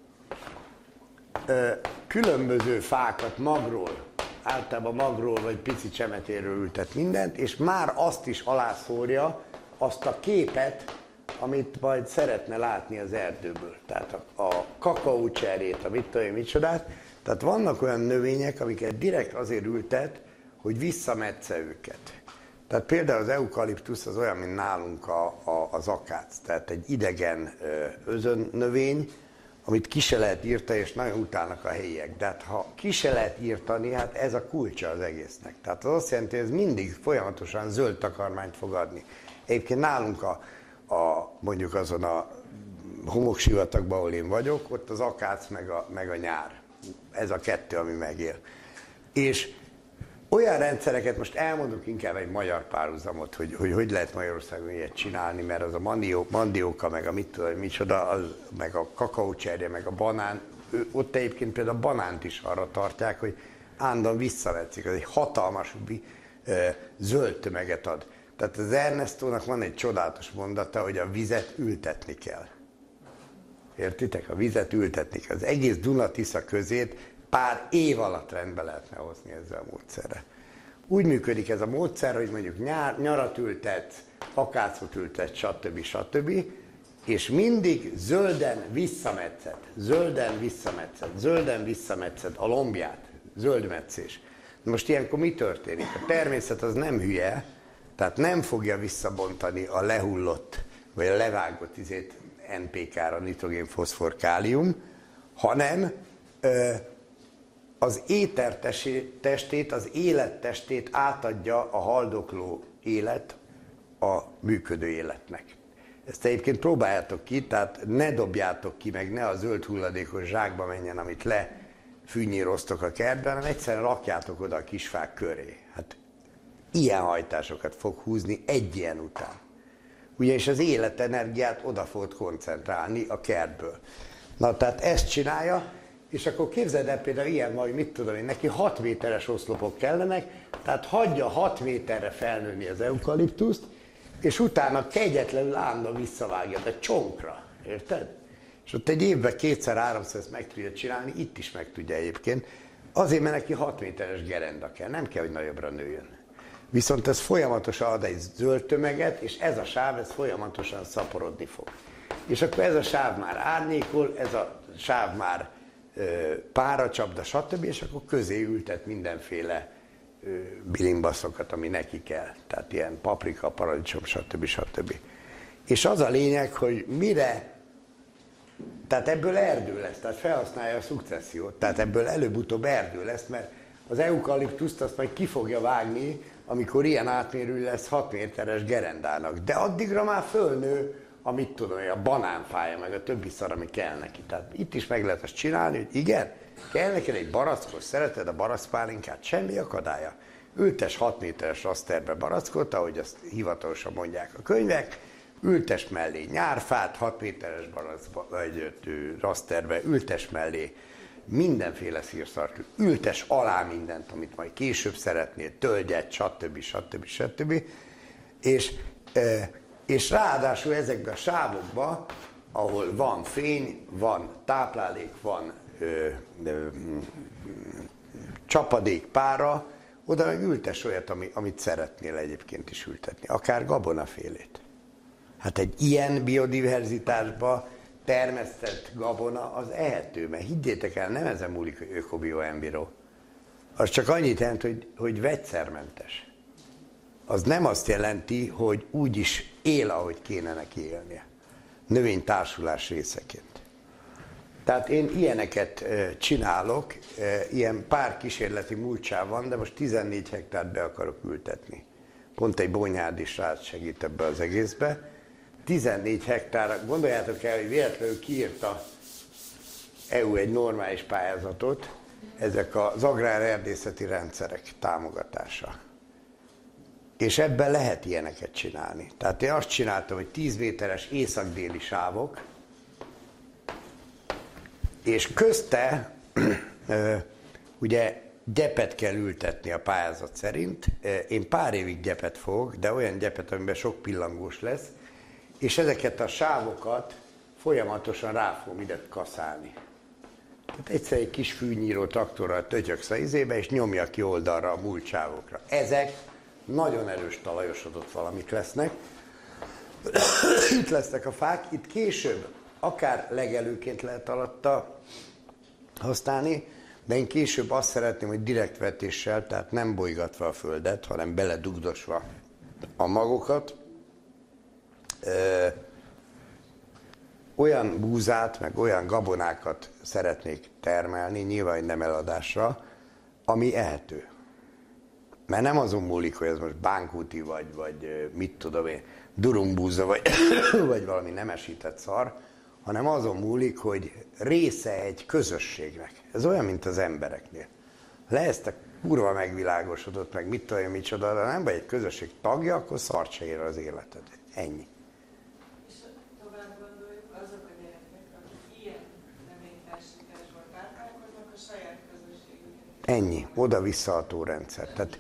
különböző fákat magról, általában magról vagy pici csemetéről ültet mindent, és már azt is alászórja, azt a képet, amit majd szeretne látni az erdőből. Tehát a kakaócserjét, a mit tudom én, micsodát. Tehát vannak olyan növények, amiket direkt azért ültet, hogy visszametsze őket. Tehát például az eukaliptusz az olyan, mint nálunk az akác. Tehát egy idegen özönnövény, amit ki se lehet írtani, és nagyon utálnak a helyiek. De hát, ha ki se lehet írtani, hát ez a kulcsa az egésznek. Tehát az azt jelenti, hogy ez mindig folyamatosan zöld takarmányt fog adni. Egyébként nálunk mondjuk azon a homoksivatagban, ahol én vagyok, ott az akác meg a nyár. Ez a kettő, ami megél. És olyan rendszereket, most elmondok inkább egy magyar párhuzamot, hogy lehet Magyarországon ilyet csinálni, mert az a mandióka, meg a mit tudom, micsoda, meg a kakaócserje, meg a banán, ott egyébként például a banánt is arra tartják, hogy állandóan visszavetszik, az egy hatalmas zöld tömeget ad. Tehát az Ernestónak van egy csodálatos mondata, hogy a vizet ültetni kell. Értitek? A vizet ültetni kell. Az egész Duna-Tisza közét pár év alatt rendbe lehetne hozni ezzel a módszerrel. Úgy működik ez a módszer, hogy mondjuk nyarat ültet, akácot ültet, stb. És mindig zölden visszametszed a lombját, zöldmetszés. Most ilyenkor mi történik? A természet az nem hülye, tehát nem fogja visszabontani a lehullott, vagy a levágott NPK-ra, nitrogén-foszfor, kálium, hanem az étertestét, az élettestét átadja a haldokló élet a működő életnek. Ezt egyébként próbáljátok ki, tehát ne dobjátok ki, meg ne a zöld hulladékos zsákba menjen, amit lefűnyíroztok a kertben, hanem egyszerűen rakjátok oda a kisfák köré. Hát ilyen hajtásokat fog húzni egy ilyen után. Ugyanis az életenergiát oda fogod koncentrálni a kertből. Na, tehát ezt csinálja, és akkor képzeld el például ilyen, majd mit tudom én, neki 6 méteres oszlopok kellenek, tehát hagyja 6 méterre felnőni az eukaliptuszt, és utána kegyetlenül állandóan visszavágja, de csonkra, érted? És ott egy évben 2-3-szor ezt meg tudja csinálni, itt is meg tudja egyébként, azért, mert neki 6 méteres gerenda kell, nem kell, hogy nagyobbra nőjön. Viszont ez folyamatosan ad egy zöld tömeget, és ez a sáv, ez folyamatosan szaporodni fog. És akkor ez a sáv már árnyékol, ez a sáv már páracsapda, stb. És akkor közé ültet mindenféle bilimbaszokat, ami neki kell. Tehát ilyen paprika, paradicsom, stb. És az a lényeg, hogy mire, tehát ebből erdő lesz, tehát felhasználja a szukcessziót, tehát ebből előbb-utóbb erdő lesz, mert az eukaliptuszt azt majd ki fogja vágni, amikor ilyen átmérő lesz 6 méteres gerendának. De addigra már fölnő mit tudom, a banánfája, meg a többi szar, ami kell neki. Tehát itt is meg lehet azt csinálni, hogy igen, kell neked egy barackos, szereted a barackpálinkát, semmi akadálya. Ültes 6 méteres raszterbe barackot, ahogy azt hivatalosan mondják a könyvek, ültes mellé nyárfát, 6 méteres raszterbe, ültes mellé mindenféle szírszart, ültes alá mindent, amit majd később szeretnél, tölgyet, stb. És ráadásul ezekben a sávokban, ahol van fény, van táplálék, van csapadék, pára, oda meg ültes olyat, amit szeretnél egyébként is ültetni, akár gabonafélét. Hát egy ilyen biodiverzitásban termesztett gabona az ehető, mert higgyétek el, nem ezen múlik, hogy öko-bio-enviro. Az csak annyit jelent, hogy vegyszermentes. Az nem azt jelenti, hogy úgy is él, ahogy kéne neki élnie. Növénytársulás részeként. Tehát én ilyeneket csinálok, ilyen pár kísérleti múltság van, de most 14 hektárt be akarok ültetni. Pont egy bonyhádi srác segít ebbe az egészbe. 14 hektár, gondoljátok el, hogy véletlenül kiírta EU egy normális pályázatot, ezek az agrárerdészeti rendszerek támogatása. És ebben lehet ilyeneket csinálni. Tehát én azt csináltam, hogy 10 méteres észak-déli sávok, és közte ugye gyepet kell ültetni a pályázat szerint. Én pár évig gyepet fogok, de olyan gyepet, amiben sok pillangós lesz, és ezeket a sávokat folyamatosan rá fogom ide kaszálni. Tehát egyszer egy kis fűnyíró traktorral tötyöksz a izébe, és nyomja ki oldalra a múlt sávokra. Ezek nagyon erős talajosodott valamik lesznek. Itt lesznek a fák, itt később akár legelőként lehet alatta használni, de én később azt szeretném, hogy direkt vetéssel, tehát nem bolygatva a földet, hanem beledugdosva a magokat, olyan búzát, meg olyan gabonákat szeretnék termelni, nyilván nem eladásra, ami ehető. Mert nem azon múlik, hogy ez most bánkúti, vagy mit tudom én, durumbúza, vagy valami nemesített szar, hanem azon múlik, hogy része egy közösségnek. Ez olyan, mint az embereknél. Le ezt a kurva megvilágosodott, meg mit tudom én, micsoda, de nem vagy egy közösség tagja, akkor szart se ér az életed. Ennyi. És tovább gondoljuk, azok a gyerekek, akik ilyen növénytársításból táplálkoznak, a saját közösségüket. Ennyi. Oda-visszaható rendszer. Tehát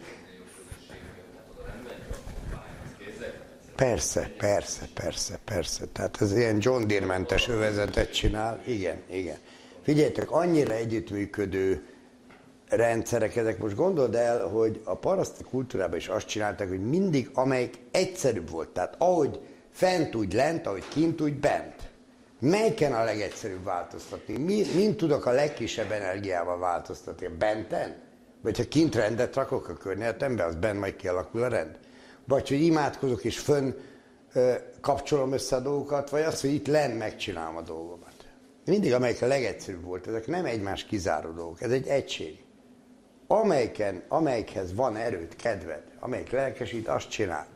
Persze. Tehát ez ilyen John Deere-mentes övezetet csinál. Igen. Figyeljetek, annyira együttműködő rendszerek ezek. Most gondold el, hogy a paraszti kultúrában is azt csinálták, hogy mindig amelyik egyszerűbb volt. Tehát ahogy fent úgy lent, ahogy kint úgy bent. Melyiken a legegyszerűbb változtatni? Mind tudok a legkisebb energiával változtatni? A benten? Vagy ha kint rendet rakok a környezetembe, az bent majd kialakul a rend? Vagy hogy imádkozok és fönn kapcsolom össze a dolgokat, vagy az, hogy itt lenn megcsinálom a dolgomat. Mindig amelyik a legegyszerűbb volt, ezek nem egymás kizáró dolgok, ez egy egység. Amelyikhez van erőd, kedved, amelyik lelkesít, azt csináld.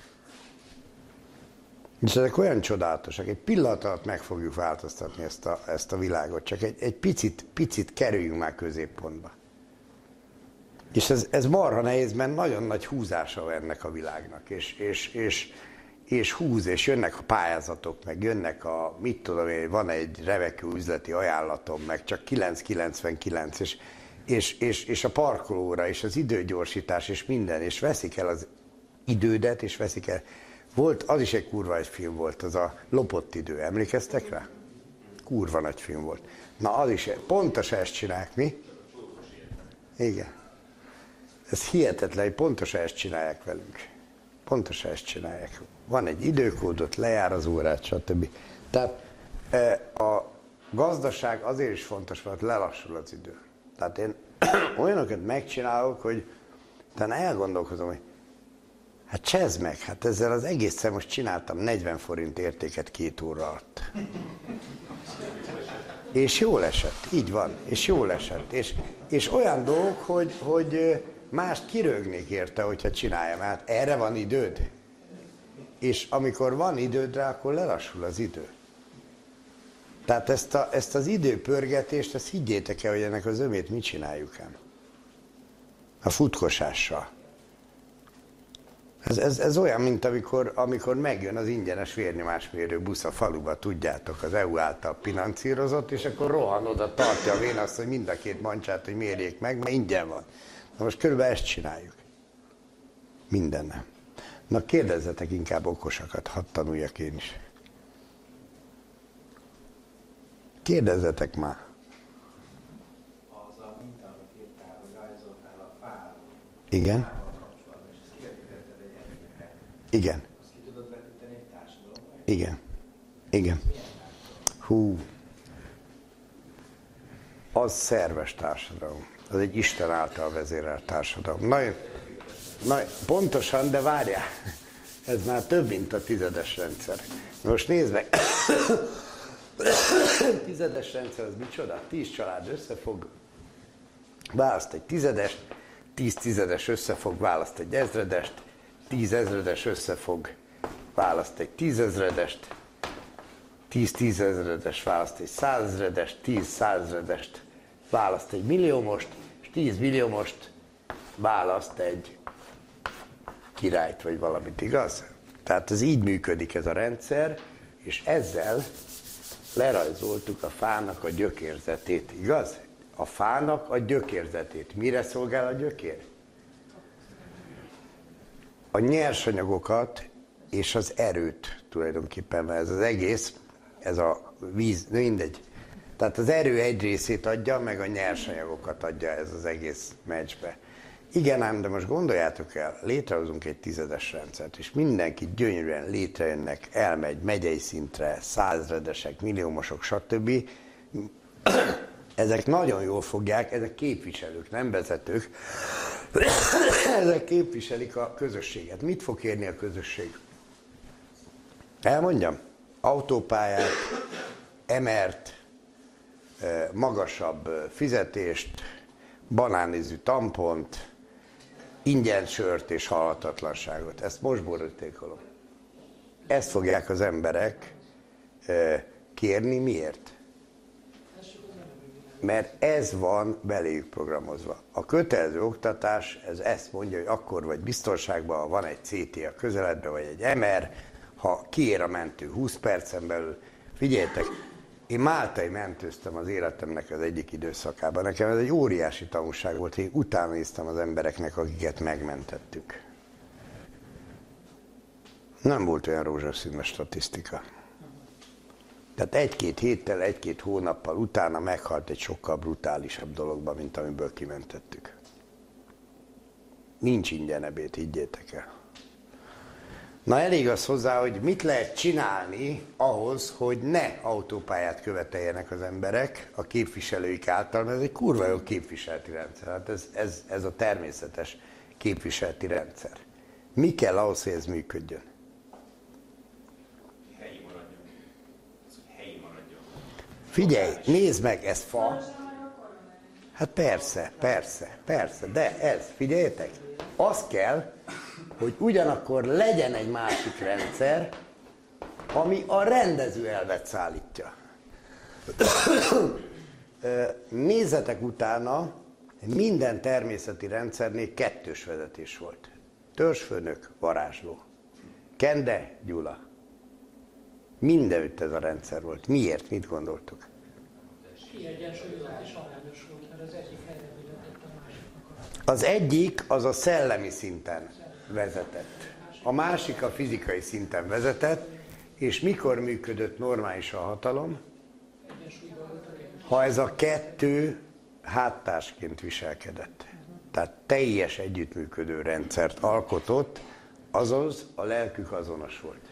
És ezek olyan csodálatosak, egy pillanat alatt meg fogjuk változtatni ezt a világot, csak egy picit kerüljünk már középpontba. És ez marha nehéz, mert nagyon nagy húzása van ennek a világnak, és húz, és jönnek a pályázatok, meg jönnek mit tudom én, van egy remekű üzleti ajánlatom, meg csak 9,99, és a parkolóra, és az időgyorsítás, és minden, és veszik el az idődet, és veszik el. Volt, az is egy kurva egy film volt, az a Lopott idő, emlékeztek rá? Kurva nagy film volt. Na, az is, pontosan ezt csinálják, mi? Igen. Ez hihetetlen, hogy pontosan ezt csinálják velünk. Pontosan ezt csinálják. Van egy időkódot, lejár az órát, stb. Tehát a gazdaság azért is fontos, mert lelassul az idő. Tehát én olyanokat megcsinálok, hogy utána elgondolkozom, hogy hát csezd meg, hát ezzel az egészen most csináltam 40 forint értéket 2 óra alatt. És jól esett, így van, és jól esett. És olyan dolog, hogy mást kirögnék érte, hogyha csináljam. Hát erre van időd. És amikor van időd rá, akkor lelassul az idő. Tehát ezt az időpörgetést, ezt higgyétek el, hogy ennek az ömét mit csináljuk ám. A futkosással. Ez olyan, mint amikor megjön az ingyenes vérnyomásmérő busz a faluba, tudjátok, az EU által finanszírozott, és akkor rohan oda, tartja a vén azt, hogy mind a két mancsát, hogy mérjék meg, mert ingyen van. Na most körülbelül ezt csináljuk. Mindennel. Na kérdezzetek inkább okosakat, hadd tanuljak én is. Kérdezzetek már. Az a minta, amit írtál, hogy rajzoltál a fáról. Igen. Kapcsolatban, és ezt kivetítetted egy egyre. Igen. Azt ki tudod vetíteni egy társadalomban? Igen. Igen. Hú. Az szerves társadalom. Az egy Isten által vezérelt társadalom. Nagyon pontosan, de várjál. Ez már több, mint a tizedes rendszer. Most nézd meg. Tizedes rendszer, az micsoda? 10 család összefog, választ egy tizedest, 10 tizedes összefog, választ egy ezredest, 10 ezredes összefog, választ egy 10 ezredest, 10 tízezredes választ egy 100 ezredest, 10 százezredest választ egy milliómost, és 10 milliómost választ egy királyt, vagy valamit, igaz? Tehát ez így működik ez a rendszer, és ezzel lerajzoltuk a fának a gyökérzetét, igaz? A fának a gyökérzetét. Mire szolgál a gyökér? A nyersanyagokat és az erőt tulajdonképpen, mert ez az egész, ez a víz, mindegy. Tehát az erő egy részét adja, meg a nyersanyagokat adja ez az egész meccsbe. Igen ám, de most gondoljátok el, létrehozunk egy tizedes rendszert, és mindenki gyönyörűen létrejönnek, elmegy megyei szintre, százezredesek, milliómosok, stb. Ezek nagyon jól fogják, ezek képviselők, nem vezetők, ezek képviselik a közösséget. Mit fog érni a közösség? Elmondjam? Autópályát, emert, magasabb fizetést, banánízű tampont, ingyen sört és halhatatlanságot. Ezt most borítékolom. Ezt fogják az emberek kérni. Miért? Mert ez van beléjük programozva. A kötelező oktatás, ez ezt mondja, hogy akkor vagy biztonságban, ha van egy CT a közeledben, vagy egy MR, ha kiér a mentő 20 percen belül. Figyeljetek, én máltai mentőztem az életemnek az egyik időszakában. Nekem ez egy óriási tanulság volt, én utána néztem az embereknek, akiket megmentettük. Nem volt olyan rózsaszínes statisztika. Tehát egy-két héttel, egy-két hónappal utána meghalt egy sokkal brutálisabb dologban, mint amiből kimentettük. Nincs ingyen ebéd, higgyétek el. Na elég az hozzá, hogy mit lehet csinálni ahhoz, hogy ne autópályát követeljenek az emberek a képviselőik által, mert ez egy kurva jó képviseleti rendszer. Hát ez a természetes képviseleti rendszer. Mi kell ahhoz, hogy ez működjön? Helyi maradjon. Az, hogy helyi maradjon. Figyelj, nézd meg, ez fa. Hát persze, de ez, figyeljetek, az kell, hogy ugyanakkor legyen egy másik rendszer, ami a rendező elvet szállítja. Nézzetek utána, minden természeti rendszernél kettős vezetés volt. Törzsfőnök, varázsló. Kende, Gyula. Mindenütt ez a rendszer volt. Miért? Mit gondoltok? Kiegyensúlyozott és arányos volt, mert az egyik helyre vezetett a másiknak. Az egyik az a szellemi szinten vezetett. A másik a fizikai szinten vezetett, és mikor működött normálisan a hatalom? Ha ez a kettő háttársként viselkedett. Tehát teljes együttműködő rendszert alkotott, azaz a lelkük azonos volt.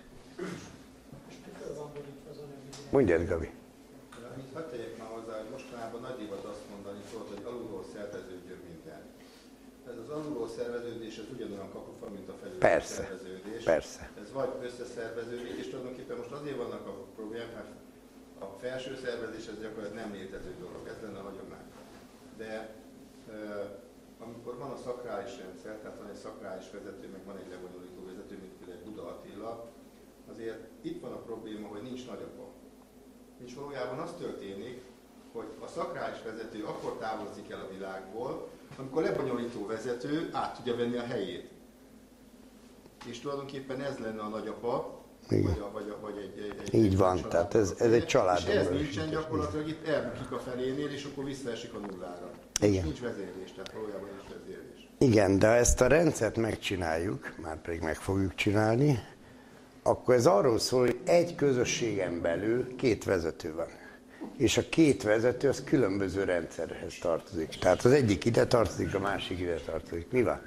Mondjad, Gabi. Amit hadd tegyek már hozzá, hogy mostanában nagy divat azt mondani, tudod, hogy alulról szerveződjön minden. Ez az alulról szerveződés, ez ugyanolyan kapufa, mint a felülről szerveződés. Persze. Ez vagy összeszerveződik, és tulajdonképpen most azért vannak a problémák, mert a felső szervezés ez gyakorlatilag nem létező dolog, ez lenne a hagyomány. De amikor van a szakrális rendszer, tehát van egy szakrális vezető, meg van egy lebonyolító vezető, mint például Buda Attila, azért itt van a probléma, hogy nincs nagyapa. És valójában az történik, hogy a szakrális vezető akkor távozik el a világból, amikor a lebonyolító vezető át tudja venni a helyét. és tulajdonképpen ez lenne a nagyapa, Igen. vagy egy Így van, tehát ez egy családon és ez belül nincsen, sintes. gyakorlatilag itt elbukik a felénél, és akkor visszaesik a nullára. Igen. Nincs vezérlés, tehát valójában nincs vezérlés. Igen, de ha ezt a rendszert megcsináljuk, már pedig meg fogjuk csinálni, akkor ez arról szól, hogy egy közösségen belül 2 vezető van. És a 2 vezető az különböző rendszerhez tartozik. Tehát az egyik ide tartozik, a másik ide tartozik. Mi van?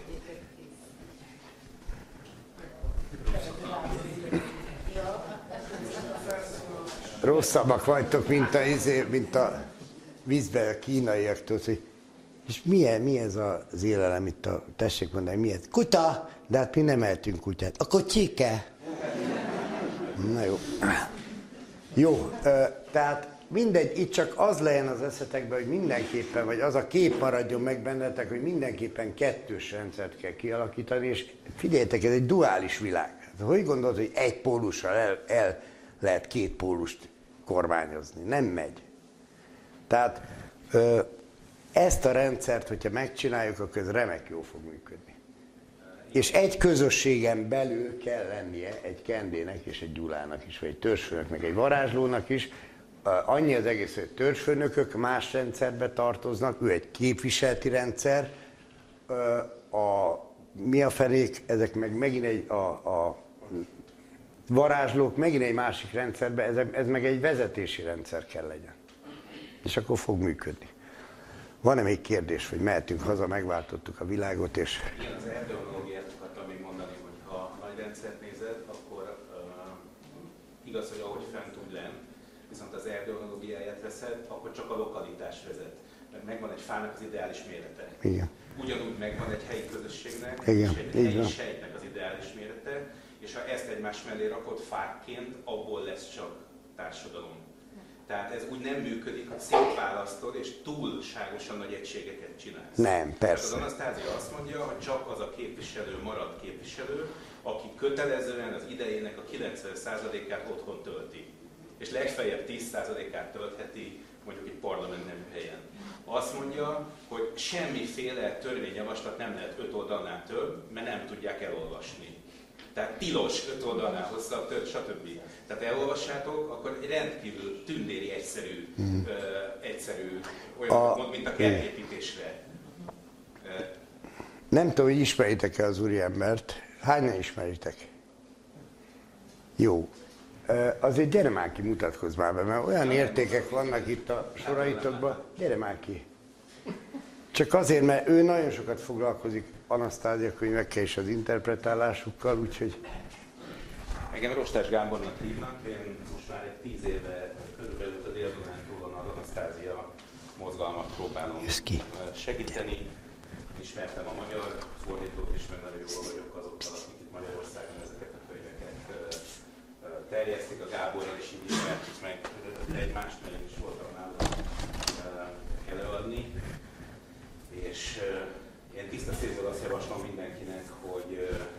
Rosszabbak vagytok, mint a vízbe a kínaiaktól, hogy és mi ez az élelem itt tessék mondani, mi ez? Kuta! De hát mi nem eltünk kutyát. Akkor csike! Na jó. Jó, tehát mindegy, itt csak az legyen az eszetekben, hogy mindenképpen, vagy az a kép maradjon meg bennetek, hogy mindenképpen 2 rendszert kell kialakítani, és figyeljetek, ez egy duális világ. Hogy gondolod, hogy egy pólussal el lehet 2 pólust kormányozni? Nem megy. Tehát ezt a rendszert, hogyha megcsináljuk, akkor ez remek jól fog működni. És egy közösségen belül kell lennie egy Kendének és egy Gyulának is, vagy egy törzsfőnöknek, egy varázslónak is. Annyi az egész, hogy törzsfőnökök más rendszerbe tartoznak, ő egy képviseleti rendszer, mi a fenék, ezek meg megint a varázslók megint egy másik rendszerbe, ez meg egy vezetési rendszer kell legyen. És akkor fog működni. Van-e még kérdés, hogy mehetünk haza, megváltottuk a világot, és... Igen, az erdőológiát akartam még mondani, hogy ha nagy rendszert nézed, akkor igaz, hogy ahogy fent úgy lent, viszont az erdőológiáját veszed, akkor csak a lokalitás vezet. Mert megvan egy fának az ideális mérete. Igen. Ugyanúgy megvan egy helyi közösségnek, Igen, és egy helyi sejtnek az ideális mérete, és ha ezt egymás mellé rakod fákként, abból lesz csak társadalom. Tehát ez úgy nem működik, hogy szétválasztod és túlságosan nagy egységeket csinálsz. Nem, persze. Tehát az Anasztázia azt mondja, hogy csak az a képviselő marad képviselő, aki kötelezően az idejének a 90%-át otthon tölti. És legfeljebb 10%-át töltheti mondjuk egy parlament nevű helyen. Azt mondja, hogy semmiféle törvényjavaslat nem lehet 5 oldalnál több, mert nem tudják elolvasni. Tehát tilos 5 oldalnál hosszabb, stb. Tehát elolvassátok, akkor egy rendkívül tündéri egyszerű olyan, mint a kertépítésre. Nem tudom, hogy ismeritek-e az úriembert. Hányan ismeritek? Jó. Azért gyere már ki, mutatkozz már be, mert olyan értékek vannak itt a soraitokban. Gyere már ki. Csak azért, mert ő nagyon sokat foglalkozik Anasztázia könyvekkel és az interpretálásukkal, úgyhogy... Engem Rostás Gábornak hívnak, én most már egy 10 éve körülbelül a Dél-Dunántúlon az Anasztázia mozgalmat próbálom segíteni. Ismertem a magyar fordítót is, mert nagyon jól vagyok azokkal, akik itt Magyarországon ezeket a könyveket terjesztik. A Gáborral is így ismertük meg egymást, mert én is voltam nálam előadni. És én tiszta szívből azt javaslom mindenkinek, hogy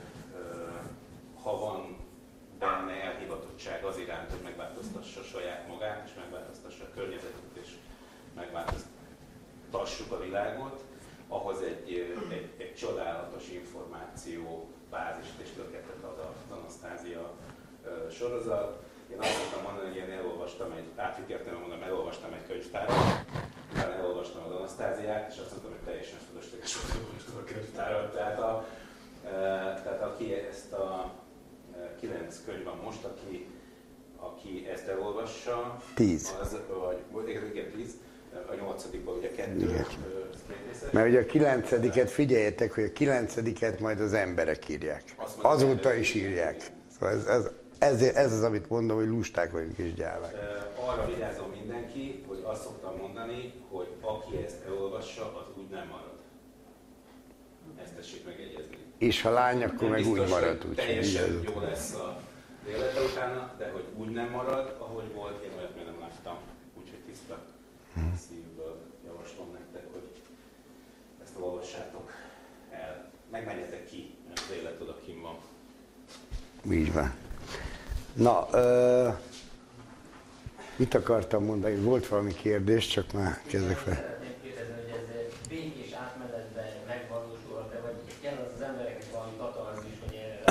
ha van benne elhivatottság az iránt, hogy megváltoztassa saját magát, és megváltoztassa a környezetet, és megváltoztassuk a világot, ahhoz egy csodálatos információ bázist és löketet ad az Anasztázia sorozat. Én azt mondtam mondani, hogy én átvikertem mondom, elolvastam egy könyvtárat, utána elolvastam az Anasztáziát, és azt mondtam, hogy teljesen fölösleges olvastam a könyvtárat. Tehát aki ezt a 9 könyv van most, aki ezt elolvassa, 10. Igen, 10, a 8-ból ugye 2 részes. Mert ugye a 9-et figyeljetek, hogy a 9-et majd az emberek írják. Azóta is írják. Szóval ez az, amit mondom, hogy lusták vagyunk és gyávák. Arra vigyázom mindenki, hogy azt szoktam mondani, hogy aki ezt elolvassa, az úgy nem marad. Ezt tessék megjegyezni. És ha lány, akkor nem meg biztos, úgy marad. Hogy teljesen jó lesz a élete utána, de hogy úgy nem marad, ahogy volt, én olyat még nem láttam. Úgyhogy tiszta szívből javaslom nektek, hogy ezt olvassátok el. Megmenjetek ki, mert az élet oda kint van. Így van. Na, mit akartam mondani? Volt valami kérdés, csak már kezdek fel. Szeretném kérdezni, hogy ez békés átmenetben megvalósulhat-e, vagy kell az embereknek valami katarzis, hogy erre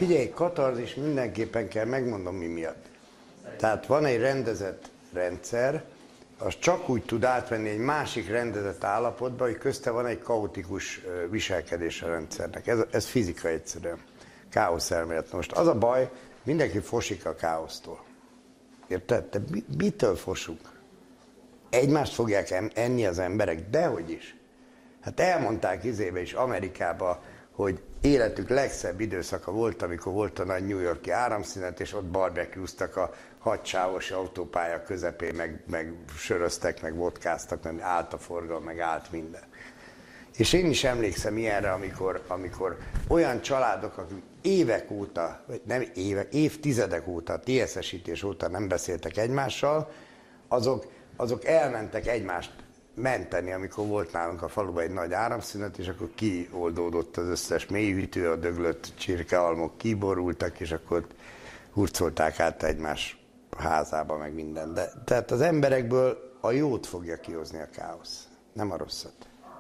Figyelj, katarzis mindenképpen kell, megmondom mi miatt. Tehát van egy rendezett rendszer, az csak úgy tud átvenni egy másik rendezett állapotba, hogy közte van egy kaotikus viselkedés a rendszernek. Ez fizika egyszerűen. Káosz elmélet. Most az a baj, mindenki fosik a káosztól. Érted? Te mitől fosunk? Egymást fogják enni az emberek? Dehogy is. Hát elmondták izébe is Amerikába, hogy életük legszebb időszaka volt, amikor volt a nagy New York-i áramszünet, és ott barbecue-ztak a hadsávos autópálya közepén, meg söröztek, meg vodkáztak, meg állt a forgalom, meg állt minden. És én is emlékszem ilyenre, amikor olyan családok, akik évek óta, vagy nem évek, évtizedek óta, TSS-ítés óta nem beszéltek egymással, azok elmentek egymást menteni, amikor volt nálunk a faluban egy nagy áramszünet, és akkor kioldódott az összes mélyhűtő, a döglött csirkealmok kiborultak, és akkor hurcolták át egymás házába, meg minden. De, tehát az emberekből a jót fogja kihozni a káosz, nem a rosszat.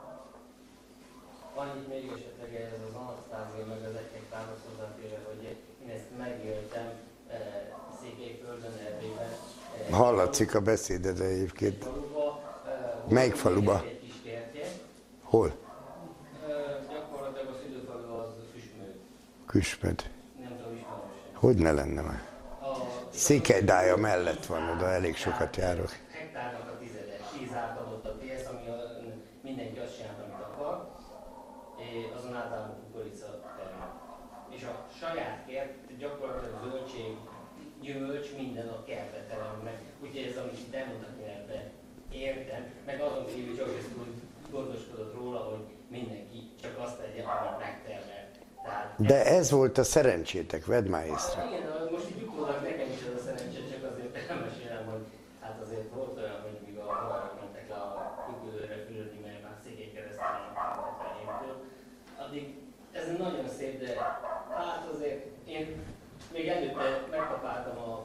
Annyit még esetleg ez az Anasztázia meg az egyhektáros hozzáférve, hogy én ezt megéltem Székelyföldön, Erdélyben. Hallatszik a beszéded egyébként. Melyik faluba? Egy kis kertje. Hol? Gyakorlatilag a szülőfalu az Küsmöd. Küsmöd. Nem tudom, ismerős. Hogy ne lenne már? Székelydája mellett van, oda elég sokat járok. Hektárnak a tizede, 10 átadott a TSZ, ami mindenki azt csinált, amit akar, azon általában kukorica termel. És a saját kert, gyakorlatilag zöldség, gyümölcs, minden a kertbe terem meg. Úgyhogy ez, amit itt elmondtak, ebben értem, meg azon kívül csak ezt úgy gondoskodott róla, hogy mindenki csak azt tegye, amit megtermel. De ez volt a szerencsétek, vedd már észre. Igen, most így utólag nekem is ez a szerencsé, csak azért elmesélem, hogy hát azért volt olyan, hogy míg a haverok mentek le a kükülőre fürödni, mert már Székelykeresztúron a helyémtől. Addig ez nagyon szép, de hát azért én még előtte megkapáltam a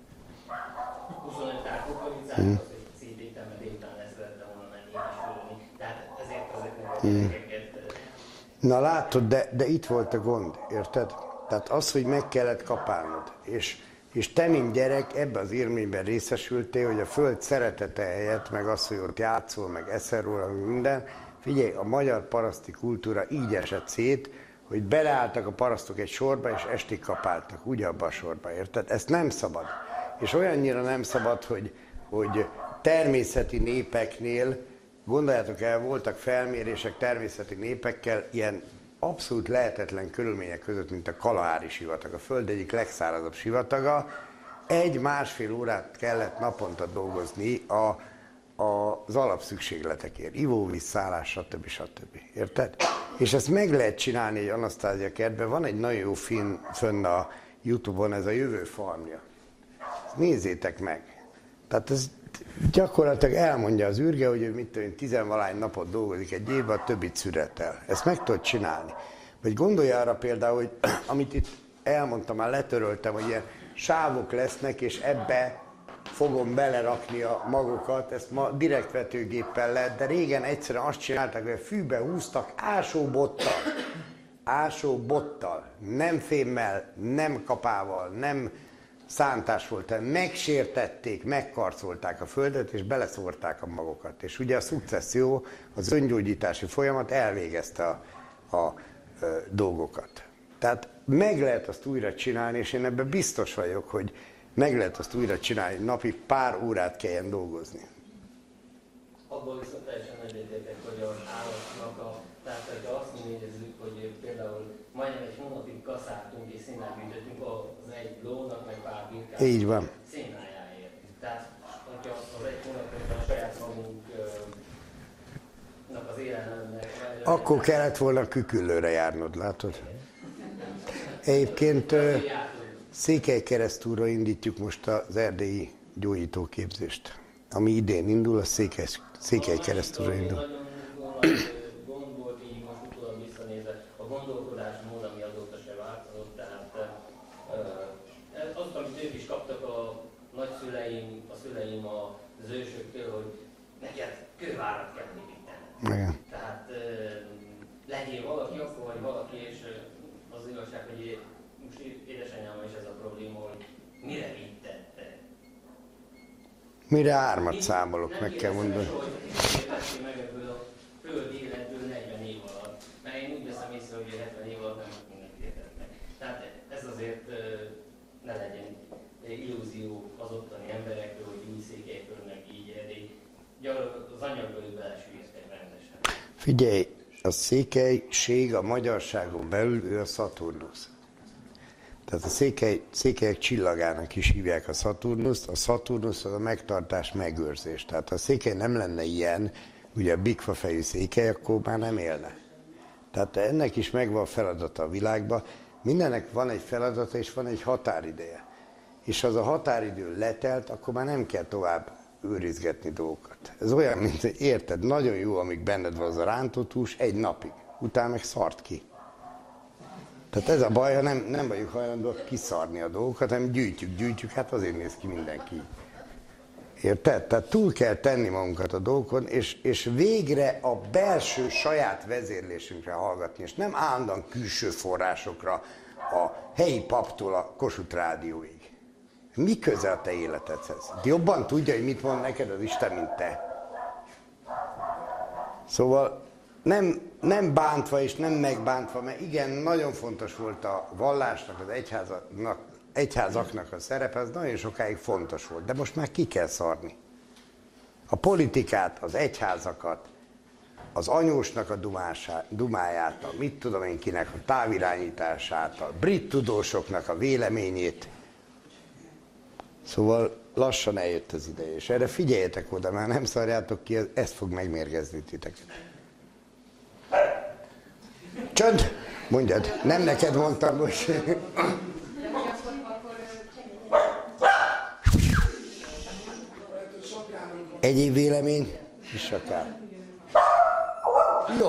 25 tár kukoricát, az egy CD-ten, mert délután ezt lettem volna menni én is fürödni. Tehát ezért ezeknek a gyerekeket. Na látod, de itt volt a gond, érted? Tehát az, hogy meg kellett kapálnod, és te, mint gyerek, ebbe az élményben részesültél, hogy a föld szeretete helyett, meg az, hogy ott játszol, meg eszel róla, meg minden. Figyelj, a magyar paraszti kultúra így esett szét, hogy beleálltak a parasztok egy sorba, és estig kapáltak, ugyabba a sorba, érted? Ezt nem szabad. És olyannyira nem szabad, hogy természeti népeknél, gondoljátok el, voltak felmérések természeti népekkel, ilyen abszolút lehetetlen körülmények között, mint a Kalahári sivatag, a Föld egyik legszárazabb sivataga. 1-1,5 órát kellett naponta dolgozni az alapszükségletekért, ivóvíz, szállás, stb. Érted? És ezt meg lehet csinálni egy Anasztázia kertben. Van egy nagyon jó film fönn a YouTube-on, ez a Jövő farmja. Nézzétek meg. Tehát ez gyakorlatilag elmondja az űrge, hogy ő mit tudom, 10-valány napot dolgozik egy évben, a többit szüretel. Ezt meg tudod csinálni. Vagy gondolj arra például, hogy amit itt elmondtam, már letöröltem, hogy ilyen sávok lesznek, és ebbe fogom belerakni a magokat, ezt ma direktvetőgéppel lehet, de régen egyszerűen azt csinálták, hogy a fűbe húztak ásóbottal, nem fémmel, nem kapával, nem szántás volt, megsértették, megkarcolták a földet, és beleszórták a magokat. És ugye a szukcesszió, az öngyógyítási folyamat elvégezte a dolgokat. Tehát meg lehet azt újra csinálni, és én ebben biztos vagyok, hogy meg lehet azt újra csinálni, napi pár órát kelljen dolgozni. Abból viszont teljesen egyetértek, hogy az állatnak tehát hogyha azt nézzük, hogy például majdnem egy hónapig kaszáltunk és szénát gyűjtöttünk az egy lónak, meg pár birkának. Így van. Szénájáért. Tehát, hogyha az egy hónapban a saját magunknak az élelmemnek... Akkor kellett volna Küküllőre járnod, látod? Egyébként Székelykeresztúra indítjuk most az erdélyi gyógyítóképzést, ami idén indul, a Székelykeresztúra indul. Nagyon gond volt így most utólag visszanézve, a gondolkodásmód, ami azóta se változott, tehát azt, amit ők is kaptak a nagyszüleim, a szüleim az ősöktől, hogy neked kővárat kell építeni. Tehát legyél valaki, akkor vagy valaki, és az igazság, hogy most Mire 3-at számolok, meg kell mondani. Nem meg ebből a föld életből 40 év alatt. Mert én úgy veszem észre, hogy 70 év alatt nem sok mindent értetnek. Tehát ez azért ne legyen illúzió az ottani emberekről, hogy új székelyekről meg így elég. Gyakorlatilag az anyagból belesüllyedtek rendesen. Figyelj, a székelység a magyarságon belül ő a Szaturnusz. Tehát a székelyek csillagának is hívják a Szaturnuszt. A Szaturnusz az a megtartás, megőrzés. Tehát ha a székely nem lenne ilyen, ugye a bikfafejű székely, akkor már nem élne. Tehát ennek is megvan a feladata a világban. Mindennek van egy feladata és van egy határideje. És az a határidő letelt, akkor már nem kell tovább őrizgetni dolgokat. Ez olyan, mint érted, nagyon jó, amíg benned van az a rántott hús, 1 napig. Utána meg szart ki. Tehát ez a baj, ha nem vagyunk hajlandóak kiszarni a dolgokat, hanem gyűjtjük, hát azért néz ki mindenki. Érted? Tehát túl kell tenni magunkat a dolgokon, és végre a belső saját vezérlésünkre hallgatni, és nem állandóan külső forrásokra, a helyi paptól a Kossuth Rádióig. Mi köze a te életedhez? Jobban tudja, hogy mit mond neked az Isten, mint te. Szóval nem bántva és nem megbántva, mert igen, nagyon fontos volt a vallásnak, az egyházaknak a szerepe, az nagyon sokáig fontos volt, de most már ki kell szarni. A politikát, az egyházakat, az anyósnak a dumáját, a mit tudom én kinek a távirányítását, a brit tudósoknak a véleményét. Szóval lassan eljött az ideje, és erre figyeljetek oda, mert nem szarjátok ki, ezt fog megmérgezni titeket. Csönd! Mondjad, nem neked mondtam, hogy... Egyéb vélemény? És akár. Jó.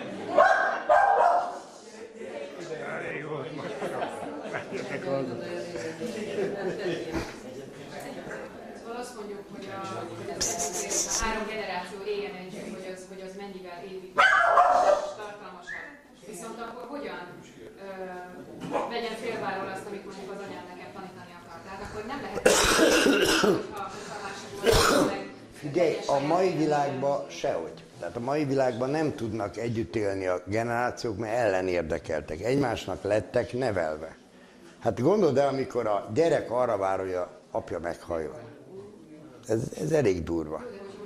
Szóval azt mondjuk, hogy a 3 generáció éljen együtt, hogy az mennyivel épített és tartalmasabb. Viszont akkor hogyan vegyen félváról azt, amit mondjuk az anyám nekem tanítani akar. Tehát akkor nem lehet, hogyha figyelj, a mai világban sehogy. Tehát a mai világban nem tudnak együtt élni a generációk, mert ellenérdekeltek. Egymásnak lettek nevelve. Hát gondold el, amikor a gyerek arra vár, hogy a apja meghalljon. Ez elég durva.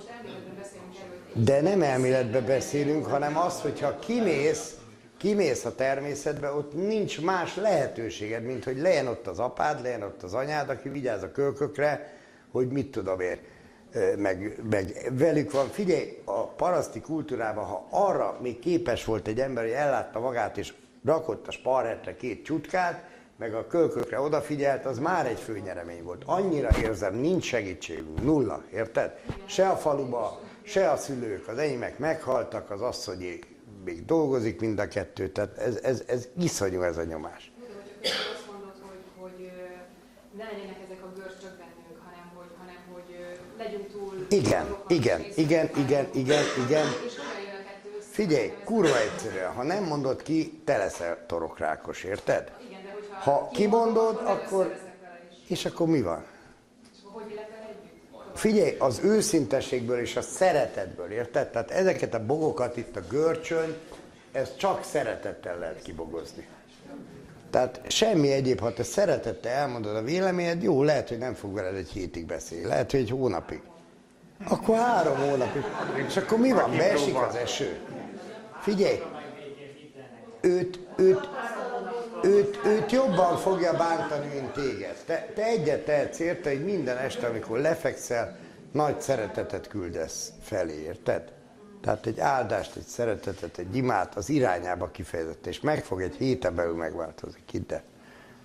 De nem elméletben beszélünk, hanem az, hogyha kimész a természetbe, ott nincs más lehetőséged, mint hogy legyen ott az apád, legyen ott az anyád, aki vigyáz a kölkökre, hogy mit tudom én, meg velük van. Figyelj, a paraszti kultúrában, ha arra még képes volt egy ember, hogy ellátta magát, és rakott a sparretre 2 csutkát, meg a kölkökre odafigyelt, az már egy főnyeremény volt. Annyira érzem, nincs segítségünk, 0, érted? Se a faluba, se a szülők, az enyémek meghaltak, az asszonyé még dolgozik mind a 2, tehát ez iszonyú ez a nyomás. Azt mondod, hogy ne legyenek ezek a görcsök bennünk, hanem hogy legyünk túl... Igen. Figyelj, kurva egyszerűen, ha nem mondod ki, te leszel torokrákos, érted? Igen, de hogyha ha kimondod, akkor... És akkor mi van? Hogy élet vele együtt? Figyelj, az őszintességből és a szeretetből, érted? Tehát ezeket a bogokat itt a görcsön, ezt csak szeretettel lehet kibogozni. Tehát semmi egyéb, ha te szeretettel elmondod a véleményed, jó, lehet, hogy nem fog veled egy hétig beszélni, lehet, hogy egy hónapig. Akkor 3 hónapig. És akkor mi van? Beesik az eső. Figyelj, őt jobban fogja bántani, mint téged. Te egyet tehetsz érte, hogy minden este, amikor lefekszel, nagy szeretetet küldesz felé, érted? Tehát egy áldást, egy szeretetet, egy imát az irányába kifejezett, és meg fog egy héten belül megváltozni. Hidd el.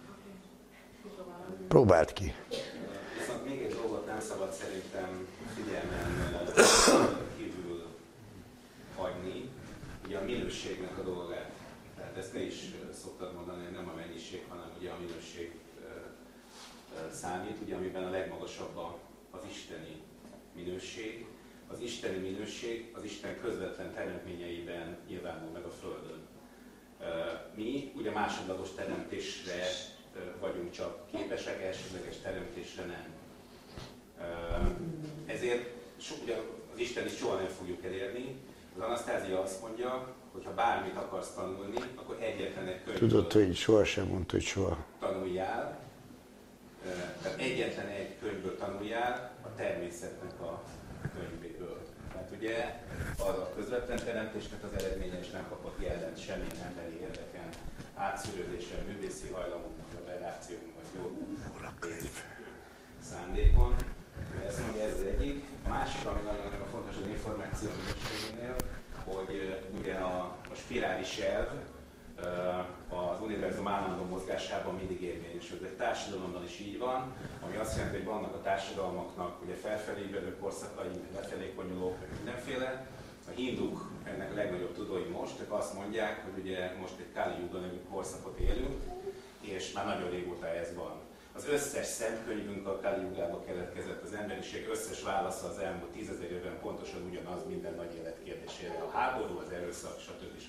Próbáld ki. Viszont még egy dolgot nem szabad szerintem figyelmen kívül hagyni, ugye a minőségnek a dolgát. Tehát ezt te is szoktad mondani, hogy nem a mennyiség, hanem ugye a minőség számít, ugye amiben a legmagasabb az isteni minőség. Az isteni minőség az Isten közvetlen teremtményeiben nyilvánul meg a Földön. Mi ugye másodlagos teremtésre vagyunk csak képesek, elsődleges teremtésre nem. Ezért ugye az Isten is soha nem fogjuk elérni. Az Anasztázia azt mondja, hogy ha bármit akarsz tanulni, akkor egyetlen egy könyvből Tudod, hogy sohasem mondta, hogy soha. tanuljál. Tehát egyetlen egy könyvből tanuljál, a természetnek a könyvéből. Tehát ugye az a közvetlen teremtésnek az eredménye, és nem kapott jelent semmilyen emberi érdeken, átszűrődésen, művészi hajlamunknak, a relációnknak, vagy jó szándékon. Ezt mondja, ez az egyik. A másik, ami nagyon fontos az információ minőségénél, hogy ugye a spirális elv az univerzum állandó mozgásában mindig érvényesül. Egy társadalomban is így van, ami azt jelenti, hogy vannak a társadalmaknak ugye felfelé ívelő korszakai, lefelé konyulók, meg mindenféle. A hinduk ennek a legnagyobb tudói most, ők azt mondják, hogy ugye most egy Kali Yuga nevű korszakot élünk, és már nagyon régóta ez van. Az összes szentkönyvünk a Kali Yugába keletkezett, az emberiség összes válasza az elmúlt 10 000 évben pontosan ugyanaz minden nagy élet kérdésére. A háború, az erőszak, stb.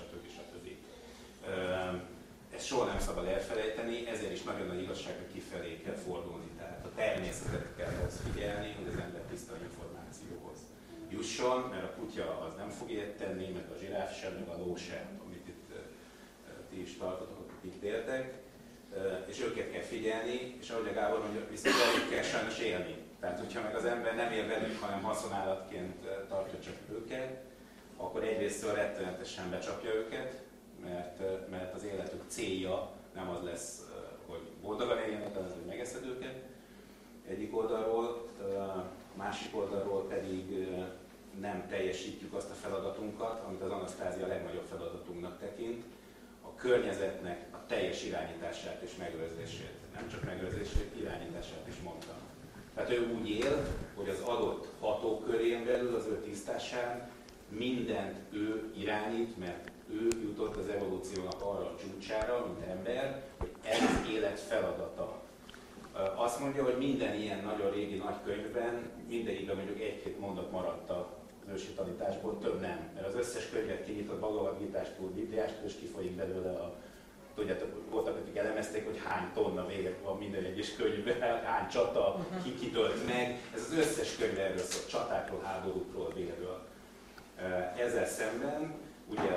Ezt soha nem szabad elfelejteni, ezért is nagyon nagy igazság, hogy kifelé kell fordulni. Tehát a természetet kell ahhoz figyelni, hogy az ember tiszta információhoz jusson, mert a kutya az nem fog ilyet tenni, meg a zsiráf sem, meg a ló sem, amit itt ti is tartotok, itt éltek. És őket kell figyelni, és ahogy a Gábor mondja, viszont velük kell sajnos élni. Tehát, hogyha meg az ember nem él velük, hanem haszonállatként tartja csak őket, akkor egyrésztől rettenetesen becsapja őket, mert az életük célja nem az lesz, hogy boldogan éljenek, hanem az, hogy megeszed őket egyik oldalról, másik oldalról pedig nem teljesítjük azt a feladatunkat, amit az Anasztázia a legnagyobb feladatunknak tekint, a környezetnek a teljes irányítását és megőrzését. Nem csak megőrzését, irányítását is mondtam. Tehát ő úgy él, hogy az adott hatókörén belül, az ő tisztásán mindent ő irányít, mert ő jutott az evolúciónak arra a csúcsára, mint ember, hogy ez az élet feladata. Azt mondja, hogy minden ilyen nagyon régi nagy könyvben mindegyikben mondjuk egy-két mondat maradt az ősi tanításból, több nem. Mert az összes könyvet kinyitott, Bhagavad Gítástól, Bibliástól, és kifolyik belőle tudjátok, voltak, akik elemezték, hogy hány tonna vége van minden egyes könyvben, hány csata, ki kitölt meg. Ez az összes könyv erről szól, csatákról, háborúkról, végről. Ezzel szemben ugye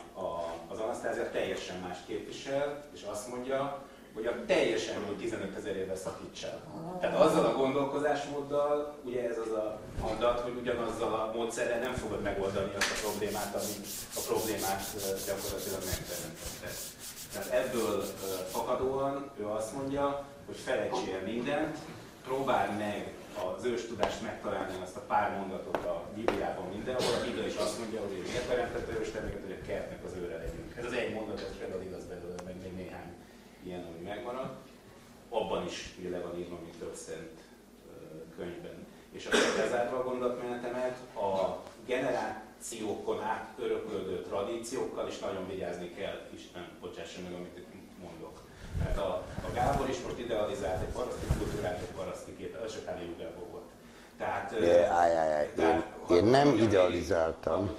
az Anasztázia teljesen más képvisel, és azt mondja, hogy a teljesen elmúlt 15 000 évvel szakítsál. Tehát azzal a gondolkozásmóddal, ugye ez az a mondat, hogy ugyanazzal a módszerrel nem fogod megoldani azt a problémát, ami a problémát gyakorlatilag megteremtette. Tehát ebből fakadóan ő azt mondja, hogy felejtsél mindent, próbáld meg az őstudást megtalálni, azt a pár mondatot a Bibliában mindenhol. A Biblia is azt mondja, hogy miért teremtette ősterméket, hogy a kertnek az őre legyünk. Ez az egy mondat, ez például igaz belőle, meg még néhány ilyen, ami megmarad. Abban is ugye le van írva, mint több szent könyvben. És akkor lezárva a gondolatmenetemet, a generációkon át öröklődő tradíciókkal is nagyon vigyázni kell, Isten bocsássa meg, amit itt mondok. Mert a Gábor is most idealizált egy paraszti kultúrát, egy paraszti képet, az csak Kali Yugából volt. Tehát, én nem idealizáltam.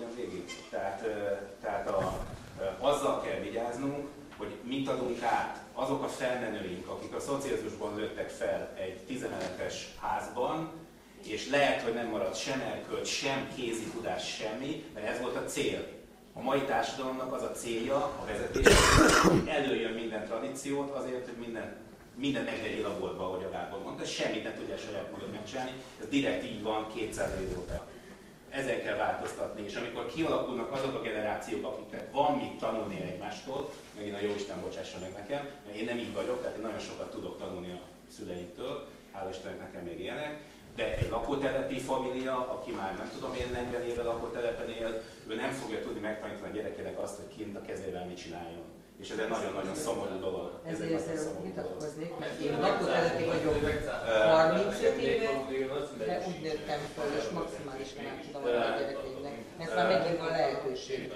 Tehát azzal kell vigyáznunk, hogy mit adunk át. Azok a felmenőink, akik a szocializmusban lőttek fel egy 10-emeletes házban, és lehet, hogy nem maradt sem erkölcs, sem kézi tudás, semmi, mert ez volt a cél. A mai társadalomnak az a célja, a vezetés, hogy előjön minden tradíciót azért, hogy minden megvegyél a boltba, ahogy a Gábor mondta, semmit nem tudja saját magad megcsinálni. Ez direkt így van 200 év óta. Ezzel kell változtatni, és amikor kialakulnak azok a generációk, akiknek van mit tanulni egymástól, megint a Jóisten bocsássa meg nekem, mert én nem így vagyok, tehát én nagyon sokat tudok tanulni a szüleimtől, hála Istennek nekem még ilyenek, de egy lakótelepi família, aki már nem tudom én 40 éve lakótelepen él, ő nem fogja tudni megtanítani a gyerekének azt, hogy kint a kezével mit csináljon. És ez egy nagyon-nagyon szomorú dolog. Ezért vitatkoznék, mert én lakótelepi vagyok 35 éve, de úgy nőttem fel, és maximálisan nem tudom a gyerekeimnek. Ezt már megint van lehetőség.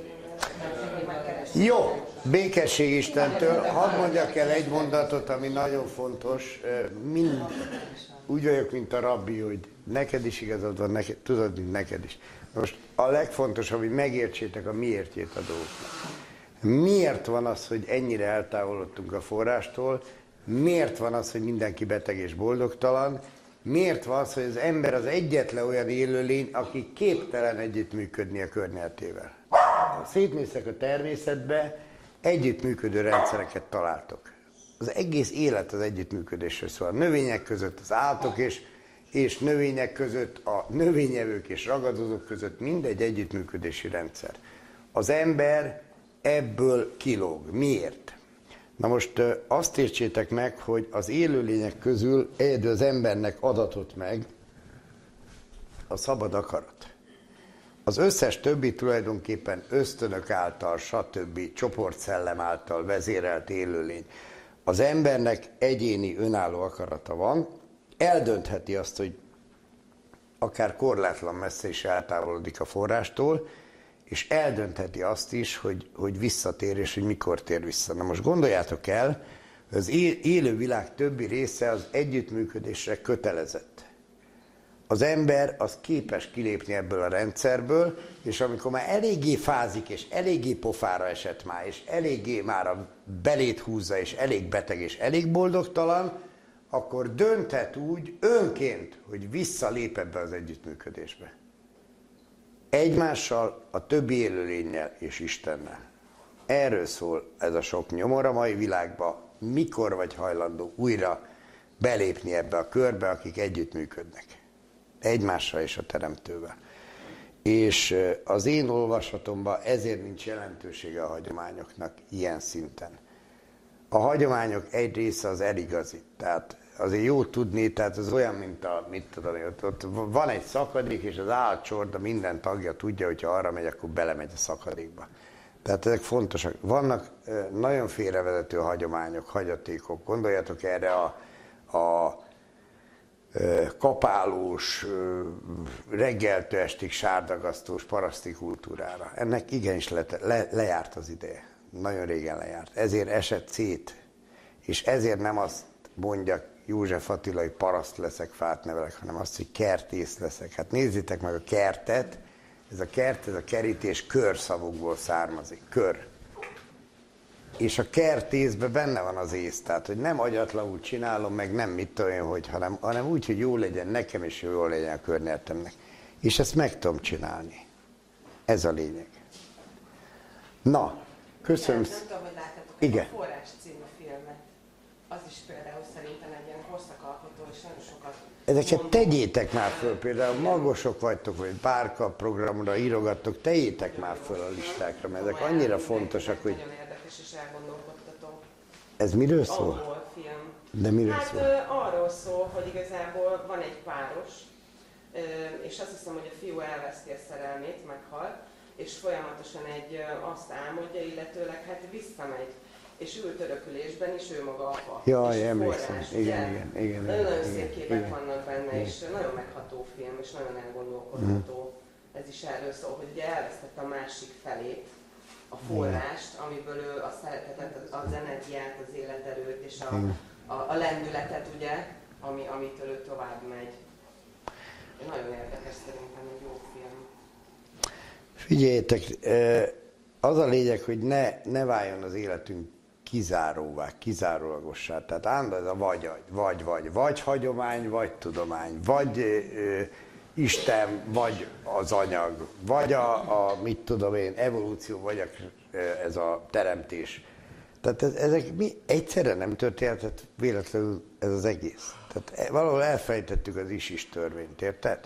Jó, békesség Istentől. Hadd mondjak el egy mondatot, ami nagyon fontos. Úgy vagyok, mint a rabbi, hogy neked is igazad van, tudod, mint neked is. Most a legfontosabb, hogy megértsétek a miértjét a dolgoknak. Miért van az, hogy ennyire eltávolodtunk a forrástól? Miért van az, hogy mindenki beteg és boldogtalan? Miért van az, hogy az ember az egyetlen olyan élőlény, aki képtelen együttműködni a környezetével? Ha szétnéztek a természetbe, együttműködő rendszereket találtok. Az egész élet az együttműködésről szól. A növények között, az állatok és növények között, a növényevők és ragadozók között mindegy együttműködési rendszer. Az ember ebből kilóg. Miért? Na most azt értsétek meg, hogy az élőlények közül egyedül az embernek adatott meg a szabad akarat. Az összes többi tulajdonképpen ösztönök által, stb. Csoportszellem által vezérelt élőlény. Az embernek egyéni önálló akarata van, eldöntheti azt, hogy akár korlátlan messze is eltávolodik a forrástól, és eldöntheti azt is, hogy visszatér, és hogy mikor tér vissza. Na most gondoljátok el, hogy az élő világ többi része az együttműködésre kötelezett. Az ember az képes kilépni ebből a rendszerből, és amikor már eléggé fázik, és eléggé pofára esett már, és eléggé már a belét húzza, és elég beteg, és elég boldogtalan, akkor dönthet úgy önként, hogy visszalép ebbe az együttműködésbe. Egymással, a többi élőlénnyel és Istennel. Erről szól ez a sok nyomor a mai világban, mikor vagy hajlandó újra belépni ebbe a körbe, akik együttműködnek. Egymással és a Teremtővel. És az én olvasatomban ezért nincs jelentősége a hagyományoknak ilyen szinten. A hagyományok egy része az eligazít, tehát azért jó tudni, tehát az olyan, mint mit tudom, ott van egy szakadék, és az állatcsorda minden tagja tudja, hogyha arra megy, akkor belemegy a szakadékba. Tehát ezek fontosak. Vannak nagyon félrevezető hagyományok, hagyatékok. Gondoljatok erre a kapálós, reggeltől estig sárdagasztós paraszti kultúrára. Ennek igenis lejárt az ideje. Nagyon régen lejárt. Ezért esett szét. És ezért nem azt mondja József Attila, hogy paraszt leszek, fát nevelek, hanem azt, hogy kertész leszek. Hát nézzétek meg a kertet. Ez a kert, ez a kerítés körszavukból származik. Kör. És a kertészben benne van az ész, tehát hogy nem agyatlanul csinálom, meg nem mit olyan, hogy, hanem úgy, hogy jó legyen nekem, és jó legyen a környezetemnek. És ezt meg tudom csinálni. Ez a lényeg. Na, köszönöm. Nem tudom, hogy láttatok Igen. A Forrás című filmet. Az is például szerintem egy ilyen korszakalkotó, és nagyon sokat Ezeket tegyétek már föl, például magosok vagytok, vagy bárka programra írogattok, tegyétek már föl a listákra, mert ezek annyira fontosak, hogy... Nagyon érdekes és elgondolkodtató. Ez miről szól? Angol film. De miről hát, szól? Arról szól, hogy igazából van egy páros, és azt hiszem, hogy a fiú elveszti a szerelmét, meghal, és folyamatosan azt álmodja, illetőleg hát visszamegy. És ült örökülésben is ő maga apa. Jaj, emlékszem. Igen. Nagyon szép képek vannak benne, és nagyon megható film, és nagyon elgondolkodható. Ez is erről szól, hogy ugye elvesztette a másik felét, a forrást, amiből ő a szeretetet, az energiát, az életerőt, és a lendületet, ugye, amitől ő tovább megy. Nagyon érdekes szerintem, egy jó film. Figyeljetek, az a lényeg, hogy ne váljon az életünk kizáróvá, kizárólagossá. Tehát állandóan ez a vagy hagyomány, vagy tudomány, vagy Isten, vagy az anyag, vagy a mit tudom én, evolúció, vagy ez a teremtés. Tehát ezek egyszerre nem történhetett véletlenül ez az egész. Tehát valahol elfejtettük az is törvényt, érted?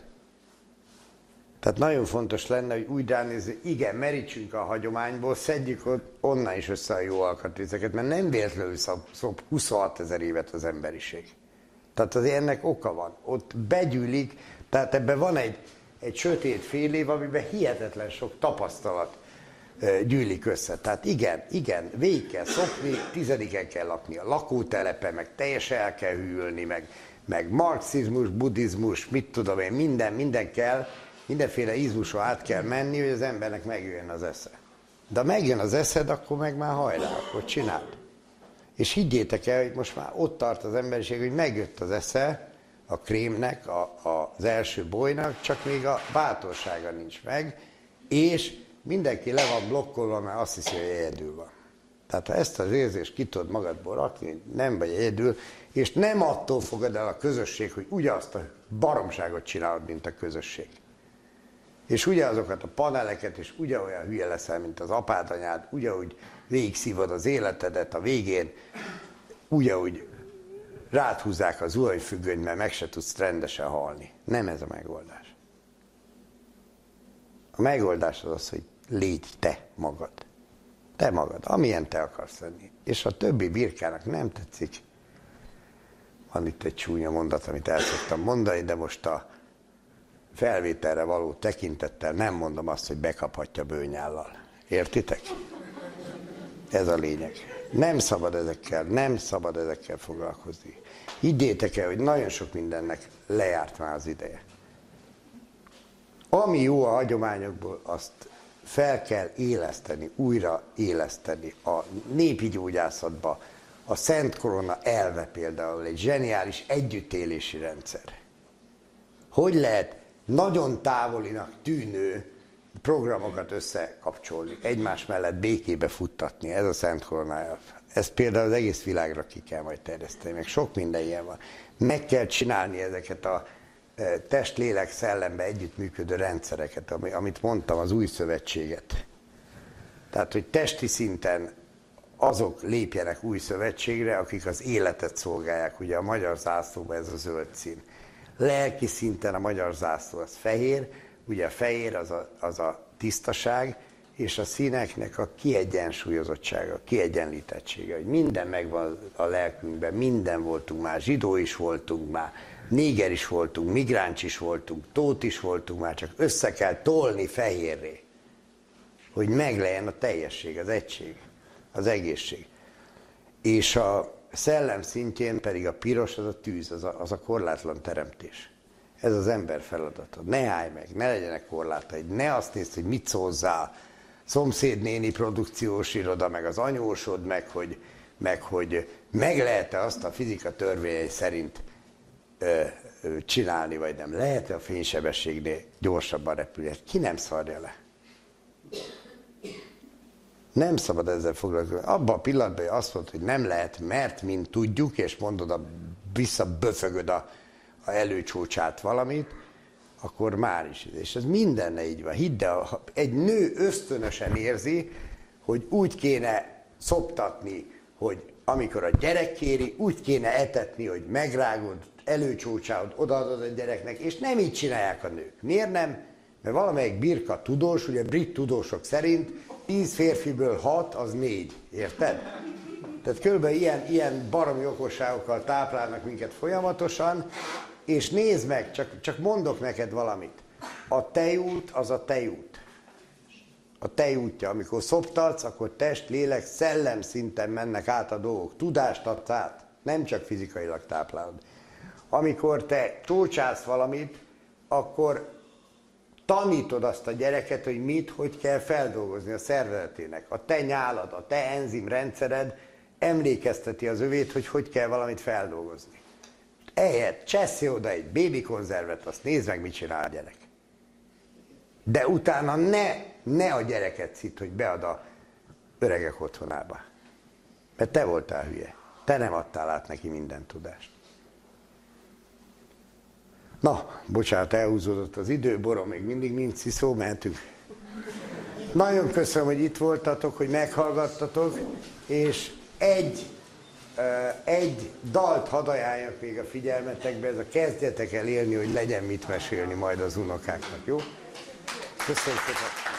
Tehát nagyon fontos lenne, hogy úgy ránézni, igen, merítsünk a hagyományból, szedjük onnan is össze a jó alkatrészeket, mert nem véletlenül szop 26 000 évet az emberiség. Tehát azért ennek oka van. Ott begyűlik, tehát ebben van egy sötét fél év, amiben hihetetlen sok tapasztalat gyűlik össze. Tehát igen, végig kell szokni, 10-en kell lakni a lakótelepen, meg teljesen el kell hűlni, meg marxizmus, buddhizmus, mit tudom én, minden kell, mindenféle izmusra át kell menni, hogy az embernek megjön az esze. De ha megjön az eszed, akkor meg már hajrá, akkor csináld. És higgyétek el, hogy most már ott tart az emberiség, hogy megjött az esze a krémnek, az első bolynak, csak még a bátorsága nincs meg, és mindenki le van blokkolva, mert azt hiszi, hogy egyedül van. Tehát ha ezt az érzést ki tudod magadból rakni, nem vagy egyedül, és nem attól fogad el a közösség, hogy ugyanazt a baromságot csinálod, mint a közösség. És ugyanazokat a paneleket, és ugyanolyan hülye leszel, mint az apád, anyád, ugyanúgy végigszívod az életedet a végén, ugyanúgy rád húzzák az zuhanyfüggönyt, mert meg se tudsz rendesen halni. Nem ez a megoldás. A megoldás az az, hogy légy te magad. Te magad, amilyen te akarsz lenni. És a többi birkának nem tetszik. Van itt egy csúnya mondat, amit el szoktam mondani, de most a felvételre való tekintettel nem mondom azt, hogy bekaphatja bőnyállal. Értitek? Ez a lényeg. Nem szabad ezekkel foglalkozni. Higgyétek el, hogy nagyon sok mindennek lejárt már az ideje. Ami jó a hagyományokból, azt fel kell éleszteni, újra éleszteni. A népi gyógyászatban a Szent Korona elve például egy zseniális együttélési rendszer. Hogy lehet nagyon távolinak tűnő programokat összekapcsolni, egymás mellett békébe futtatni, ez a Szent Korona elv. Ezt például az egész világra ki kell majd terjeszteni, meg sok minden ilyen van. Meg kell csinálni ezeket a test, lélek, szellembe együttműködő rendszereket, amit mondtam, az új szövetséget. Tehát, hogy testi szinten azok lépjenek új szövetségre, akik az életet szolgálják. Ugye a magyar zászlóban ez a zöld szín. Lelki szinten a magyar zászló az fehér, ugye a fehér az a tisztaság, és a színeknek a kiegyensúlyozottsága, a kiegyenlítettsége, hogy minden megvan a lelkünkben, minden voltunk már, zsidó is voltunk már, néger is voltunk, migráns is voltunk, tót is voltunk már, csak össze kell tolni fehérré, hogy meglegyen a teljesség, az egység, az egészség. És a szellem szintjén pedig a piros, az a tűz, az a korlátlan teremtés. Ez az ember feladata. Ne állj meg, ne legyenek korlátaid, ne azt nézd, hogy mit szólzál, szomszédnéni produkciós iroda, meg az anyósod, meg hogy meg lehet-e azt a fizika törvényei szerint csinálni, vagy nem. Lehet-e a fénysebességnél gyorsabban repülni? Ki nem szarja le? Nem szabad ezzel foglalkozni. Abban a pillanatban, hogy azt mondod, hogy nem lehet, mert mint tudjuk, és mondod, visszaböfögöd a előcsócsát valamit, akkor már is. És ez mindenne így van. Hidd el, egy nő ösztönösen érzi, hogy úgy kéne szoptatni, hogy amikor a gyerek kéri, úgy kéne etetni, hogy megrágod, előcsócsáod, odaadod a gyereknek, és nem így csinálják a nők. Miért nem? Mert valamelyik birka tudós, ugye brit tudósok szerint 10 férfiből 6 az 4. Érted? Tehát körülbelül ilyen baromi okosságokkal táplálnak minket folyamatosan, és nézd meg, csak mondok neked valamit. A tejút az a tejút. A tejútja, amikor szoptatsz, akkor test, lélek, szellem szinten mennek át a dolgok. Tudást adsz át, nem csak fizikailag táplálod. Amikor te csócsálsz valamit, akkor tanítod azt a gyereket, hogy mit, hogy kell feldolgozni a szervezetének. A te nyálad, a te enzimrendszered emlékezteti az övét, hogy kell valamit feldolgozni. Ehelyett csesszi oda egy bébikonzervet, azt nézd meg, mit csinál a gyerek. De utána ne a gyereket szidd, hogy bead a öregek otthonába. Mert te voltál hülye. Te nem adtál át neki minden tudást. Na, bocsánat, elhúzódott az idő, Borom még mindig nincs sziszó, mehetünk. Nagyon köszönöm, hogy itt voltatok, hogy meghallgattatok, és egy dalt hadd ajánljak még a figyelmetekbe, ez a kezdjetek el élni, hogy legyen mit mesélni majd az unokáknak, jó? Köszönöm szépen!